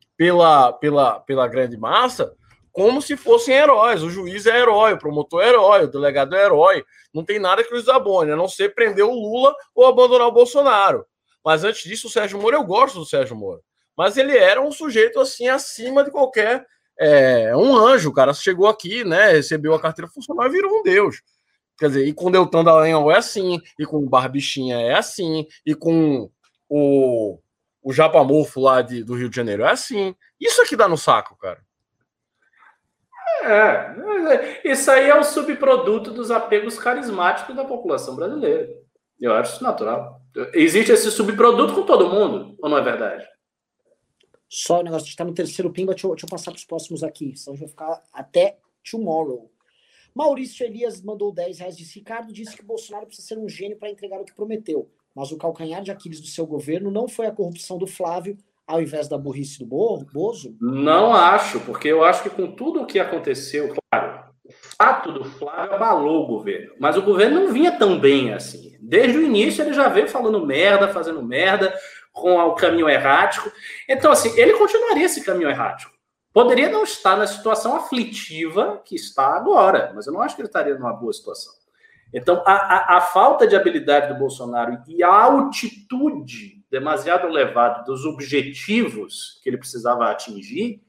pela grande massa como se fossem heróis. O juiz é herói, o promotor é herói, o delegado é herói. Não tem nada que os desabone, a não ser prender o Lula ou abandonar o Bolsonaro. Mas antes disso, o Sérgio Moro, eu gosto do Sérgio Moro. Mas ele era um sujeito assim, acima de qualquer... um anjo. O cara chegou aqui, né, recebeu a carteira funcional e virou um deus. Quer dizer, e com o Deltan Dallagnol é assim, e com o Barbichinha é assim, e com o Japamorfo lá do Rio de Janeiro é assim. Isso aqui dá no saco, cara. Isso aí é o subproduto dos apegos carismáticos da população brasileira. Eu acho isso natural. Existe esse subproduto com todo mundo, ou não é verdade? Só o negócio de estar no terceiro pimba, deixa eu passar para os próximos aqui, senão a gente vai ficar até tomorrow. Maurício Elias mandou R$10, disse: Ricardo disse que Bolsonaro precisa ser um gênio para entregar o que prometeu, mas o calcanhar de Aquiles do seu governo não foi a corrupção do Flávio, ao invés da burrice do Bozo? Não acho, porque eu acho que com tudo o que aconteceu, claro, o fato do Flávio abalou o governo, mas o governo não vinha tão bem assim. Desde o início ele já veio falando merda, fazendo merda, com o caminho errático. Então, assim, ele continuaria esse caminho errático. Poderia não estar na situação aflitiva que está agora, mas eu não acho que ele estaria numa boa situação. Então, a falta de habilidade do Bolsonaro e a altitude demasiado elevada dos objetivos que ele precisava atingir,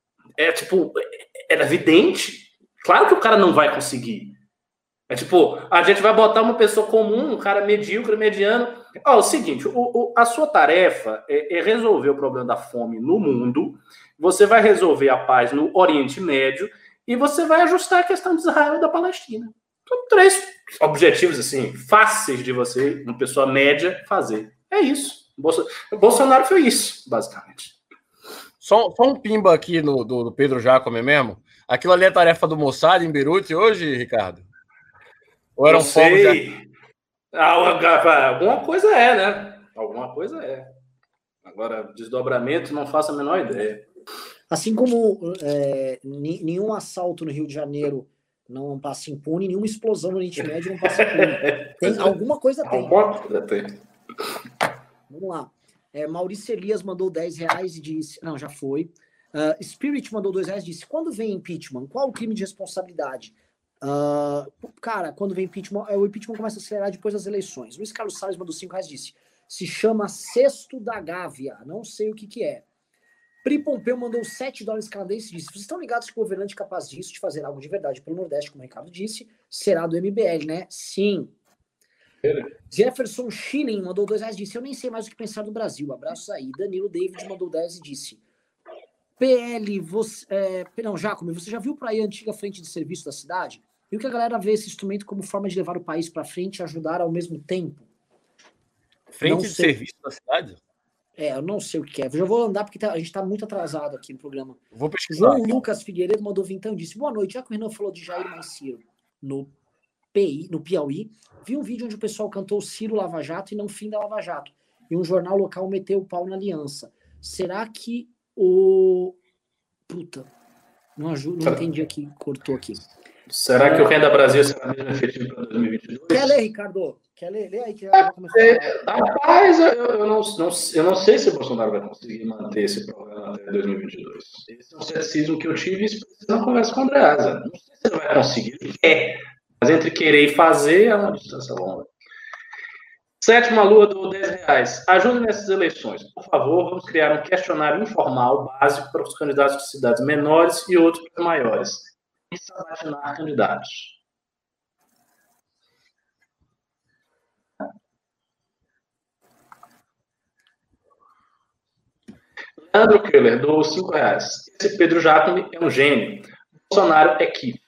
era evidente. Claro que o cara não vai conseguir. É tipo, a gente vai botar uma pessoa comum, um cara medíocre, mediano. O seguinte, a sua tarefa é resolver o problema da fome no mundo, você vai resolver a paz no Oriente Médio e você vai ajustar a questão de Israel e da Palestina. São 3 objetivos, assim, fáceis de você, uma pessoa média, fazer. É isso. O Bolsonaro foi isso, basicamente. Só um pimba aqui do Pedro Jacome mesmo. Aquilo ali é tarefa do Mossad em Beirute hoje, Ricardo? Ou eram fogos de... Alguma coisa é, né? Alguma coisa é. Agora, desdobramento, não faço a menor ideia. Assim como nenhum assalto no Rio de Janeiro não passa impune, nenhuma explosão no Oriente Médio não passa impune. Alguma coisa tem. Alguma coisa tem. Vamos lá. Maurício Elias mandou R$10 e disse... Não, já foi. Spirit mandou R$2 e disse: quando vem impeachment, qual o crime de responsabilidade? Cara, quando vem impeachment, o impeachment começa a acelerar depois das eleições. Luiz Carlos Salles mandou R$5 e disse: se chama Cesto da Gávea. Não sei o que é. Pri Pompeu mandou $7 canadenses e disse: vocês estão ligados que o governante capaz disso, de fazer algo de verdade pelo Nordeste, como o Ricardo disse, será do MBL, né? Sim. Jefferson Schilling mandou R$2 e disse: eu nem sei mais o que pensar do Brasil. Abraços aí. Danilo David mandou 10 e disse: PL, Jacome, você já viu para aí a antiga frente de serviço da cidade? Viu que a galera vê esse instrumento como forma de levar o país para frente e ajudar ao mesmo tempo? Frente de serviço da cidade? Eu não sei o que é. Eu já vou andar porque a gente está muito atrasado aqui no programa. Vou pesquisar. João Lucas Figueiredo mandou vintão e disse: boa noite, já que o Renan falou de Jair mais Ciro no Piauí, vi um vídeo onde o pessoal cantou Ciro Lava Jato e não fim da Lava Jato. E um jornal local meteu o pau na aliança. Será que Puta, não entendi aqui, cortou aqui. Será que o Renda Brasil será mesmo efetivo para 2022? Quer ler, Ricardo? Quer ler? Lê aí que já começou a falar. Rapaz, eu não sei se o Bolsonaro vai conseguir manter esse programa até 2022. Esse é um ceticismo que eu tive na conversa com o Andreasa. Não sei se ele vai conseguir. Mas entre querer e fazer é uma distância longa. Sétima Lua do R$10. Ajude nessas eleições. Por favor, vamos criar um questionário informal básico para os candidatos de cidades menores e outros para maiores. E sabatinar candidatos. Leandro Keller, do R$5. Esse Pedro Jacome é um gênio. Bolsonaro é kit.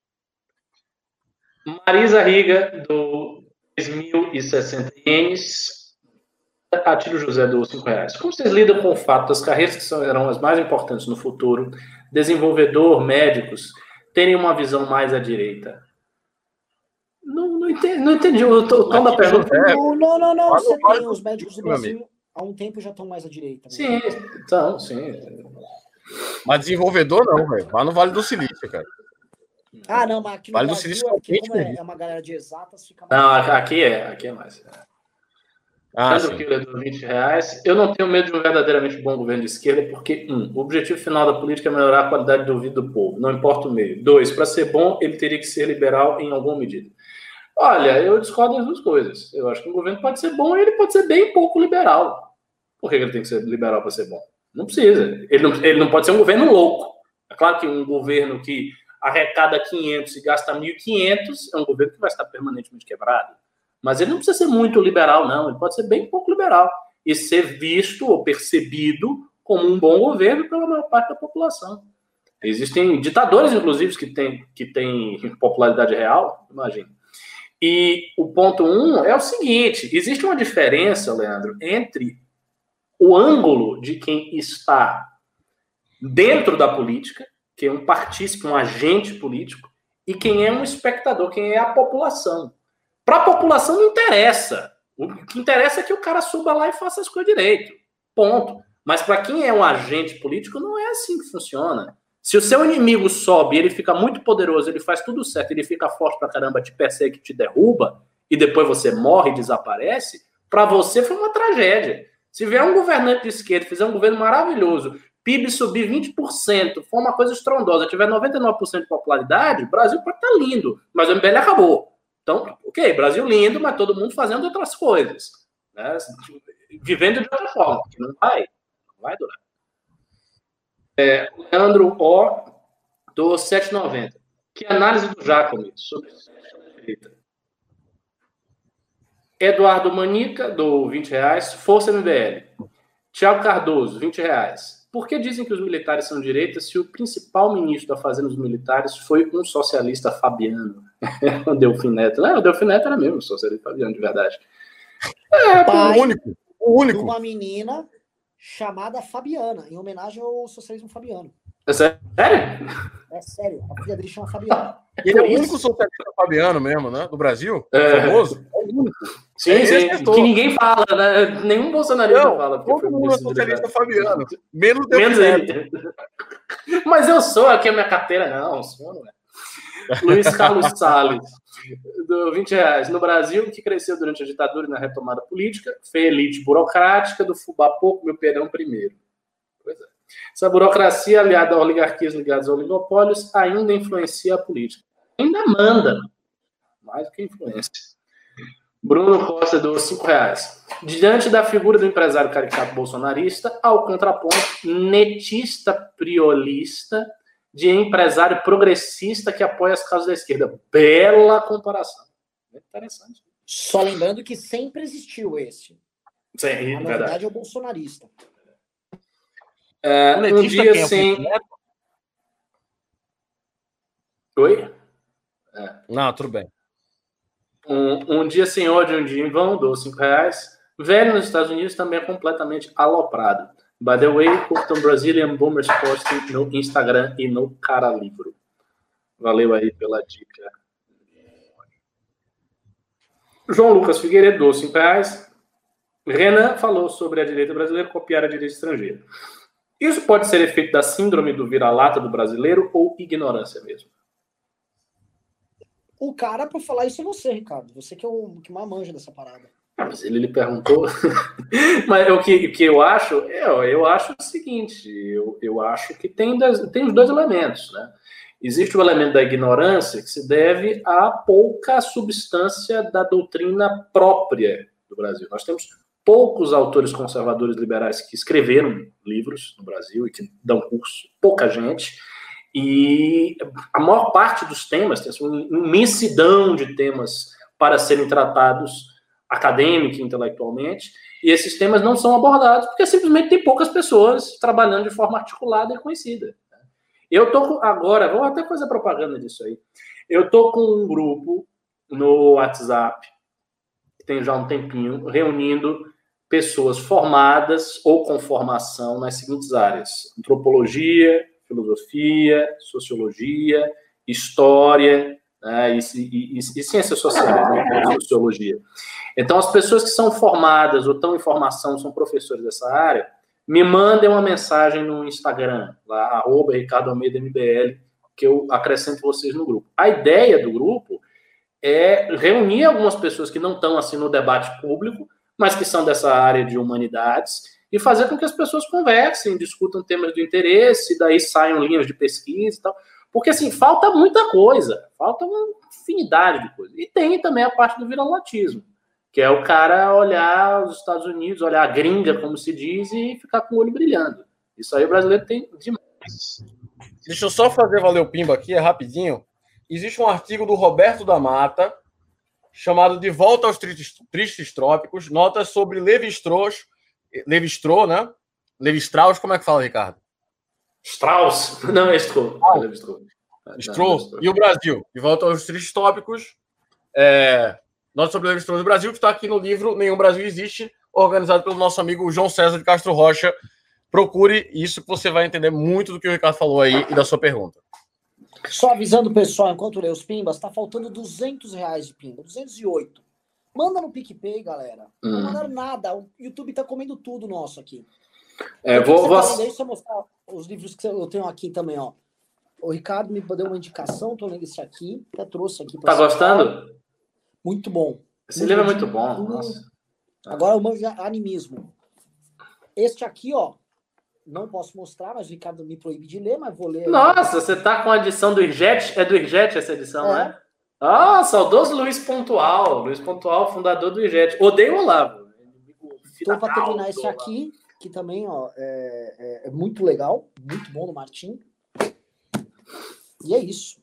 Marisa Riga, do 3.060 ienes. Atílio José, do R$5. Como vocês lidam com o fato das carreiras que serão as mais importantes no futuro, desenvolvedor, médicos, terem uma visão mais à direita? Não entendi o tom da pergunta. Não. Você tem os médicos do Brasil há um tempo já estão mais à direita. Sim, então, sim. Mas desenvolvedor não, velho. Lá no Vale do Silício, cara. Não, mas aqui no Vale do Brasil, Silício como é uma galera de exatas, fica mais... Não, aqui é mais. Sandro Killer, do R$20. Eu não tenho medo de um verdadeiramente bom governo de esquerda, porque, o objetivo final da política é melhorar a qualidade de ouvido do povo, não importa o meio. 2, para ser bom, ele teria que ser liberal em alguma medida. Olha, eu discordo das duas coisas. Eu acho que o governo pode ser bom e ele pode ser bem pouco liberal. Por que ele tem que ser liberal para ser bom? Não precisa. Ele não pode ser um governo louco. É claro que um governo que arrecada 500 e gasta 1.500 é um governo que vai estar permanentemente quebrado. Mas ele não precisa ser muito liberal, não. Ele pode ser bem pouco liberal e ser visto ou percebido como um bom governo pela maior parte da população. Existem ditadores, inclusive, que têm popularidade real, imagina. E o ponto 1 é o seguinte: existe uma diferença, Leandro, entre o ângulo de quem está dentro da política, que é um partícipe, um agente político, e quem é um espectador, quem é a população. Para a população não interessa. O que interessa é que o cara suba lá e faça as coisas direito. Ponto. Mas para quem é um agente político, não é assim que funciona. Se o seu inimigo sobe, ele fica muito poderoso, ele faz tudo certo, ele fica forte pra caramba, te persegue, te derruba, e depois você morre e desaparece, para você foi uma tragédia. Se vier um governante de esquerda, fizer um governo maravilhoso, PIB subir 20%, for uma coisa estrondosa, tiver 99% de popularidade, o Brasil pode estar lindo, mas o MBL acabou. Então, ok, Brasil lindo, mas todo mundo fazendo outras coisas, né? Vivendo de outra forma, porque não vai durar. Leandro O, do 790. Que análise do Jacome sobre a Eduardo Manica, do R$20, Força MBL. Tiago Cardoso, R$20. Por que dizem que os militares são direita se o principal ministro da Fazenda dos Militares foi um socialista fabiano? O Delfim Neto. Não, o Delfim Neto era mesmo socialista fabiano, de verdade. Pai o único. de uma menina chamada Fabiana, em homenagem ao socialismo fabiano. É sério? É sério, a filha dele chama Fabiana. Ele é o único socialista fabiano mesmo, né? Do Brasil? Famoso? É o único. Sim, sim. Que ninguém fala, né? Nenhum bolsonarista fala. Todo mundo é socialista fabiano. Menos ele. Mas eu sou, aqui a minha carteira, não sou, não é. Luiz Carlos Salles, do R$20. No Brasil, que cresceu durante a ditadura e na retomada política, foi elite burocrática do fubá pouco, meu perão primeiro. Pois é. Essa burocracia, aliada a oligarquias ligadas a oligopólios, ainda influencia a política. Ainda manda. Mais do que influência. Bruno Costa, do R$5. Diante da figura do empresário caricato bolsonarista, ao contraponto netista priolista de empresário progressista que apoia as causas da esquerda. Bela comparação. Interessante. Só lembrando que sempre existiu esse. Sim, na verdade é o bolsonarista. Um dia sem... Oi? Não, tudo bem. Um dia sem ódio, um dia em vão, dou R$5. Velho nos Estados Unidos também é completamente aloprado. By the way, curtam Brazilian Boomers Posting no Instagram e no Cara Livro. Valeu aí pela dica. João Lucas Figueiredo, dou R$5. Renan falou sobre a direita brasileira copiar a direita estrangeira. Isso pode ser efeito da síndrome do vira-lata do brasileiro ou ignorância mesmo? O cara, para falar isso, é você, Ricardo. Você que é o que mais manja dessa parada. Mas ele perguntou. Mas o que eu acho, eu acho o seguinte, eu acho que tem os dois elementos, né? Existe o elemento da ignorância que se deve à pouca substância da doutrina própria do Brasil. Nós temos poucos autores conservadores liberais que escreveram livros no Brasil e que dão curso, pouca gente. E a maior parte dos temas, tem uma imensidão de temas para serem tratados acadêmica e intelectualmente, e esses temas não são abordados porque simplesmente tem poucas pessoas trabalhando de forma articulada e conhecida. Eu tô agora, vou até fazer propaganda disso aí, eu tô com um grupo no WhatsApp, que tem já um tempinho, reunindo pessoas formadas ou com formação nas seguintes áreas: antropologia, filosofia, sociologia, história, né, e ciências sociais, né, sociologia. Então, as pessoas que são formadas ou estão em formação, são professores dessa área, me mandem uma mensagem no Instagram, lá, @RicardoAlmeidaMBL, que eu acrescento vocês no grupo. A ideia do grupo é reunir algumas pessoas que não estão assim no debate público, mas que são dessa área de humanidades, e fazer com que as pessoas conversem, discutam temas de interesse, daí saiam linhas de pesquisa e tal. Porque, assim, falta muita coisa, falta uma infinidade de coisas. E tem também a parte do viralatismo, que é o cara olhar os Estados Unidos, olhar a gringa, como se diz, e ficar com o olho brilhando. Isso aí o brasileiro tem demais. Deixa eu só fazer valer o pimba aqui, rapidinho. Existe um artigo do Roberto da Mata, chamado De Volta aos Tristes Trópicos, notas sobre Levi-Strauss, né? Levi-Strauss, como é que fala, Ricardo? Strauss. Não, é Strauss. Strauss. E o Brasil. De Volta aos Tristes Tópicos. Notas sobre Levi-Strauss do Brasil, que está aqui no livro Nenhum Brasil Existe, organizado pelo nosso amigo João César de Castro Rocha. Procure isso que você vai entender muito do que o Ricardo falou aí e da sua pergunta. Só avisando o pessoal, enquanto lê os pimbas, tá faltando R$200 de pimba, 208. Manda no PicPay, galera. Não mandaram nada, o YouTube tá comendo tudo nosso aqui. Deixa eu mostrar os livros que eu tenho aqui também, ó. O Ricardo me deu uma indicação, tô lendo esse aqui, até trouxe aqui. Tá gostando? Muito bom. Esse livro é muito bom, nossa. Agora eu manjo animismo. Este aqui, ó, não posso mostrar, mas o Ricardo me proíbe de ler, mas vou ler. Nossa, você tá com a edição do Irjet? É do Irjet essa edição, né? Ah, saudoso Luiz Pontual. Luiz Pontual, fundador do Irjet. Odeio o Olavo. Então, para terminar esse aqui, que também ó, é muito legal, muito bom do Martim. E é isso.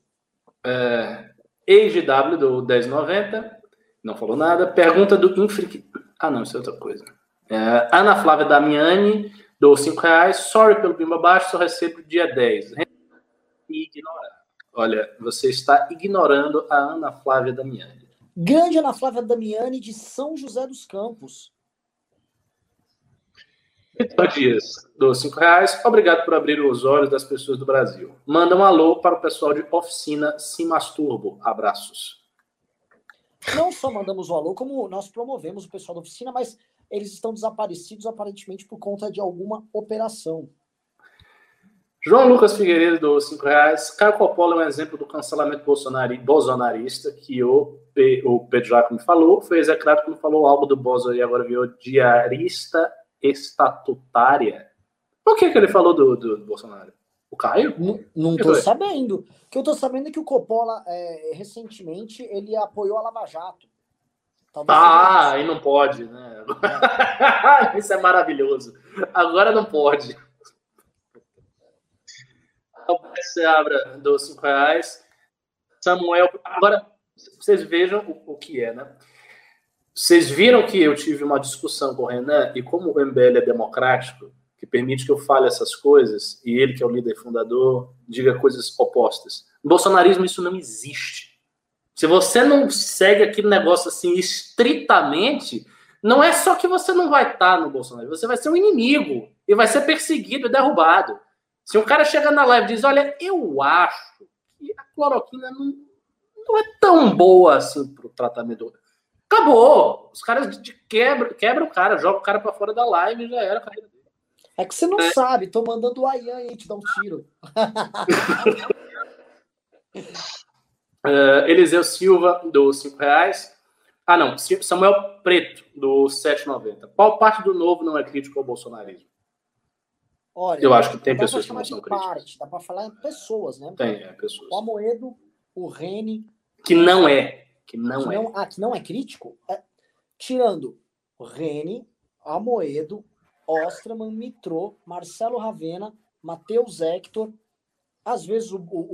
EIGW do 1090, não falou nada. Pergunta do Infric... Ah, não, isso é outra coisa. Ana Flávia Damiani, do R$5. Sorry pelo pimba baixo, só recebo dia 10. Ignorar. Olha, você está ignorando a Ana Flávia Damiani. Grande Ana Flávia Damiani, de São José dos Campos. Vitor Dias, do R$5. Obrigado por abrir os olhos das pessoas do Brasil. Manda um alô para o pessoal de Oficina Se Masturbo. Abraços. Não só mandamos o alô, como nós promovemos o pessoal da oficina, mas eles estão desaparecidos aparentemente por conta de alguma operação. João Lucas Figueiredo, do R$5. Caio Coppola é um exemplo do cancelamento bolsonarista que o Pedro Jacob me falou. Foi execrado quando falou algo do Bozo e agora virou diarista estatutária. Por que ele falou do Bolsonaro? O Caio? Não estou sabendo. O que eu estou sabendo é que o Coppola, recentemente, ele apoiou a Lava Jato. Aí não pode, né? Isso é maravilhoso. Agora não pode. Você abra do R$5. Samuel. Agora, vocês vejam o que é, né? Vocês viram que eu tive uma discussão com o Renan e como o MBL é democrático, que permite que eu fale essas coisas, e ele, que é o líder fundador, diga coisas opostas. No bolsonarismo isso não existe. Se você não segue aquele negócio assim estritamente, não é só que você não vai estar no Bolsonaro, você vai ser um inimigo e vai ser perseguido e derrubado. Se um cara chega na live e diz, olha, eu acho que a cloroquina não é tão boa assim para o tratamento. Acabou. Os caras quebram o cara, jogam o cara para fora da live e já era a carreira dele. É que você não sabe, tô mandando o Ayan aí te dar um tiro. Eliseu Silva, do R$5. Ah, não. Samuel Preto, do 7,90. Qual parte do Novo não é crítico ao bolsonarismo? Olha, eu acho que tem pessoas que não são críticas. Dá para falar em pessoas, né? Tem, pessoas. O Amoedo, o Reni... Que não é. Que não é crítico? Tirando o Reni, Amoedo, Osterman, Mitrô, Marcelo Ravena, Matheus Hector, às vezes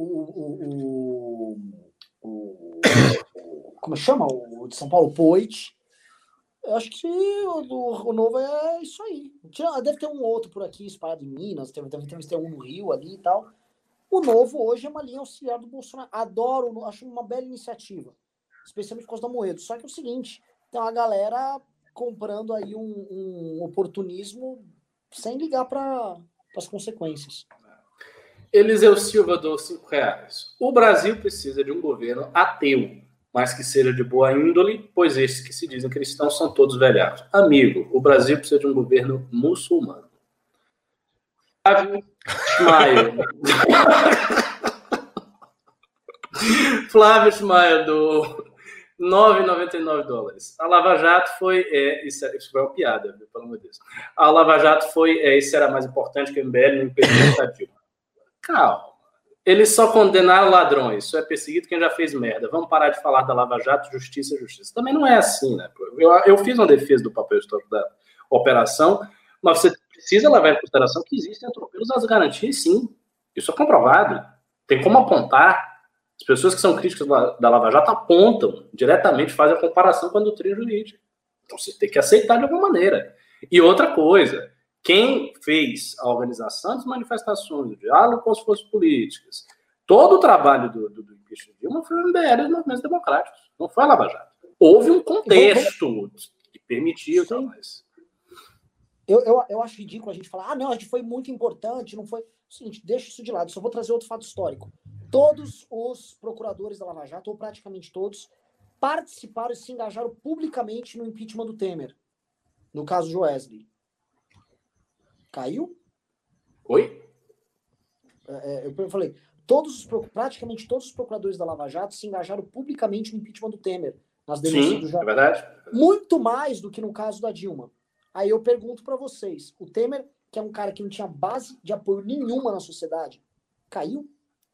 como chama? O de São Paulo, Poit. Eu acho que o Novo é isso aí. Deve ter um outro por aqui, espalhado em Minas, deve ter um no Rio ali e tal. O Novo hoje é uma linha auxiliar do Bolsonaro. Adoro, acho uma bela iniciativa. Especialmente por causa da Moedo. Só que é o seguinte, tem uma galera comprando aí um oportunismo sem ligar para as consequências. Eliseu Silva, do R$5. O Brasil precisa de um governo ateu, mas que seja de boa índole, pois esses que se dizem cristãos são todos velhados. Amigo, o Brasil precisa de um governo muçulmano. Flávio Schmaier, do $9,99. A Lava Jato foi... isso foi uma piada, viu, pelo amor de Deus. A Lava Jato foi... isso era mais importante que o MBL no impedimento da Dilma. Calma. Eles só condenaram ladrões. Isso é perseguido quem já fez merda. Vamos parar de falar da Lava Jato, justiça. Também não é assim, né? Eu fiz uma defesa do papel histórico da operação, mas você precisa levar em consideração que existem atropelos às garantias, sim. Isso é comprovado. Tem como apontar. As pessoas que são críticas da Lava Jato apontam diretamente, fazem a comparação com a doutrina jurídica. Então você tem que aceitar de alguma maneira. E outra coisa, quem fez a organização das manifestações, o diálogo com as forças políticas, todo o trabalho do impeachment de Dilma foi o MBL e os movimentos democráticos. Não foi a Lava Jato. Houve um contexto que permitiu. Então, mas... eu acho ridículo a gente falar, não, a gente foi muito importante, não foi... Seguinte, deixa isso de lado, só vou trazer outro fato histórico. Todos os procuradores da Lava Jato, ou praticamente todos, participaram e se engajaram publicamente no impeachment do Temer. No caso de Wesley. Caiu? Oi? Eu falei, praticamente todos os procuradores da Lava Jato se engajaram publicamente no impeachment do Temer. Nas denúncias do é verdade. Muito mais do que no caso da Dilma. Aí eu pergunto para vocês, o Temer, que é um cara que não tinha base de apoio nenhuma na sociedade, caiu?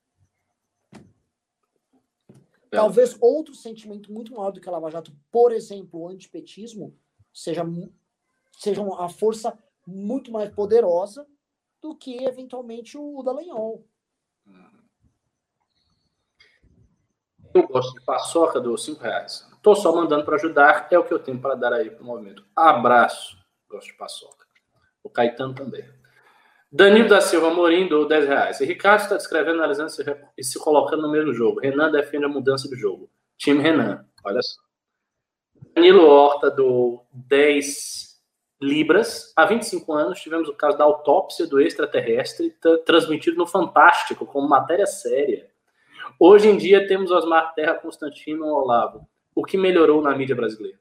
Talvez outro sentimento muito maior do que a Lava Jato, por exemplo, o antipetismo, seja uma força muito mais poderosa do que, eventualmente, o Dallagnol. Eu gosto de paçoca, dou R$5. Tô só mandando para ajudar, é o que eu tenho para dar aí pro movimento. Abraço. Gosto de paçoca. O Caetano também. Danilo da Silva Morim, dou R$10. E Ricardo está descrevendo, analisando e se colocando no mesmo jogo. Renan defende a mudança do jogo. Time Renan, olha só. Danilo Horta, do 10 libras. Há 25 anos tivemos o caso da autópsia do extraterrestre, transmitido no Fantástico, como matéria séria. Hoje em dia temos Osmar Terra, Constantino e Olavo. O que melhorou na mídia brasileira?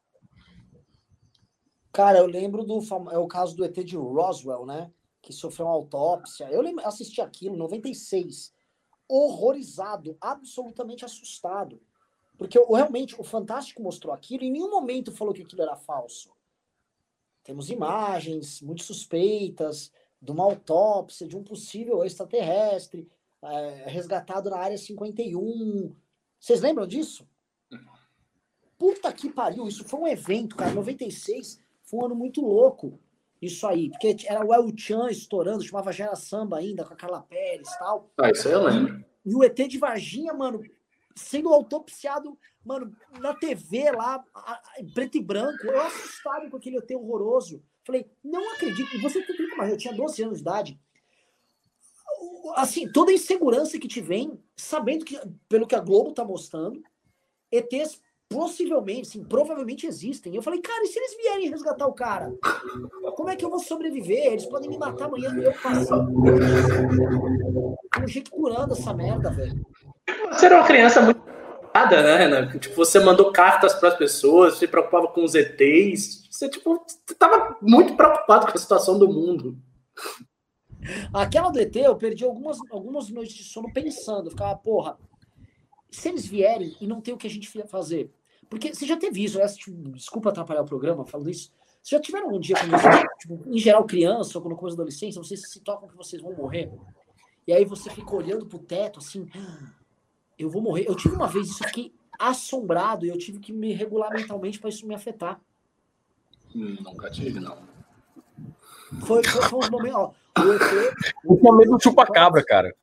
Cara, eu lembro é o caso do ET de Roswell, né? Que sofreu uma autópsia. Eu assisti aquilo em 96, horrorizado, absolutamente assustado. Porque realmente o Fantástico mostrou aquilo e em nenhum momento falou que aquilo era falso. Temos imagens muito suspeitas de uma autópsia de um possível extraterrestre resgatado na área 51. Vocês lembram disso? Puta que pariu, isso foi um evento, cara. 96 foi um ano muito louco. Isso aí, porque era o El Chan estourando, chamava Gera Samba ainda, com a Carla Pérez e tal. Ah, isso aí eu lembro. E o ET de Varginha, mano, sendo autopsiado, mano, na TV lá, em preto e branco. Eu assustado com aquele ET horroroso. Falei, não acredito. E você tem que imaginar, eu tinha 12 anos de idade. Assim, toda a insegurança que te vem, sabendo que, pelo que a Globo tá mostrando, ETs possivelmente, sim, provavelmente existem. Eu falei, cara, e se eles vierem resgatar o cara? Como é que eu vou sobreviver? Eles podem me matar amanhã. Eu passei conjecturando essa merda, velho. Você era uma criança muito preocupada, né, Renan? Tipo, você mandou cartas para as pessoas, se preocupava com os ETs. Você, tipo, tava muito preocupado com a situação do mundo. Aquela do ET, eu perdi algumas noites de sono pensando. Eu ficava, porra, se eles vierem e não tem o que a gente fazer... Porque você já teve isso, desculpa atrapalhar o programa falando isso. Vocês já tiveram um dia, tipo, em geral, criança ou quando começa a adolescência, vocês se tocam que vocês vão morrer? E aí você fica olhando pro teto, assim, eu vou morrer. Eu tive uma vez isso, eu fiquei assombrado e eu tive que me regular mentalmente para isso me afetar. Nunca tive, não. Foi um momento, ó. O ET... Eu tinha medo do chupa-cabra, cara.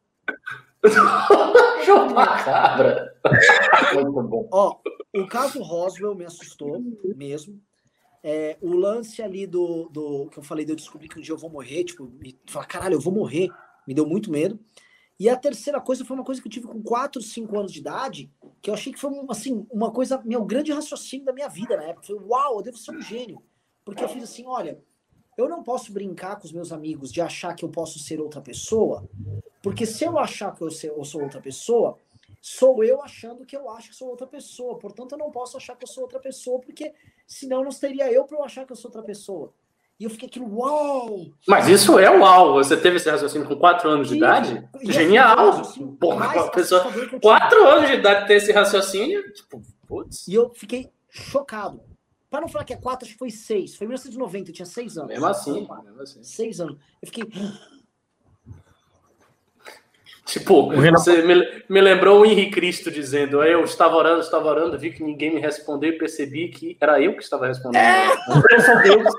Chupa-cabra. Muito bom. Ó, o caso Roswell me assustou mesmo. O lance ali do que eu falei, de eu descobrir que um dia eu vou morrer, tipo, falar, caralho, eu vou morrer, me deu muito medo. E a terceira coisa foi uma coisa que eu tive com 4, 5 anos de idade, que eu achei que foi, assim, uma coisa, meu grande raciocínio da minha vida na época. Eu falei, uau, eu devo ser um gênio. Porque eu fiz assim, olha, eu não posso brincar com os meus amigos de achar que eu posso ser outra pessoa, porque se eu achar que eu sou outra pessoa, sou eu achando que eu acho que sou outra pessoa. Portanto, eu não posso achar que eu sou outra pessoa, porque senão não seria eu para eu achar que eu sou outra pessoa. E eu fiquei aquilo, uau! Mas isso é uau! Você teve esse raciocínio com 4 anos de idade? Genial! Assim, porra, uma pessoa 4 anos de idade ter esse raciocínio, tipo, putz. E eu fiquei chocado. Para não falar que é 4, acho que foi 6. Foi em 1990, eu tinha 6 anos. Mesmo assim. 6 anos. Eu fiquei... Tipo, você me lembrou o Henrique Cristo dizendo, eu estava orando, vi que ninguém me respondeu e percebi que era eu que estava respondendo. Eu sou Deus.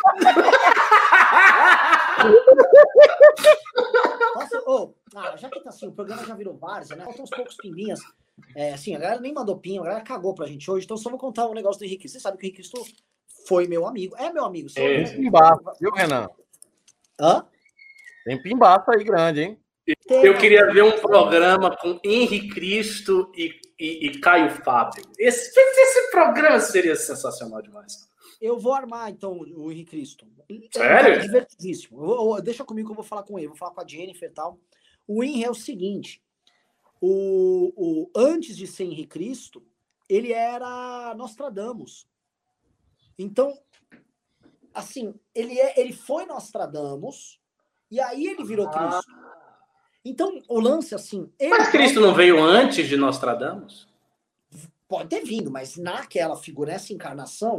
Nossa, já que tá assim, o programa já virou várzea, né? Faltam uns poucos pimbinhas. Assim, a galera nem mandou pinho, a galera cagou pra gente hoje, então só vou contar um negócio do Henrique Cristo. Você sabe que o Henrique Cristo foi meu amigo. É meu amigo. Tem pimbaça, viu, Renan? Hã? Tem pimbaça aí grande, hein? Eu queria ver um programa com Henrique Cristo e Caio Fábio. Esse programa seria sensacional demais. Eu vou armar, então, o Henrique Cristo. Sério? É divertidíssimo. Deixa comigo que eu vou falar com ele. Vou falar com a Jennifer e tal. O Henry é o seguinte. Antes de ser Henrique Cristo, ele era Nostradamus. Então, assim, ele foi Nostradamus e aí ele virou Cristo. Então, o lance, assim... Mas Cristo não veio antes de Nostradamus? Pode ter vindo, mas naquela figura, nessa encarnação,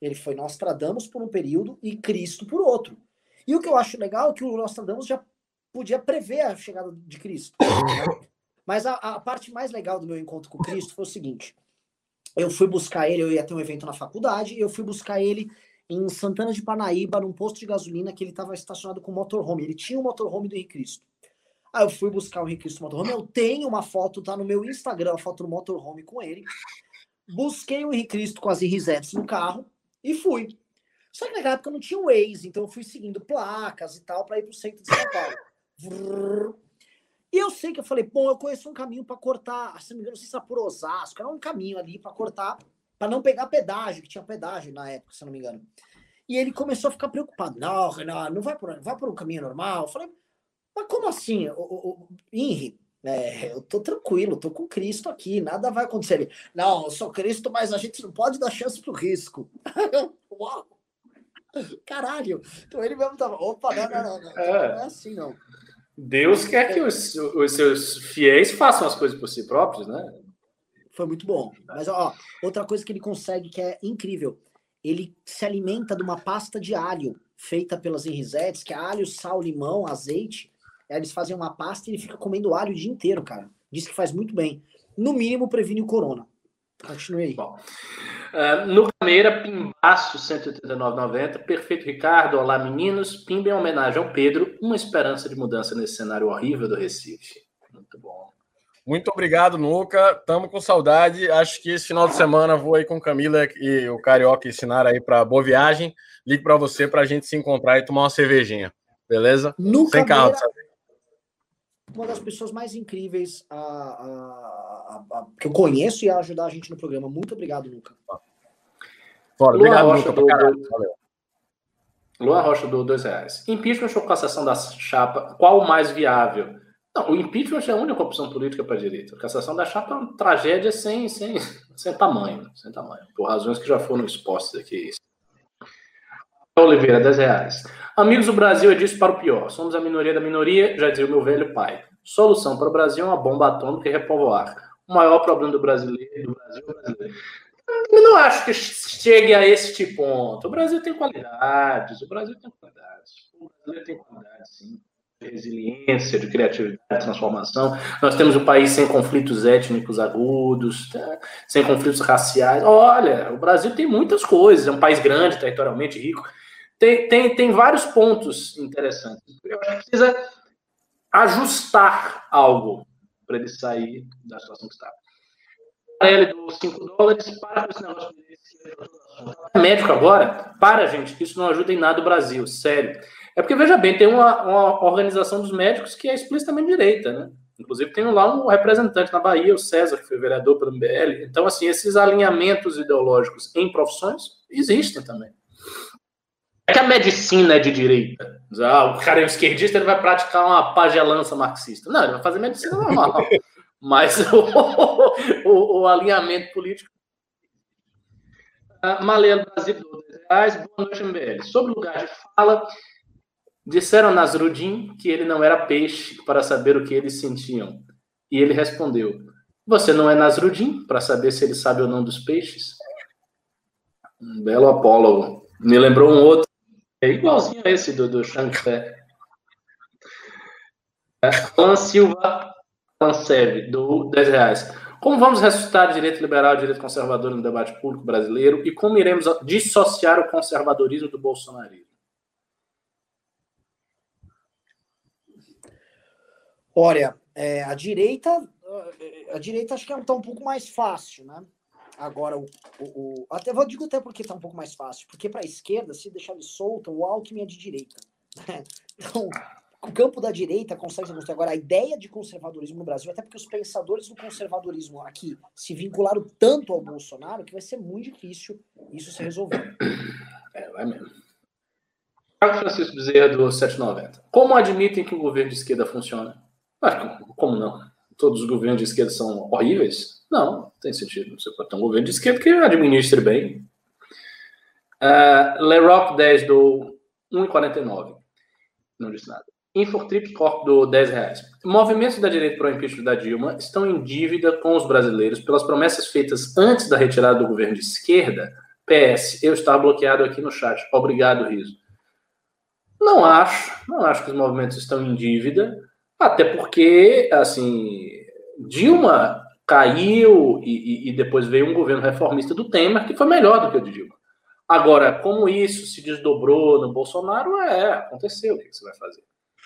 Ele foi Nostradamus por um período e Cristo por outro. E o que eu acho legal é que o Nostradamus já podia prever a chegada de Cristo. Né? Mas a parte mais legal do meu encontro com Cristo foi o seguinte. Eu fui buscar ele, eu ia ter um evento na faculdade, eu fui buscar ele em Santana de Parnaíba, num posto de gasolina que ele estava estacionado com motorhome. Ele tinha o motorhome do Henrique Cristo. Aí eu fui buscar o Henrique Cristo no motorhome, eu tenho uma foto, tá no meu Instagram, a foto do motorhome com ele. Busquei o Henrique Cristo com as RZs no carro e fui. Só que naquela época não tinha Waze, então eu fui seguindo placas e tal para ir pro centro de São Paulo. E eu sei que eu falei, bom, eu conheço um caminho para cortar, se não me engano, não sei se era por Osasco, era um caminho ali para cortar, para não pegar pedágio, que tinha pedágio na época, se não me engano. E ele começou a ficar preocupado. Não, Renan, não vai por um caminho normal. Eu falei, mas como assim? Henri, eu tô tranquilo, tô com Cristo aqui, nada vai acontecer. Ele, não, eu sou Cristo, mas a gente não pode dar chance pro risco. Uau! Caralho! Então ele mesmo tava, opa, não é assim, não. Deus quer que os seus fiéis façam as coisas por si próprios, né? Foi muito bom. Mas, ó, outra coisa que ele consegue que é incrível. Ele se alimenta de uma pasta de alho feita pelas RZs, que é alho, sal, limão, azeite. Aí eles fazem uma pasta e ele fica comendo alho o dia inteiro, cara. Diz que faz muito bem. No mínimo, previne o corona. Continue aí. Bom. No Cameira, Pimbaço, 189,90. Perfeito, Ricardo. Olá, meninos. Pimba em homenagem ao Pedro. Uma esperança de mudança nesse cenário horrível do Recife. Muito bom. Muito obrigado, Nuca. Tamo com saudade. Acho que esse final de semana vou aí com Camila e o Carioca ensinar aí para boa viagem. Ligo para você para a gente se encontrar e tomar uma cervejinha. Beleza? No Sem Cameira, carro, sabe? Uma das pessoas mais incríveis que eu conheço e a ajudar a gente no programa. Muito obrigado, Nuca. Fora, obrigado, Nuca. Luan Rocha do R$2. Impeachment ou cassação da chapa, qual o mais viável? Não, o impeachment é a única opção política para a direita. A cassação da chapa é uma tragédia sem tamanho. Sem tamanho. Por razões que já foram expostas aqui. Oliveira, R$10. Amigos, o Brasil é disso para o pior. Somos a minoria da minoria, já dizia o meu velho pai. Solução para o Brasil é uma bomba atômica e repovoar. O maior problema do Brasil é o brasileiro. Eu não acho que chegue a este ponto. O Brasil tem qualidades. O brasileiro tem qualidades, sim. De resiliência, de criatividade, de transformação. Nós temos um país sem conflitos étnicos agudos, sem conflitos raciais. Olha, o Brasil tem muitas coisas. É um país grande, territorialmente rico. Tem vários pontos interessantes. Eu acho que precisa ajustar algo para ele sair da situação que está. Ele deu $5, para com esse negócio. Médico agora, gente, isso não ajuda em nada o Brasil, sério. É porque, veja bem, tem uma organização dos médicos que é explicitamente direita, né? Inclusive tem lá um representante na Bahia, o César, que foi vereador pelo MBL. Então, assim, esses alinhamentos ideológicos em profissões existem também. É que a medicina é de direita. O cara é um esquerdista, ele vai praticar uma pagelança marxista. Não, ele vai fazer medicina normal. Mas o alinhamento político... Malela Brasil, R$2. Boa noite, MBL. Sobre o lugar de fala, disseram a Nasruddin que ele não era peixe para saber o que eles sentiam. E ele respondeu, você não é Nasruddin para saber se ele sabe ou não dos peixes? Um belo apólogo. Me lembrou um outro. É igualzinho a esse do Shang-Chi. Alan Silva Lanceve, do R$10. Como vamos ressuscitar o direito liberal e o direito conservador no debate público brasileiro e como iremos dissociar o conservadorismo do bolsonarismo? Olha, a direita acho que está um pouco mais fácil, né? Agora, até vou dizer até porque está um pouco mais fácil, porque para a esquerda, se deixar ele solto, o Alckmin é de direita. Né? Então, o campo da direita consegue ser construído. Agora, a ideia de conservadorismo no Brasil, até porque os pensadores do conservadorismo aqui se vincularam tanto ao Bolsonaro que vai ser muito difícil isso ser resolvido. Vai mesmo. Carlos Francisco Bezerra, do 790. Como admitem que o governo de esquerda funciona? Como não? Todos os governos de esquerda são horríveis? Não tem sentido. Você pode ter um governo de esquerda que administre bem. Lerock 10 do 1,49. Não disse nada. Infotrip Corp do R$10. Movimentos da direita para o impeachment da Dilma estão em dívida com os brasileiros pelas promessas feitas antes da retirada do governo de esquerda. PS, eu estava bloqueado aqui no chat. Obrigado, Riso. Não acho que os movimentos estão em dívida, até porque, assim, Dilma caiu e depois veio um governo reformista do Temer que foi melhor do que o de Dilma. Agora, como isso se desdobrou no Bolsonaro, aconteceu. O que você vai fazer?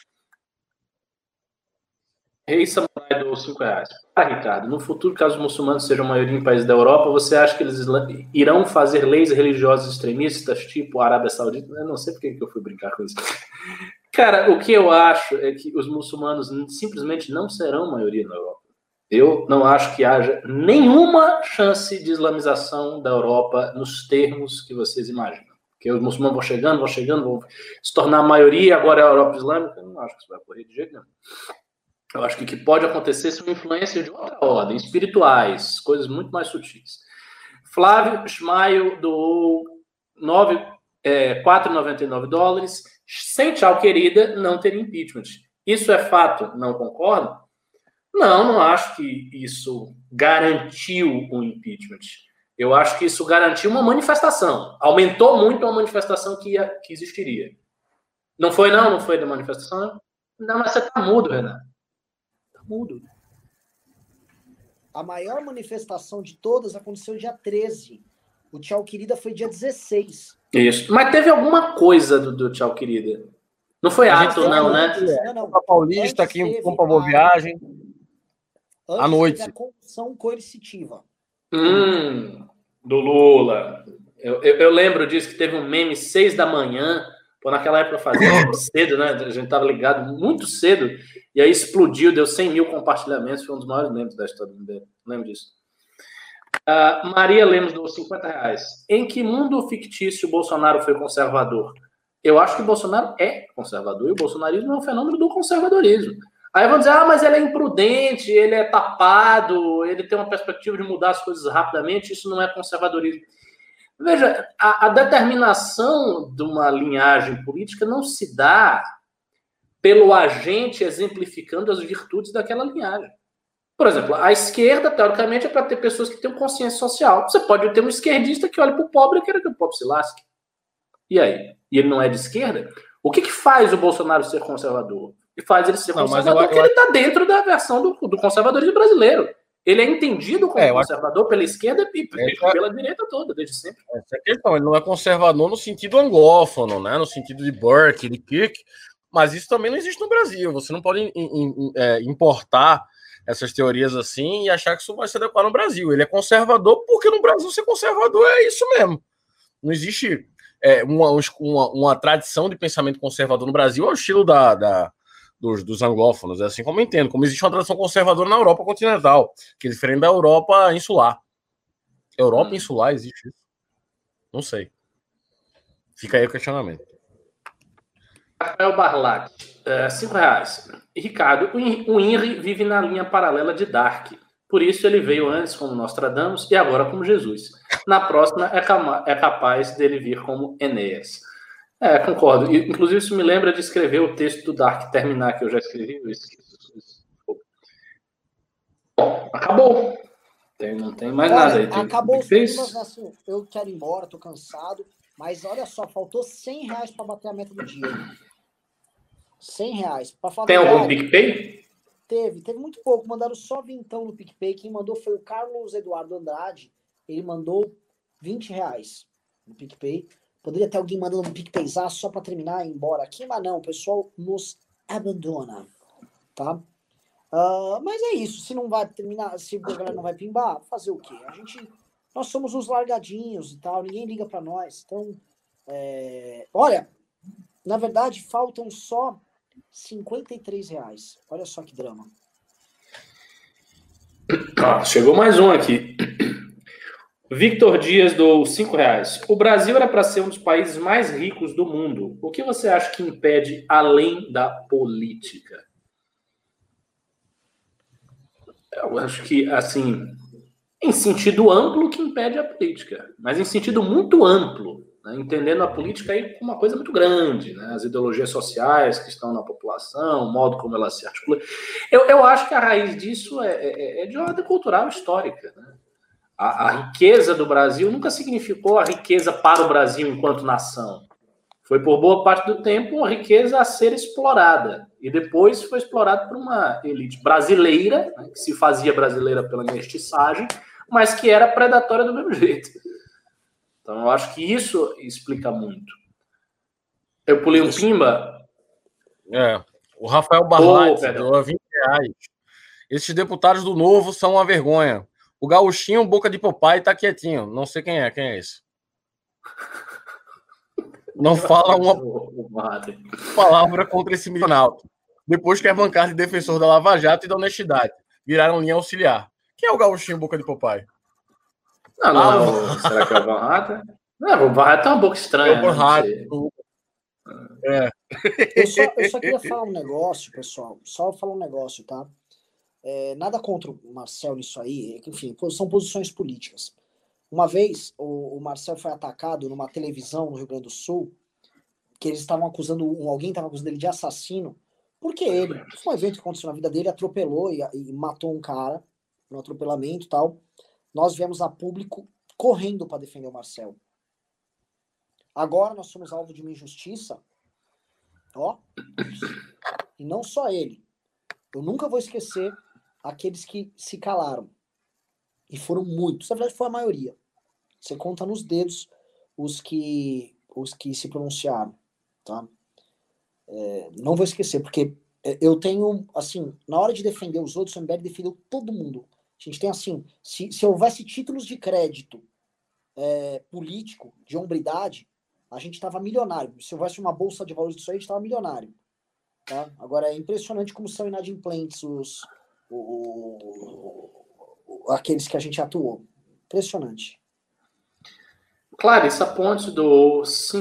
Rei Samurai do R$5. Ricardo, no futuro, caso os muçulmanos sejam a maioria em países da Europa, você acha que eles irão fazer leis religiosas extremistas, tipo a Arábia Saudita? Eu não sei porque que eu fui brincar com isso. Cara, o que eu acho é que os muçulmanos simplesmente não serão maioria na Europa. Eu não acho que haja nenhuma chance de islamização da Europa nos termos que vocês imaginam. Porque os muçulmanos vão chegando, vão se tornar a maioria, agora é a Europa Islâmica. Eu não acho que isso vai ocorrer de jeito nenhum. Eu acho que o que pode acontecer são influências de outra ordem, espirituais, coisas muito mais sutis. Flávio Schmaio doou $4,99. Sem tchau, querida, não ter impeachment. Isso é fato, não concordo? Não acho que isso garantiu o impeachment. Eu acho que isso garantiu uma manifestação. Aumentou muito a manifestação que existiria. Não foi da manifestação? Não, mas você tá mudo, Renan. Tá mudo. A maior manifestação de todas aconteceu dia 13. O Tchau Querida foi dia 16. Isso. Mas teve alguma coisa do Tchau Querida. Não foi ato, não, né? Não. Paulista, aqui com Boa Viagem. À noite. A condição coercitiva. Do Lula. Eu lembro disso, que teve um meme 6 da manhã, naquela época fazia muito cedo, né? A gente estava ligado muito cedo, e aí explodiu, deu 100 mil compartilhamentos, foi um dos maiores memes da história do MBL. Lembro disso. Maria Lemos doou R$50. Em que mundo fictício o Bolsonaro foi conservador? Eu acho que o Bolsonaro é conservador, e o bolsonarismo é um fenômeno do conservadorismo. Aí vão dizer, mas ele é imprudente, ele é tapado, ele tem uma perspectiva de mudar as coisas rapidamente, isso não é conservadorismo. Veja, a determinação de uma linhagem política não se dá pelo agente exemplificando as virtudes daquela linhagem. Por exemplo, a esquerda, teoricamente, é para ter pessoas que tenham consciência social. Você pode ter um esquerdista que olha para o pobre e quer que o pobre se lasque. E aí? E ele não é de esquerda? O que faz o Bolsonaro ser conservador? E faz ele ser conservador porque ele está dentro da versão do conservadorismo brasileiro. Ele é entendido como conservador pela esquerda e pela direita toda, desde sempre. Essa é a questão. Ele não é conservador no sentido anglófono, né? No sentido de Burke, de Kirk, mas isso também não existe no Brasil. Você não pode importar essas teorias assim e achar que isso vai se adequar no Brasil. Ele é conservador porque no Brasil ser conservador é isso mesmo. Não existe uma tradição de pensamento conservador no Brasil ao estilo dos anglófonos, assim como eu entendo, como existe uma tradição conservadora na Europa continental, que é diferente da Europa insular. Europa insular existe isso? Não sei. Fica aí o questionamento. Rafael Barlat, R$5. Ricardo, o Henry vive na linha paralela de Dark. Por isso ele veio antes como Nostradamus e agora como Jesus. Na próxima é capaz dele vir como Enéas. Concordo. Inclusive, isso me lembra de escrever o texto do Dark, terminar, que eu já escrevi. Bom, acabou. Não tem mais nada aí. Acabou os temas, assim, eu quero ir embora, tô cansado. Mas olha só, faltou R$100 para bater a meta do dia. R$100. Tem algum PicPay? Teve muito pouco. Mandaram só vintão no PicPay. Quem mandou foi o Carlos Eduardo Andrade. Ele mandou R$20 no PicPay. Poderia ter alguém mandando um PicPayzar só para terminar e ir embora aqui, mas não, o pessoal nos abandona, tá? Mas é isso, se não vai terminar, se a galera não vai pimbar, fazer o quê? Nós somos os largadinhos e tal, ninguém liga para nós. Então, olha, na verdade, faltam só R$53. Olha só que drama. Chegou mais um aqui. Victor Dias doou R$5. O Brasil era para ser um dos países mais ricos do mundo. O que você acha que impede além da política? Eu acho que, assim, em sentido amplo, que impede a política. Mas em sentido muito amplo, né? Entendendo a política aí como uma coisa muito grande, né? As ideologias sociais que estão na população, o modo como ela se articula. Eu acho que a raiz disso é de ordem cultural histórica, né? A riqueza do Brasil nunca significou a riqueza para o Brasil enquanto nação. Foi, por boa parte do tempo, uma riqueza a ser explorada. E depois foi explorada por uma elite brasileira, né, que se fazia brasileira pela mestiçagem, mas que era predatória do mesmo jeito. Então, eu acho que isso explica muito. Eu pulei um pimba. O Rafael Barlatti deu R$20. Esses deputados do Novo são uma vergonha. O gauchinho, boca de papai, tá quietinho. Não sei quem é esse. Não fala uma palavra contra esse milionário. Depois quer bancar de defensor da Lava Jato e da honestidade. Viraram linha auxiliar. Quem é o gauchinho, boca de papai? Não. Será que é o Van Hatten? Não, o Van Hatten é uma boca estranha. Eu só queria falar um negócio, pessoal. Só falar um negócio, tá? Nada contra o Marcel nisso aí. Enfim, são posições políticas. Uma vez, o Marcel foi atacado numa televisão no Rio Grande do Sul, que eles estavam acusando, alguém estava acusando ele de assassino, porque ele, foi um evento que aconteceu na vida dele, atropelou e matou um cara no atropelamento e tal. Nós viemos a público correndo para defender o Marcel. Agora nós somos alvo de uma injustiça, e não só ele. Eu nunca vou esquecer aqueles que se calaram. E foram muitos, na verdade foi a maioria. Você conta nos dedos os que se pronunciaram, tá? Não vou esquecer, porque eu tenho, assim, na hora de defender os outros, o MBL defendeu todo mundo. A gente tem, assim, se houvesse títulos de crédito político, de hombridade, a gente estava milionário. Se houvesse uma bolsa de valores disso aí, a gente estava milionário. Tá? Agora, é impressionante como são inadimplentes aqueles que a gente atuou. Impressionante. Clarissa Pontes doou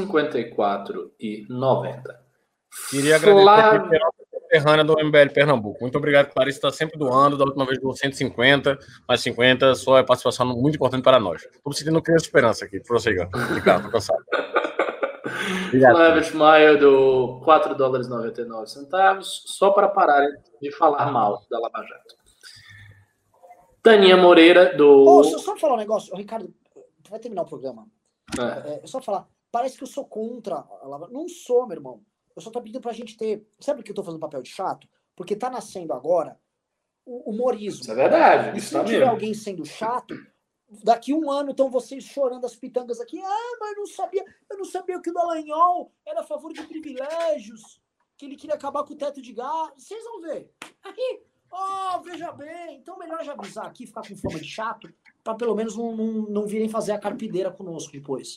54,90. Queria agradecer a terrânea do MBL Pernambuco. Muito obrigado, Clarissa. Está sempre doando. Da última vez doou 150, mais 50. Sua participação muito importante para nós. Estou sentindo criança esperança aqui. Prossiga. Ricardo, tô cansado. Flávio Maia do $4,99, só para pararem de falar mal da Lava Jato. Taninha Moreira do... Só falar um negócio, Ricardo, vai terminar o programa. Só falar, parece que eu sou contra a Lava Jato. Não sou, meu irmão. Eu só tô pedindo pra gente ter... Sabe por que eu tô fazendo papel de chato? Porque tá nascendo agora o humorismo. Isso é verdade. E se não tiver alguém sendo chato... Daqui um ano estão vocês chorando as pitangas aqui. Mas eu não sabia que o Dallagnol era a favor de privilégios, que ele queria acabar com o teto de gás. Vocês vão ver. Aí, veja bem. Então melhor já avisar aqui, ficar com fama de chato, para pelo menos não virem fazer a carpideira conosco depois.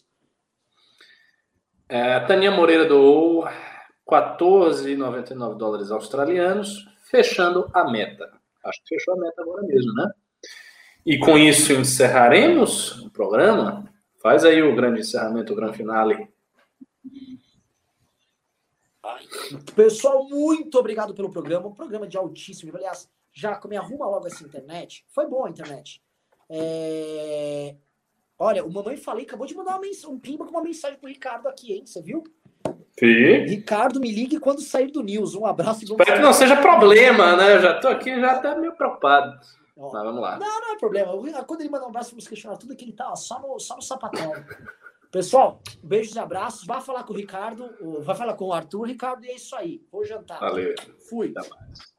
Taninha Moreira doou $14,99 australianos, fechando a meta. Acho que fechou a meta agora mesmo, né? E com isso encerraremos o programa. Faz aí o grande encerramento, o grande finale. Pessoal, muito obrigado pelo programa. Um programa de altíssimo. Aliás, já me arruma logo essa internet. Foi boa a internet. Olha, o Mamãe Falei acabou de mandar um pimba com uma mensagem pro Ricardo aqui, hein? Você viu? Sim. Ricardo, me ligue quando sair do News. Um abraço. Espero que não seja problema, né? Eu já tô aqui, já até meio preocupado. Mas vamos lá. Não é problema. Quando ele mandar um abraço, vamos questionar tudo que ele tá só no sapatão. Pessoal, beijos e abraços. Vai falar com o Ricardo, vai falar com o Arthur, Ricardo, e é isso aí. Vou jantar. Valeu. Fui. Até mais.